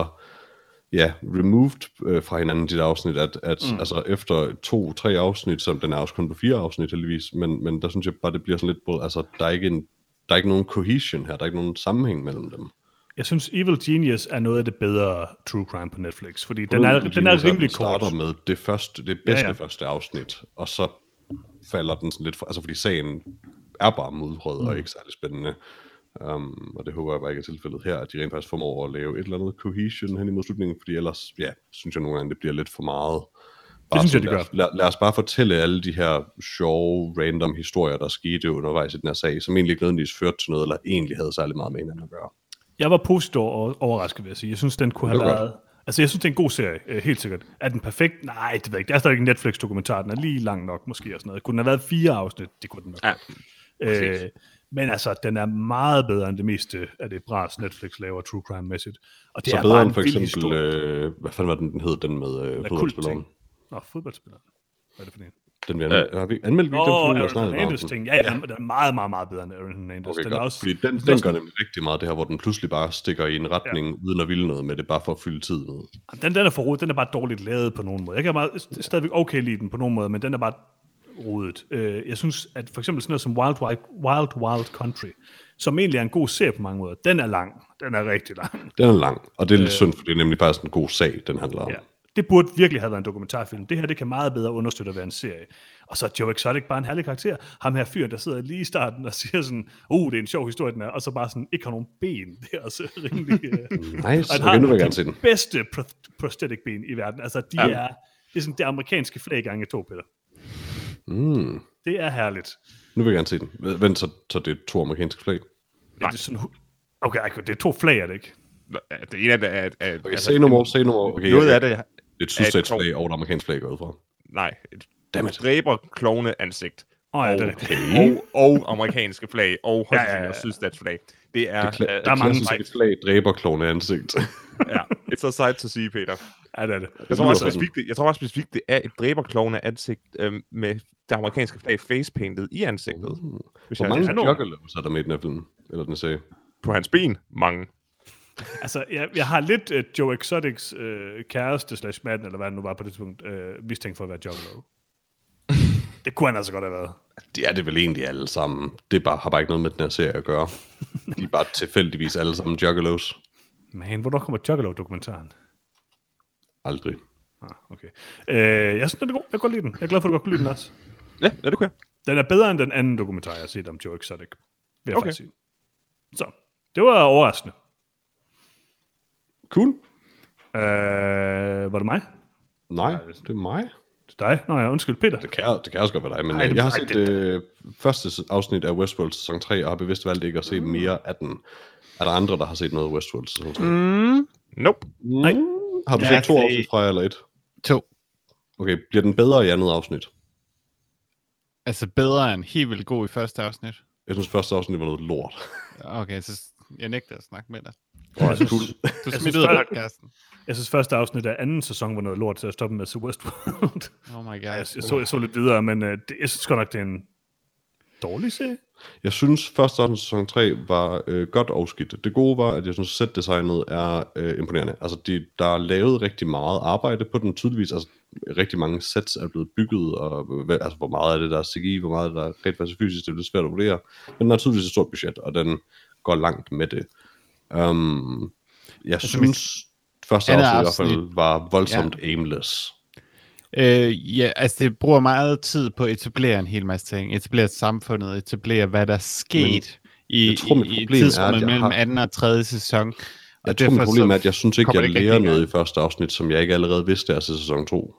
removed fra hinanden de der afsnit, at altså efter 2-3 afsnit, som den er også kun på 4 afsnit heldigvis, men der synes jeg bare, det bliver sådan lidt, altså der er ikke nogen cohesion her, der er ikke nogen sammenhæng mellem dem. Jeg synes, Evil Genius er noget af det bedre true crime på Netflix, fordi den er rimelig kort. Den starter med det bedste første afsnit, og så falder den sådan lidt fra, altså fordi sagen er bare mudrød og ikke særlig spændende. Og det håber jeg bare ikke er tilfældet her, at de rent faktisk formår at lave et eller andet cohesion hen imod slutningen, fordi ellers, synes jeg nogle gange, det bliver lidt for meget. Bare det synes jeg, det gør. Lad os bare fortælle alle de her sjove, random historier, der skete undervejs i den her sag, som egentlig ikke nødvendigvis førte til noget, eller egentlig havde særlig meget med hinanden at gøre. Jeg var positiv og overrasket, vil jeg sige. Jeg synes, den kunne have været... Altså, jeg synes, det er en god serie, helt sikkert. Er den perfekt? Nej, det ved jeg ikke. Det er stadig en Netflix-dokumentar. Den er lige lang nok, måske, og sådan noget. Kunne den have været 4 afsnit? Det kunne den nok. Ja, men altså, den er meget bedre end det meste af det bras Netflix laver true crime-mæssigt. Og det så er bedre bare end for eksempel, hvad fanden var den hed, den med fodboldspilleren? Fodboldspilleren. Hvad er det for en? Den har vi anmeldt den, Aaron Hernandez-ting. Ja, den er meget, meget, meget bedre end Aaron Hernandez. Okay, den er også, fordi den gør nemlig rigtig meget det her, hvor den pludselig bare stikker i en retning, uden at ville noget med det, bare for at fylde tid ned. Den er for rodet, den er bare dårligt lavet på nogen måde. Jeg kan stadigvæk okay lide den på nogen måde, men den er bare rodet. Jeg synes, at for eksempel sådan noget som Wild Country, som egentlig er en god serie på mange måder, den er lang. Den er rigtig lang. Den er lang, og det er lidt synd, for det er nemlig bare sådan en god sag, den handler om. Ja. Det burde virkelig have været en dokumentarfilm. Det her, det kan meget bedre understøtte at være en serie. Og så er Joe Exotic bare en herlig karakter. Ham her fyr, der sidder lige i starten og siger sådan, det er en sjov historie, den er, og så bare sådan, ikke har nogen ben. Det er også rimelig... Nice, okay, nu vil jeg gerne se den. Bedste prosthetic ben i verden. Altså, det er sådan det amerikanske flag gange 2, Peter. Det er herligt. Nu vil jeg gerne se den. Vent, så det er 2 amerikanske flag? Nej. Det er sådan, okay, det er 2 flag, er det ikke? Det ene er... Okay, altså, say no more. Okay, noget af det er et sydstatsflag og et amerikansk flag gået fra. Nej, et dræber-klovne ansigt. Og amerikanske flag og sydstatsflag. Det er der er mange flag, dræber-klovne ansigt. Ja, it's a sight to see, Peter. Ja, det er det. Jeg tror også specifikt, det er et dræber-klovne ansigt med det amerikanske flag facepainted i ansigtet. Hvor mange juggalos er der med i den her film? Eller den sag? På hans ben? Mange. Altså, jeg har lidt Joe Exotics kæreste / mand, eller hvad det nu var på det tidspunkt, mistænkt for at være juggalo. Det kunne han altså godt have været. Det er det vel egentlig alle sammen. Det har bare ikke noget med den her serie at gøre. De er bare tilfældigvis alle sammen juggalos. Men hvornår kommer Juggalo-dokumentaren? Aldrig. Okay. Jeg synes, den er god. Jeg kan godt lide den. Jeg er glad for, at du godt kunne lide den også. Ja, det kunne jeg. Den er bedre end den anden dokumentar, jeg har set om Joe Exotic. Vil jeg faktisk sige. Så, det var overraskende. Cool. Var det mig? Nej, det er mig. Det er dig? Nå ja, undskyld, Peter. Det kan også godt være dig, men jeg har set første afsnit af Westworld sæson 3, og har bevidst valgt ikke at se mere af den. Er der andre, der har set noget af Westworld sæson 3? Nope. Nej. Har du set 2 afsnit fra eller 1? 2. Okay, bliver den bedre i andet afsnit? Altså bedre end helt vildt god i første afsnit? Jeg synes, første afsnit var noget lort. Okay, så jeg nægter at snakke med dig. Cool. Du smidt ud af podcasten. Jeg synes, første afsnit af anden sæson var noget lort til at stoppe med til Westworld. Oh my god. Jeg så lidt videre, men jeg synes godt nok, det er en dårlig serie. Jeg synes, første afsnit sæson 3 var godt og skidt. Det gode var, at jeg synes, set-designet er imponerende. Altså, der er lavet rigtig meget arbejde på den, tydeligvis. Altså, rigtig mange sets er blevet bygget, og altså, hvor meget af det, der er CGI, hvor meget af det, der er rent faktisk fysisk, det er lidt svært at vurdere. Men den har tydeligvis et stort budget, og den går langt med det. Jeg synes, første afsnit i hvert fald var voldsomt aimless. Ja, altså det bruger meget tid på at etablere en hel masse ting. Etablere samfundet, etablere hvad der er sket i tidsrummet mellem anden og tredje sæson. Jeg tror, mit problem er, at jeg synes ikke, jeg lærer noget i første afsnit, som jeg ikke allerede vidste af sæson 2.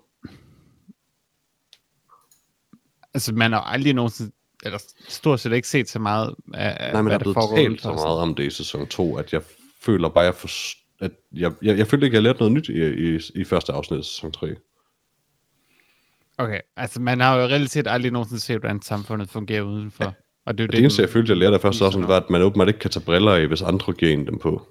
Altså man har aldrig nogensinde, eller stort set ikke set så meget af, nej, men hvad der er blevet talt så meget om det i sæson 2, at jeg føler bare, at jeg følte ikke, at jeg lærte noget nyt i første afsnit af sæson 3. Okay, altså man har jo reelt set aldrig nogensinde set, hvordan samfundet fungerer udenfor. Ja. Og det eneste, jeg følte, jeg lærte af første afsnit, var, at man åbenbart ikke kan tage briller af, hvis andre giver en dem på.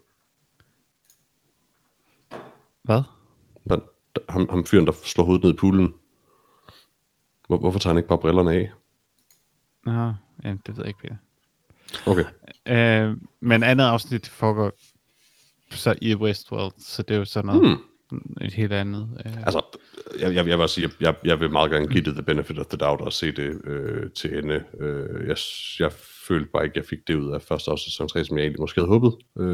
Hvad? Ham fyren, der slår hovedet ned i poolen. Hvorfor tager han ikke bare brillerne af? Nå, ja, det ved jeg ikke, Peter. Okay. Men andet afsnit foregår så i Westworld, så det er jo sådan noget et helt andet. Altså, jeg vil sige, jeg vil meget gerne give det the benefit of the doubt og se det til ende. Jeg følte bare ikke, jeg fik det ud af første afsnit sæson 3, som jeg egentlig måske havde håbet.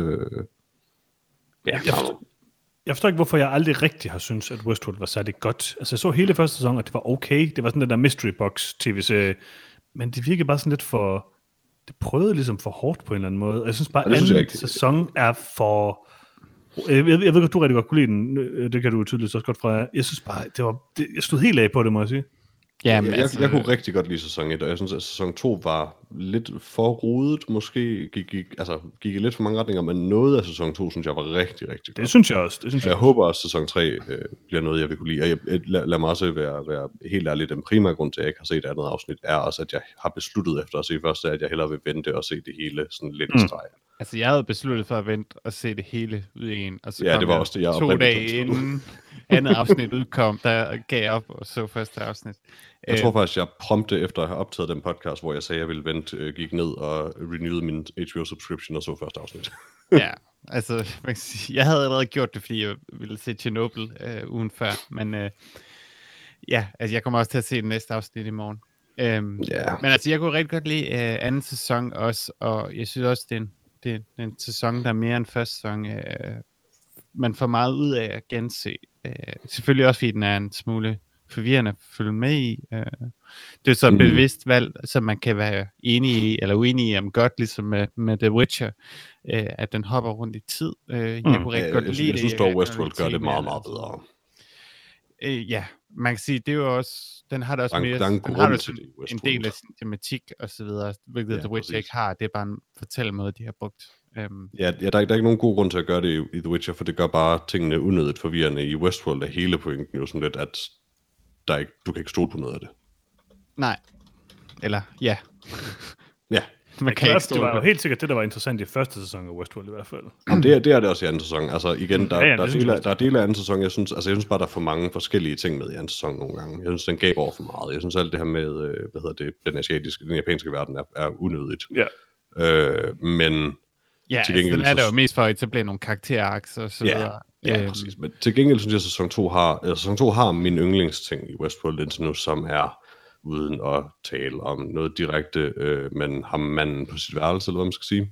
Jeg forstår ikke, hvorfor jeg aldrig rigtig har syntes, at Westworld var særlig godt. Altså, jeg så hele første sæson, at det var okay. Det var sådan den der Mystery Box tv-serie. Men det virkede bare sådan lidt for... Det prøvede ligesom for hårdt på en eller anden måde. Og jeg synes bare, at anden sæson er for... Jeg ved godt, du rigtig godt kunne lide den. Det kan du tydeligt også godt fra. Jeg synes bare, jeg stod helt af på det, må jeg sige. Ja, jeg kunne rigtig godt lide sæson 1, og jeg synes, at sæson 2 var lidt for rodet, måske gik i lidt for mange retninger, men noget af sæson 2, synes jeg var rigtig, rigtig godt. Det synes jeg også. Jeg håber også, at sæson 3 bliver noget, jeg vil kunne lide, og lad mig også være helt ærlig, den primære grund til, at jeg ikke har set andet afsnit, er også, at jeg har besluttet efter at se første, at jeg hellere vil vente og se det hele sådan lidt i streg. Altså, jeg havde besluttet for at vente og se det hele ud i en, og så det var også det, jeg 2 dage inden andet afsnit udkom, der gav jeg op og så første afsnit. Jeg tror faktisk, jeg prompte efter at have optaget den podcast, hvor jeg sagde, at jeg ville vente, gik ned og renewed min HBO subscription og så første afsnit. Ja, altså, man kan sige, jeg havde allerede gjort det, fordi jeg ville se Chernobyl ugen før, men ja, altså jeg kommer også til at se den næste afsnit i morgen. Men altså, jeg kunne rigtig godt lide anden sæson også, og jeg synes også, det er en sæson, der er mere end første sæson. Man får meget ud af at gense. Selvfølgelig også, fordi den er en smule forvirrende at følge med i. Det er så et bevidst valg, som man kan være enig i, eller uenig i om godt, ligesom med The Witcher, at den hopper rundt i tid. Jeg kunne rigtig godt lide det. Jeg synes dog, Westworld gør det meget, meget bedre. Ja, man kan sige, det er jo også, den har da også mere, den har en del af sin tematik og så videre, hvilket The Witcher ikke har. Det er bare en fortællemåde, de har brugt. Ja, der er ikke nogen god grund til at gøre det i The Witcher, for det gør bare tingene unødigt forvirrende. I Westworld er hele pointen jo sådan lidt, at du kan ikke stole på noget af det. Nej. Eller, ja. Ja. Man kan det var jo helt sikkert det, der var interessant i første sæson af Westworld i hvert fald. Jamen, det er det også i anden sæson. Altså igen, der er dele af anden sæson, jeg synes bare, der er for mange forskellige ting med i anden sæson nogle gange. Jeg synes, den gav over for meget. Jeg synes alt det her med, den japanske verden er unødigt. Ja. Men ja, til gengæld, altså, den er der jo mest for at etablere nogle karakterarks og så videre. Ja, præcis. Men til gengæld synes jeg, at sæson 2 har min yndlingsting i Westworld indtil nu, som er uden at tale om noget direkte, men ham manden på sit værelse, eller hvad man skal sige.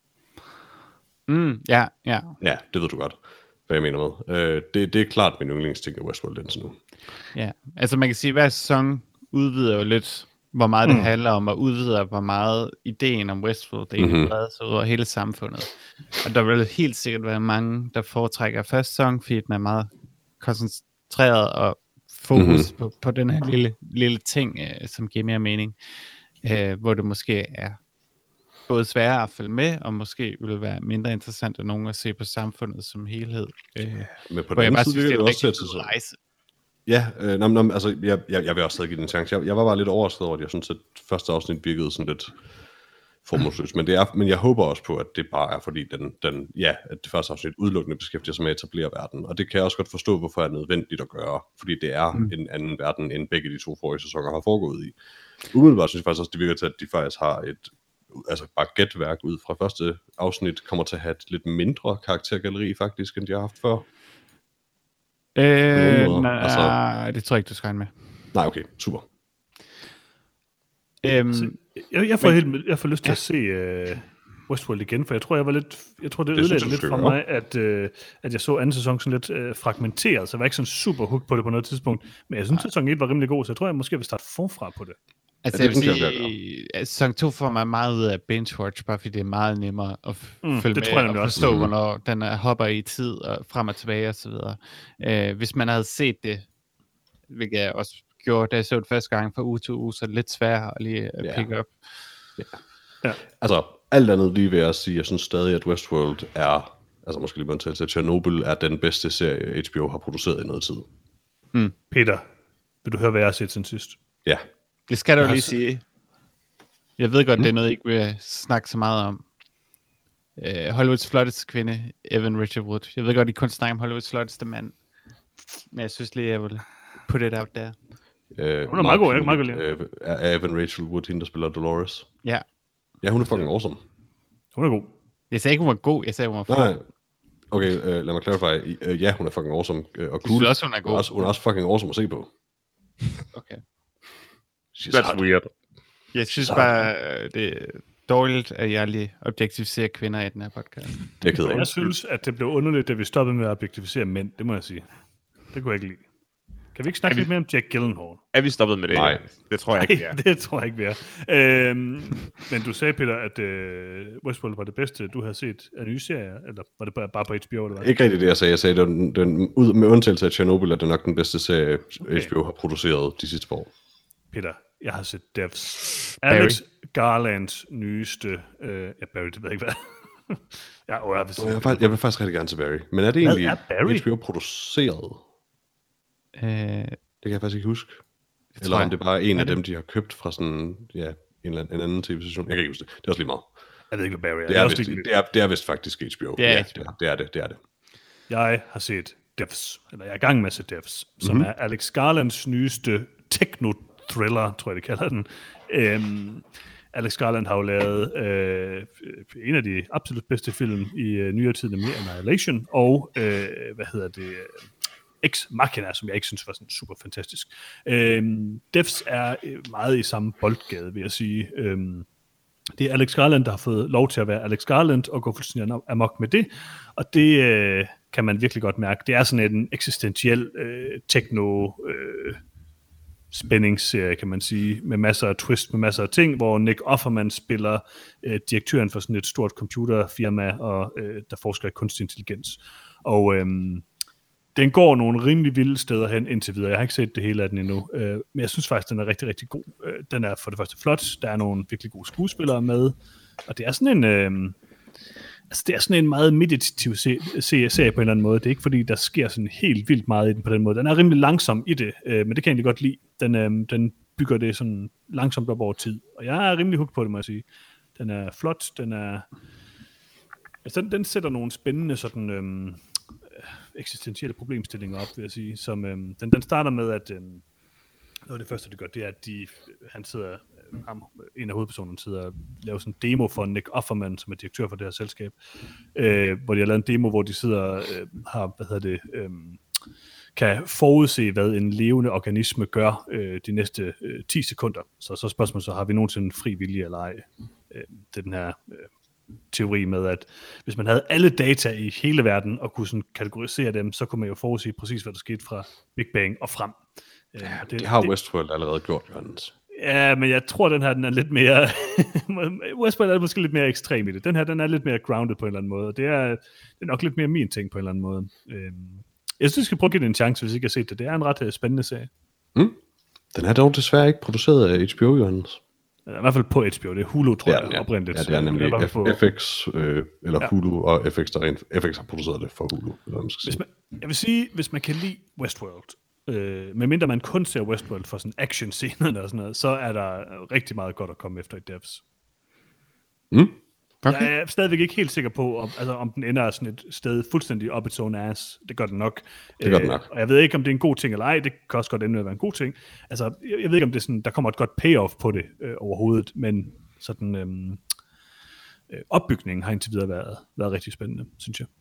Ja. Ja, det ved du godt, hvad jeg mener med. Det er klart min yndlingsting i Westworld indtil nu. Ja, altså man kan sige, at hver sæson udvider jo lidt, hvor meget det handler om, og udvider, hvor meget ideen om Westworld det egentlig breder sig ud over hele samfundet. Og der vil helt sikkert være mange, der foretrækker første sæson, fordi den er meget koncentreret og fokus på den her lille ting, som giver mere mening, hvor det måske er både sværere at følge med, og måske vil være mindre interessant end nogen at se på samfundet som helhed. Men på den anden side vil det også sætte sig. Rejse. Ja, altså, jeg vil også stadig give den en chance. Jeg var bare lidt overrasket over, at jeg synes, at første afsnit virkede sådan lidt formålsløst. Men jeg håber også på, at det bare er, fordi at det første afsnit udelukkende beskæftiger sig med at etablere verden. Og det kan jeg også godt forstå, hvorfor det er nødvendigt at gøre. Fordi det er en anden verden, end begge de 2 forrige sæsoner har foregået i. Umiddelbart synes jeg faktisk også, det virker til, at de faktisk har et bare gætværk ud fra første afsnit, kommer til at have et lidt mindre karaktergalleri faktisk, end de har haft før. Nej, det tror jeg ikke, du skal regne med. Nej, okay, super. Jeg får lyst til at se Westworld igen, for jeg tror det ødelagde lidt for mig, at jeg så anden sæson sådan lidt fragmenteret, så jeg var ikke sådan super hooked på det på noget tidspunkt, men jeg synes, at sæson 1 var rimelig god, så jeg tror, jeg måske vil starte forfra på det. Altså, jeg vil sige, sæson 2 får mig meget ud af binge-watch, bare fordi det er meget nemmere at følge med og forstå, hvornår den hopper i tid og frem og tilbage og så videre. Hvis man havde set det, hvilket jeg også gjorde, da jeg så det første gang fra uge til uge, så er det lidt sværere at lige pick up. Ja. Altså, alt andet lige vil jeg sige, jeg synes stadig, at Westworld er, altså måske lige til at Chernobyl er den bedste serie, HBO har produceret i noget tid. Peter, vil du høre, hvad jeg har set siden sidst? Ja. Det skal du lige sige. Jeg ved godt, det er noget, jeg ikke vil snakke så meget om. Hollywoods flotteste kvinde, Evan Rachel Wood. Jeg ved godt, I kun snakker om Hollywoods flotteste mand. Men jeg synes lige, jeg vil put it out there. Hun er meget god, ikke? Meget god. Er Evan Rachel Wood hende, der spiller Dolores? Ja. Ja, hun er fucking awesome. Hun er god. Jeg sagde ikke, hun var god. Jeg sagde, hun var flot. Nej. Okay, lad mig clarify. Ja, hun er fucking awesome og cool. Jeg synes også, hun er god. Hun er også fucking awesome at se på. Okay. That's weird. Jeg synes bare, det er dårligt, at jeg lige objektificerer kvinder i den her podcast. Det er kedeligt. Jeg synes, at det blev underligt, da vi stoppede med at objektificere mænd. Det må jeg sige. Det kunne jeg ikke lide. Kan vi ikke snakke lidt mere om Jack Gyllenhaal? Er vi stoppet med det? Nej. Det tror jeg ikke, vi er. Det tror jeg ikke, vi er. Men du sagde, Peter, at Westworld var det bedste, du havde set af nye serier, eller var det bare på HBO? Eller hvad? Ikke rigtigt det, jeg sagde. Jeg sagde, den med undtagelse af Chernobyl, er det nok den bedste serie, HBO har produceret de sidste år. Peter, jeg har set Devs. Alex Garlands nyeste... Barry, det ved jeg ikke, hvad. Jeg vil faktisk rigtig gerne til Barry. Men er det egentlig HBO produceret? Det kan jeg faktisk ikke huske. Eller om det er bare en af dem, de har købt fra sådan, en anden tv-station. Jeg kan ikke huske det. Det er også lige meget. Jeg ved ikke, hvad Barry er. Det er vist faktisk HBO. Det er det. Jeg har set Devs, eller jeg er i gang med at se Devs, som er Alex Garlands nyeste techno-thriller, tror jeg, det kalder den. Alex Garland har jo lavet en af de absolut bedste film i nyere tid, nemlig Annihilation, og Ex Machina, som jeg ikke synes var sådan super fantastisk. Devs er meget i samme boldgade, vil jeg sige. Det er Alex Garland, der har fået lov til at være Alex Garland, og gå fuldstændig amok med det, og det kan man virkelig godt mærke. Det er sådan en eksistentiel techno spændingsserie, kan man sige, med masser af twist, med masser af ting, hvor Nick Offerman spiller direktøren for sådan et stort computerfirma, og der forsker i kunstig intelligens. Og den går nogle rimelig vilde steder hen indtil videre. Jeg har ikke set det hele af den endnu, men jeg synes faktisk, den er rigtig, rigtig god. Den er for det første flot, der er nogle virkelig gode skuespillere med, og det er sådan en... det er sådan en meget meditativ serie på en eller anden måde. Det er ikke fordi, der sker sådan helt vildt meget i den på den måde. Den er rimelig langsom i det, men det kan jeg egentlig godt lide. Den bygger det sådan langsomt op over tid. Og jeg er rimelig hooked på det, må jeg sige. Den er flot, den sætter nogle spændende sådan, eksistentielle problemstillinger op, vil jeg sige. Som, den starter med, at noget af det første, det gør, det er, at en af hovedpersonerne sidder og laver sådan en demo for Nick Offerman, som er direktør for det her selskab, hvor de har lavet en demo, hvor de sidder kan forudse, hvad en levende organisme gør de næste 10 sekunder. Så spørgsmålet så, har vi nogensinde fri vilje eller ej? Det er den her teori med, at hvis man havde alle data i hele verden, og kunne sådan kategorisere dem, så kunne man jo forudse præcis, hvad der skete fra Big Bang og frem. Det har Westworld allerede gjort, Johannes. Ja, men jeg tror, den er lidt mere... Westworld er måske lidt mere ekstrem i det. Den her, den er lidt mere grounded på en eller anden måde, og det er nok lidt mere min ting på en eller anden måde. Jeg synes, du skal prøve at give det en chance, hvis ikke har set det. Det er en ret spændende serie. Den er dog desværre ikke produceret af HBO, Johannes. I hvert fald på HBO. Det er Hulu, tror jeg, oprindeligt. Ja, det er nemlig FX, eller Hulu, og FX har produceret det for Hulu. Jeg vil sige, hvis man kan lide Westworld, medmindre man kun ser Westworld for sådan action-scenerne og sådan noget, så er der rigtig meget godt at komme efter i Devs. Okay. Jeg er stadigvæk ikke helt sikker på, om den ender sådan et sted fuldstændig up its own ass. Det gør den nok. Det gør den nok. Og jeg ved ikke, om det er en god ting eller ej. Det kan også godt ende med at være en god ting. Altså, jeg ved ikke, om det er sådan, der kommer et godt payoff på det overhovedet, men sådan opbygningen har indtil videre været rigtig spændende, synes jeg.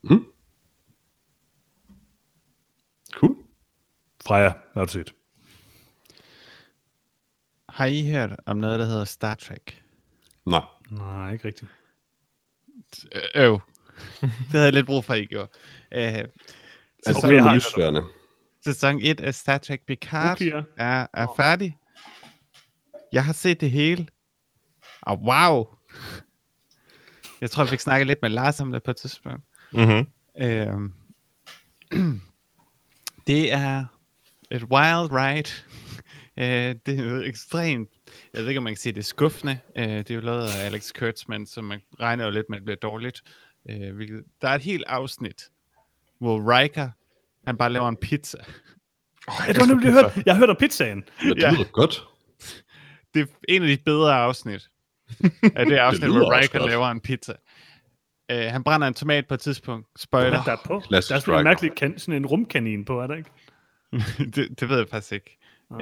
Cool. Freja, hvad har du set? Har I hørt om noget, der hedder Star Trek? Nej, ikke rigtigt. Det havde jeg lidt brug for, at I gjorde. Sæson 1 af Star Trek Picard er færdig. Jeg har set det hele. Og wow! Jeg tror, jeg fik snakket lidt med Lars om det på et tidspunkt. Det er et wild ride. Det er jo ekstremt. Jeg ved ikke, om man kan sige, det er skuffende. Det er jo lavet af Alex Kurtzman, så man regner jo lidt med, at det bliver dårligt. Der er et helt afsnit, hvor Riker, han bare laver en pizza. Jeg har hørt om pizzaen. Ja, det lyder godt. Det er en af de bedre afsnit. Af det afsnit, hvor Riker laver en pizza. Han brænder en tomat på et tidspunkt. Spoiler. Der er sådan en mærkelig sådan en rumkanin på, er der ikke? det ved jeg faktisk ikke.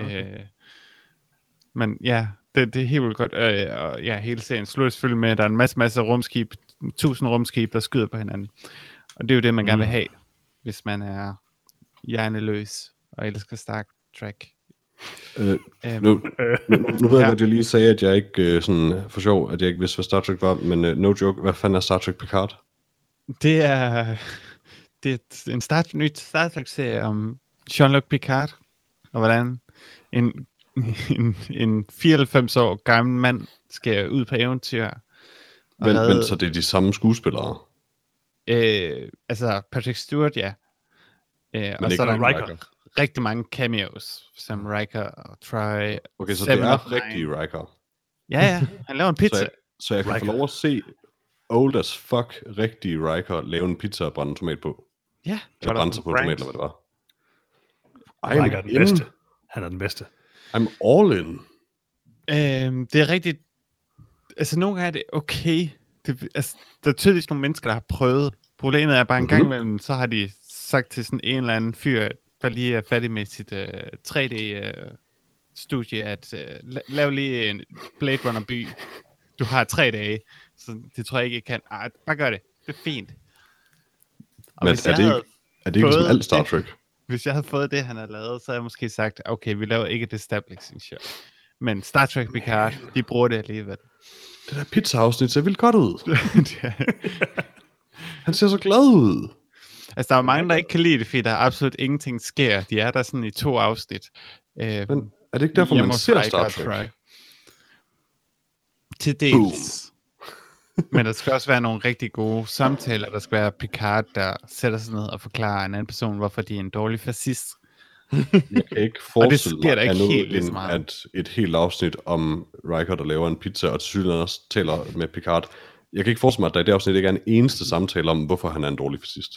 Men ja, det er helt vildt godt. Og ja, hele serien slutter selvfølgelig med, at der er en masse rumskib, 1000 rumskib, der skyder på hinanden. Og det er jo det, man gerne vil have, hvis man er hjerneløs og elsker Star Trek. Nu ved jeg, at jeg lige sagde, at jeg ikke sådan for sjov, at jeg ikke vidste, hvad Star Trek var, men no joke, hvad fanden er Star Trek Picard? Det er en ny Star Trek-serie om Jean-Luc Picard, og hvordan en 94 år gammel mand skal ud på eventyr. Men så det er de samme skuespillere? Altså Patrick Stewart, ja. Og så er der Riker. Rigtig mange cameos, som Riker og Troy. Okay, så det er rigtige Riker? Ja, han laver en pizza. Så jeg kan få lov at se old as fuck rigtige Riker lave en pizza og brænde en tomat på? Ja. Eller brænde sig på en tomat, eller hvad det var? Riker er den bedste. Han er den bedste. I'm all in. Det er rigtigt. Altså, nogle gange er det okay. Der er tydeligvis nogle mennesker, der har prøvet. Problemet er bare en gang imellem, så har de sagt til sådan en eller anden fyr, der lige er færdig med sit 3D-studie, at lav lige en Blade Runner by. Du har 3 dage, så det tror jeg ikke, jeg kan. Bare gør det. Det er fint. Og men er det ikke som alt Star Trek? Hvis jeg havde fået det, han havde lavet, så havde jeg måske sagt, okay, vi laver ikke et establishing shot. Men Star Trek Picard, de bruger det alligevel. Det der pizza-afsnit ser vildt godt ud. Han ser så glad ud. Altså, der er mange, der ikke kan lide det, fordi der absolut ingenting sker. De er der sådan i 2 afsnit. Men er det ikke derfor, man ser Star Trek? Til dels. Men der skal også være nogle rigtig gode samtaler. Der skal være Picard, der sætter sig ned og forklarer en anden person, hvorfor de er en dårlig fascist. Jeg kan ikke forestille mig, at et helt afsnit om Riker, der laver en pizza, og til synligheden også taler med Picard. Jeg kan ikke forestille mig, at der i det afsnit ikke er en eneste samtale om, hvorfor han er en dårlig fascist.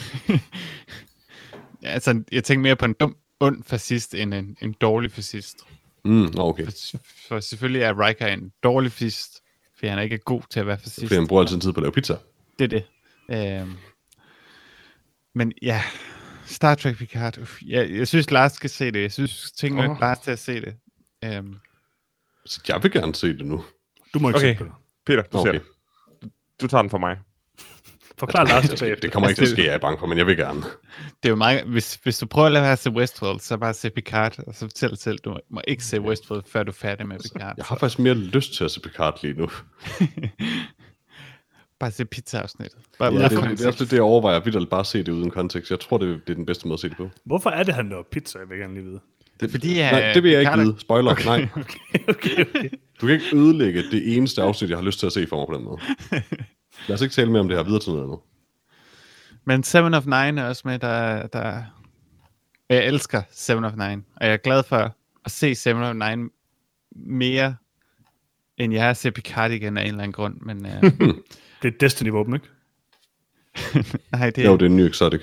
Ja, altså, jeg tænker mere på en ond fascist, end en dårlig fascist. Okay. For selvfølgelig er Riker en dårlig fascist, fordi han er ikke god til at være fascist. Fordi han bruger altid en tid på at lave pizza. Det er det. Men ja, Star Trek Picard. Jeg synes, Lars skal se det. Jeg synes, tænker Lars til at se det. Så jeg vil gerne se det nu. Du må ikke se det. Peter, du ser det. Du tager den for mig. Forklar Lars tilbage. Det kommer ikke til at ske, jeg er bange for, men jeg vil gerne. Det er jo meget, hvis du prøver at lade være at se Westworld, så bare se Picard, og så fortæl dig selv, du må ikke se Westworld, før du er færdig med Picard. Jeg har faktisk mere lyst til at se Picard lige nu. Bare se pizza-afsnittet. Det er også det, jeg overvejer. Jeg vil bare se det uden kontekst. Jeg tror, det er den bedste måde at se det på. Hvorfor er det, han laver pizza? Jeg vil gerne lige vide. Nej, det vil jeg ikke vide. Spoiler, nej. Okay. Du kan ikke ødelægge det eneste afsnit, jeg har lyst til at se for mig på den måde. Lad os ikke tale mere om det her videre til noget andet. Men 7 of 9 er også med, der... Jeg elsker 7 of 9, og jeg er glad for at se 7 of 9 mere, end jeg har set Picard igen af en eller anden grund. Men, det er Destiny-våben, ikke? Nej, det er... Jo, det er en ny exotic.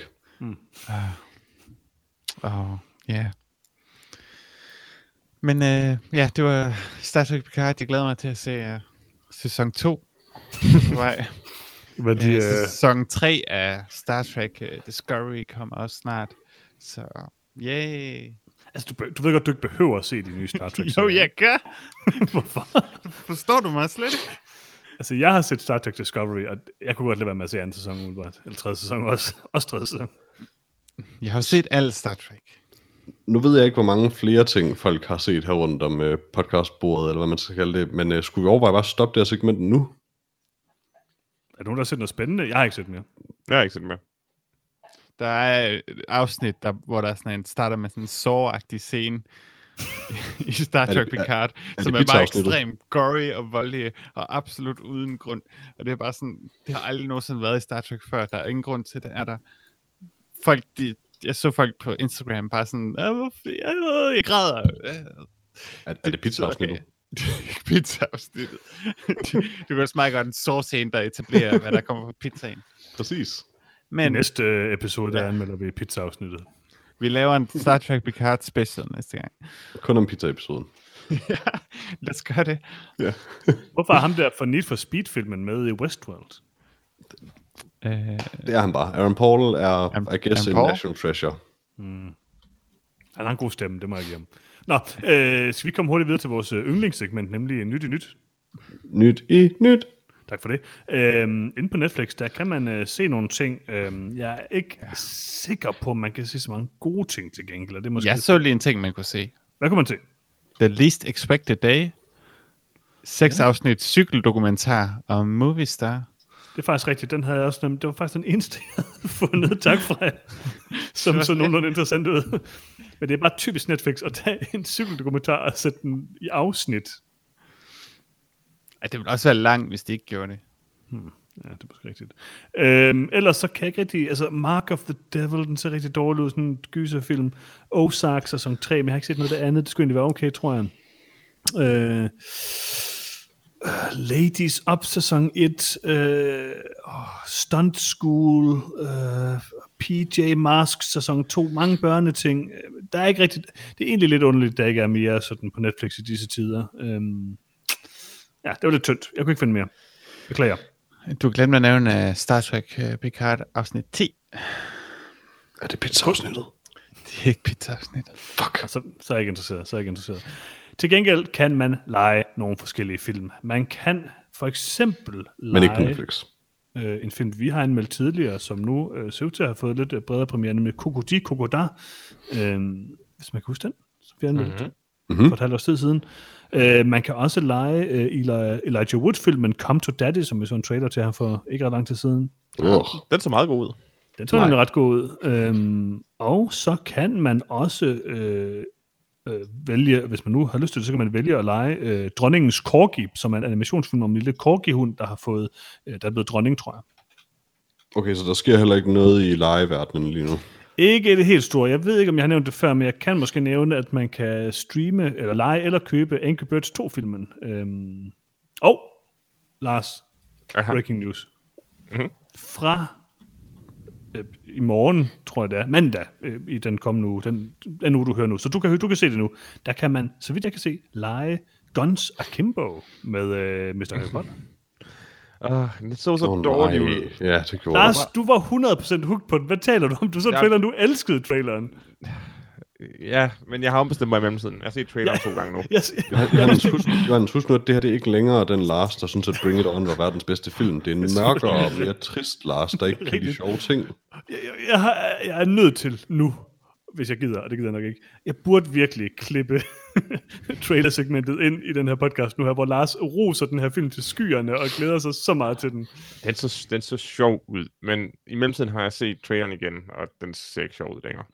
Ja. Men ja, det var Star Trek Picard. Jeg glæder mig til at se sæson 2. Nej. Men de, Sæson 3 af Star Trek Discovery kommer også snart. Så, yay. Altså, du ved godt, du ikke behøver at se de nye Star Trek. Jo, jeg gør. Hvorfor? Forstår du mig slet ikke? Altså, jeg har set Star Trek Discovery, og jeg kunne godt lade være med at se anden sæson, eller tredje sæson også. Også tredje sæson. Jeg har set alt Star Trek. Nu ved jeg ikke, hvor mange flere ting folk har set her rundt om podcastbordet, eller hvad man skal kalde det, men skulle vi overveje bare at stoppe det her segment nu? Er der nogen, der har set noget spændende? Jeg har ikke set mere. Jeg har ikke set mere. Der er et afsnit, hvor der er sådan en, starter med sådan en såragtig scene i Star Trek Picard, som er bare ekstremt gory og voldelig, og absolut uden grund. Og det er bare sådan, det har aldrig nogensinde været i Star Trek før. Der er ingen grund til det. Er der folk, jeg så folk på Instagram bare sådan, jeg græder. Er det pizza-afsnittet? Pizza-afsnittet. Du kan også meget godt en sårscene, der etablerer, hvad der kommer på pizzaen. Præcis. Men næste episode, der anmelder vi pizza-afsnittet. Vi laver en Star Trek Picard special næste gang. Kun om pizza-episoden. Ja, lad os gøre det. Ja. Hvorfor er ham der for Need for Speed-filmen med i Westworld? Det er han bare. Aaron Paul er, I guess, en national treasure. Han har en god stemme, det må jeg give ham. Nå, skal vi komme hurtigt videre til vores yndlingssegment, nemlig Nyt i Nyt? Nyt i Nyt. Tak for det. Inde på Netflix, der kan man se nogle ting. Jeg er ikke sikker på, at man kan se så mange gode ting til gengæld. Det måske jeg så lige en ting, man kunne se. Hvad kunne man se? The Least Expected Day. 6 afsnit cykeldokumentar om Movistar. Det er faktisk rigtigt. Den havde jeg også nemt. Det var faktisk den eneste, jeg havde fundet. Tak for det. Som så nogenlunde interessant ud. Men det er bare typisk Netflix at tage en cykeldokumentar og sætte den i afsnit. Det ville også være langt, hvis de ikke gjorde det. Ja, det er måske rigtigt. Ellers så kan jeg ikke rigtig... Altså, Mark of the Devil, den ser rigtig dårlig ud. Sådan en gyserfilm. Ozark sæson 3, men jeg har ikke set noget af det andet. Det skulle egentlig være okay, tror jeg. Ladies Up sæson 1. Stunt School. PJ Mask sæson 2. Mange børneting. Der er ikke rigtigt... Det er egentlig lidt underligt, der ikke er mere sådan på Netflix i disse tider. Ja, det var lidt tyndt. Jeg kunne ikke finde mere. Beklager. Du glemte at nævne Star Trek Picard afsnit 10. Er det pizza-afsnittet? Det er ikke pizza-afsnittet. Fuck. Så er jeg ikke interesseret. Til gengæld kan man lege nogle forskellige film. Man kan for eksempel lege... Men ikke på Netflix. En film, vi har anmeldt tidligere, som nu ser ud til at have fået lidt bredere premiere, med Kokodi Kokoda. Hvis man kan huske den, som vi anmeldte for et halvt års tid siden. Man kan også lege Elijah Wood-filmen Come to Daddy, som vi så en trailer til her for ikke ret lang tid siden. Den så meget god ud. Den så ret god ud. Og så kan man også vælge, hvis man nu har lyst til det, så kan man vælge at lege Dronningens Corgi, som er en animationsfilm om en lille corgi-hund, der har fået, der er blevet dronning, tror jeg. Okay, så der sker heller ikke noget i legeverdenen lige nu? Ikke det helt store. Jeg ved ikke, om jeg har nævnt det før, men jeg kan måske nævne, at man kan streame, eller lege, eller købe Angry Birds 2-filmen. Lars, breaking news. Fra i morgen, tror jeg det er, mandag, i den kommende uge, den uge, du hører nu. Så du kan se det nu. Der kan man, så vidt jeg kan se, lege Guns Akimbo med Mr. Harry Potter. Det så dårligt ud. Ja, det gjorde Lars, du var 100% hooked på den. Hvad taler du om? Du så traileren, du elskede traileren. Ja, men jeg har ombestemt mig i mellemtiden. Jeg har set traileren 2 gange nu. Johannes, husk nu, at det her det er ikke længere den Lars, der synes, at Bring It On var verdens bedste film. Det er en mørkere og mere trist Lars, der ikke kan de sjove ting. Jeg er nødt til nu, hvis jeg gider, og det gider jeg nok ikke. Jeg burde virkelig klippe trailersegmentet ind i den her podcast nu her, hvor Lars roser den her film til skyerne og glæder sig så meget til den. Den så sjov ud, men i mellemtiden har jeg set traileren igen, og den ser ikke sjov ud længere.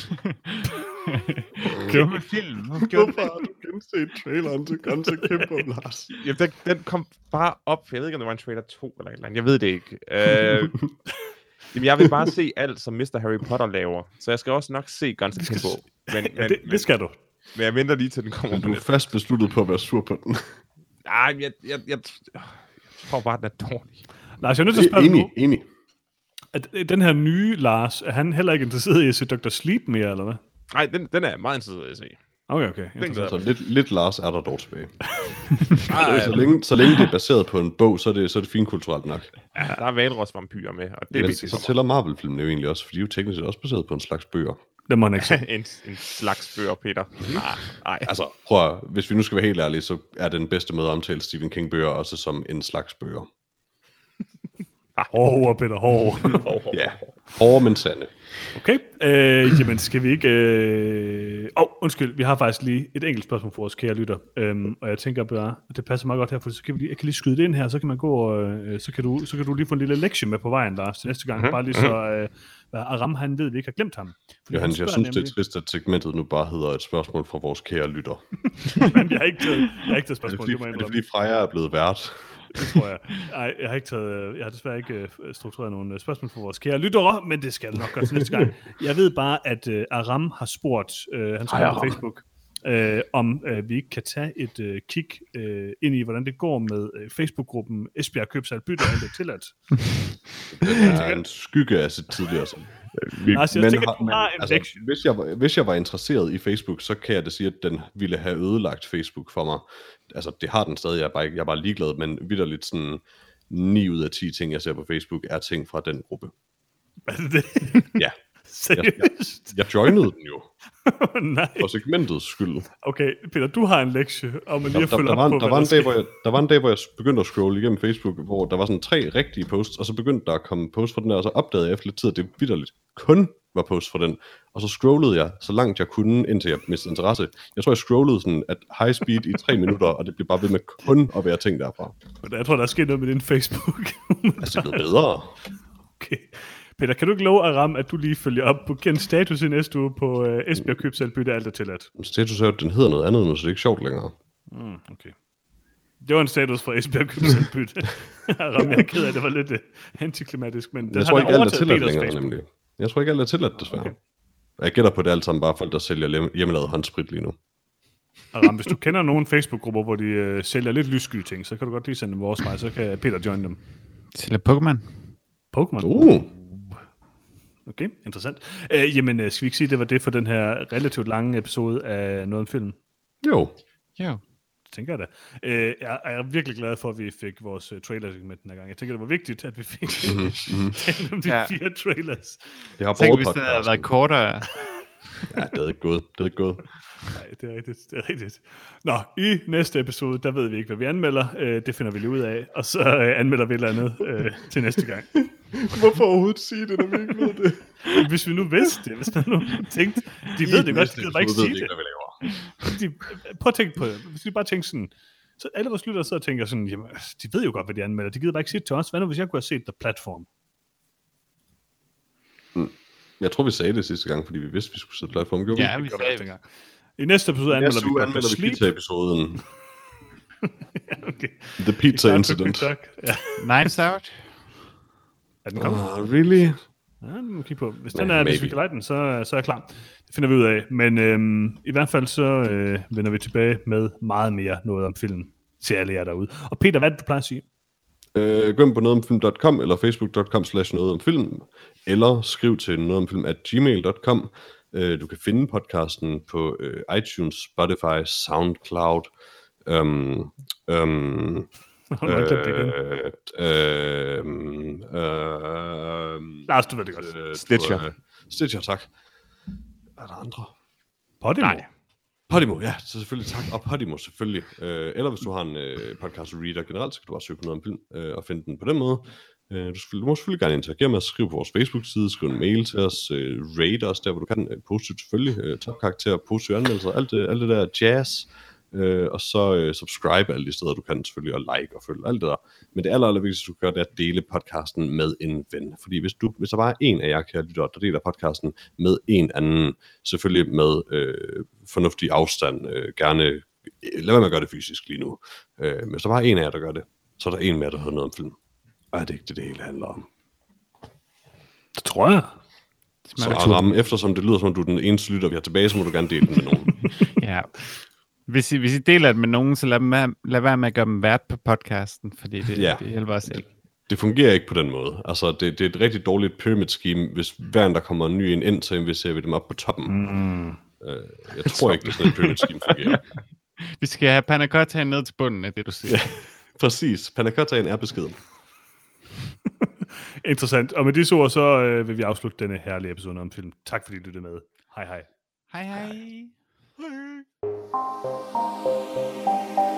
Dumme film. Hvorfor har du genset traileren til Guns Akimbo, Lars? Ja, den kom bare op. Jeg ved ikke, om det var en trailer 2 eller et eller andet. Jeg ved det ikke. Jamen, jeg vil bare se alt, som Mr. Harry Potter laver. Så jeg skal også nok se Guns Akimbo. Det skal du. Men jeg venter lige til den kommer. Du er fast besluttet på at være sur på den. Nej, jeg tror bare, den er dårlig. Lars, jeg er nødt til at spørge enig. At den her nye Lars, er han heller ikke interesseret i at se Dr. Sleep mere, eller hvad? Nej, den er jeg meget interesseret i at se. Okay. Så lidt Lars er der dog tilbage. så længe det er baseret på en bog, så er det finkulturelt nok. Ja, der er valrosvampyrer med, og det er vigtigt. Så tæller Marvel-filmen jo egentlig også, for de er jo teknisk også baseret på en slags bøger. Det må han ikke sige. en slags bøger, Peter. Nej. Altså, prøv at, hvis vi nu skal være helt ærlige, så er den bedste måde at omtale Stephen King-bøger også som en slags bøger. Hård, Peter, hård. Ja, hård, men sande. Okay, jamen skal vi ikke... undskyld, vi har faktisk lige et enkelt spørgsmål for vores kære lytter, og jeg tænker bare, at det passer meget godt her, for så kan jeg kan lige skyde det ind her, så kan man gå, så kan du lige få en lille lektie med på vejen, Lars, til næste gang, bare lige så Aram, han ved, at vi ikke har glemt ham. Johannes, jeg synes, det er trist, at segmentet nu bare hedder et spørgsmål fra vores kære lytter. Men jeg har ikke taget spørgsmål. Det er fordi Freja er blevet vært. Det tror jeg. Ej, jeg har desværre ikke struktureret nogle spørgsmål for vores kære lyttere, men det skal jeg nok gøre til næste gang. Jeg ved bare, at Aram har spurgt, han skriver på Facebook, om vi ikke kan tage et kig ind i, hvordan det går med Facebook-gruppen Esbjerg Købsalg Bytter, alt det tilladt. Det er en skygge af sit tidligere. Hvis jeg var interesseret i Facebook, så kan jeg da sige, at den ville have ødelagt Facebook for mig. Altså, det har den stadig, jeg er bare ligeglad, men vitterligt sådan 9 ud af 10 ting, jeg ser på Facebook, er ting fra den gruppe. Er det det? Ja. Seriøst? Jeg joinede den jo. Nej. For segmentets skyld. Okay, Peter, du har en lektie om at lige at følge op på, der var en dag, hvor jeg begyndte at scrolle igennem Facebook, hvor der var sådan 3 rigtige posts, og så begyndte der at komme posts fra den der, og så opdagede jeg efter lidt tid, at det vitterligt kun var posts fra den. Og så scrollede jeg så langt jeg kunne, indtil jeg mistede interesse. Jeg tror, jeg scrollede sådan at high speed i 3 minutter, og det blev bare ved med kun at være ting derfra. Jeg tror, der er sket noget med din Facebook. Altså, det er blevet bedre. Okay. Peter, kan du ikke love Aram, at du lige følger op på kendt status i næste uge på Esbjerg Købsalg Bytte, alt er tilladt? Status er jo, den hedder noget andet nu, så det er ikke sjovt længere. Okay. Det var en status fra Esbjerg Købsalg Bytte. Aram, jeg er ked af, det var lidt antiklimatisk, men jeg tror ikke, alt er tilladt længere, nemlig. Jeg tror ikke, alt er tilladt, desværre. Okay. Jeg gætter på det alt sammen bare folk, der sælger hjemmelavet håndsprit lige nu. Aram, hvis du kender nogle Facebook-grupper, hvor de sælger lidt lyssky ting, så kan du godt lige sende dem vores vej, så kan Peter join dem. Sælger Pokémon? Pokémon? Okay, interessant. Jamen, skal vi ikke sige, at det var det for den her relativt lange episode af Noget om Film? Jo. Det tænker jeg da. Jeg er virkelig glad for, at vi fik vores trailer-segment den her gang. Jeg tænker, det var vigtigt, at vi fik talt om de 4 trailers. Det har tænk, hvis det havde været kortere. Ja, det er ikke gået. Nej, det er rigtigt. Nå, i næste episode, der ved vi ikke, hvad vi anmelder. Det finder vi lige ud af, og så anmelder vi et eller andet til næste gang. Hvorfor overhovedet sige det, når vi ikke ved det? Hvis vi nu vidste det, hvis man nu tænkte, de ved det godt, de gider bare ikke sige det. Prøv at tænke på det. Hvis vi bare tænker sådan, så alle vores lyttere så tænker sådan, jamen, de ved jo godt, hvad de anmelder. De gider bare ikke sige det til os. Hvad nu, hvis jeg kunne have set The Platform? Jeg tror, vi sagde det sidste gang, fordi vi vidste, vi skulle se Platform. Ja, vi sagde det. I næste episode anmelder vi Sleep. Pizza-episoden. Okay. The Pizza Incident. Nice Out. Er den kommet? Really? Ja, nu må kigge på. Hvis den er, hvis vi kan lide den, så er jeg klar. Det finder vi ud af. Men i hvert fald så vender vi tilbage med meget mere noget om film til alle jer derude. Og Peter, hvad er det, du plejer at sige? Gå ind på nogetomfilm.com eller facebook.com/nogetomfilm, eller skriv til nogetomfilm@gmail.com. Du kan finde podcasten på iTunes, Spotify, SoundCloud, Lars, du ved det godt. Stitcher, tak. Er der andre? Podimo? Nej. Podimo, ja, så selvfølgelig tak. Og Podimo selvfølgelig. Eller hvis du har en podcast reader generelt, så kan du også søge på Noget om Film og finde den på den måde. Du må selvfølgelig gerne interagere med os, skrive på vores Facebook-side, skrive en mail til os, rate os der, hvor du kan, positivt selvfølgelig, topkarakterer, positive anmeldelser, alt det der jazz. Og så subscribe alle de steder, du kan selvfølgelig, og like og følge alt det der. Men det allervigtigste, du kan gøre, det er at dele podcasten med en ven. Fordi hvis der bare er en af jer, kære lyttere, der deler podcasten med en anden, selvfølgelig med fornuftig afstand, gerne, lad være med at gøre det fysisk lige nu. Men hvis der bare er en af jer, der gør det, så er der en mere, der hedder Noget om Film. Og er det ikke det hele handler om? Det tror jeg. Så Aram, eftersom det lyder som om du er den eneste lytter, vi har tilbage, så må du gerne dele den med nogen. Ja. Hvis I deler det med nogen, så lad være med at gøre dem vært på podcasten, fordi det hjælper os ikke. Det fungerer ikke på den måde. Altså, det er et rigtig dårligt pyramid scheme, hvis hver en, der kommer en ny ind, så investerer vi dem op på toppen. Jeg tror ikke, det er sådan en pyramid scheme fungerer. Vi skal have panna cottaen ned til bunden af det, du siger. Ja, præcis. Panna cottaen er beskeden. Interessant. Og med disse ord, så vil vi afslutte denne herlige episode om film. Tak fordi du lyttede med. Hej hej. Hej hej. Hej.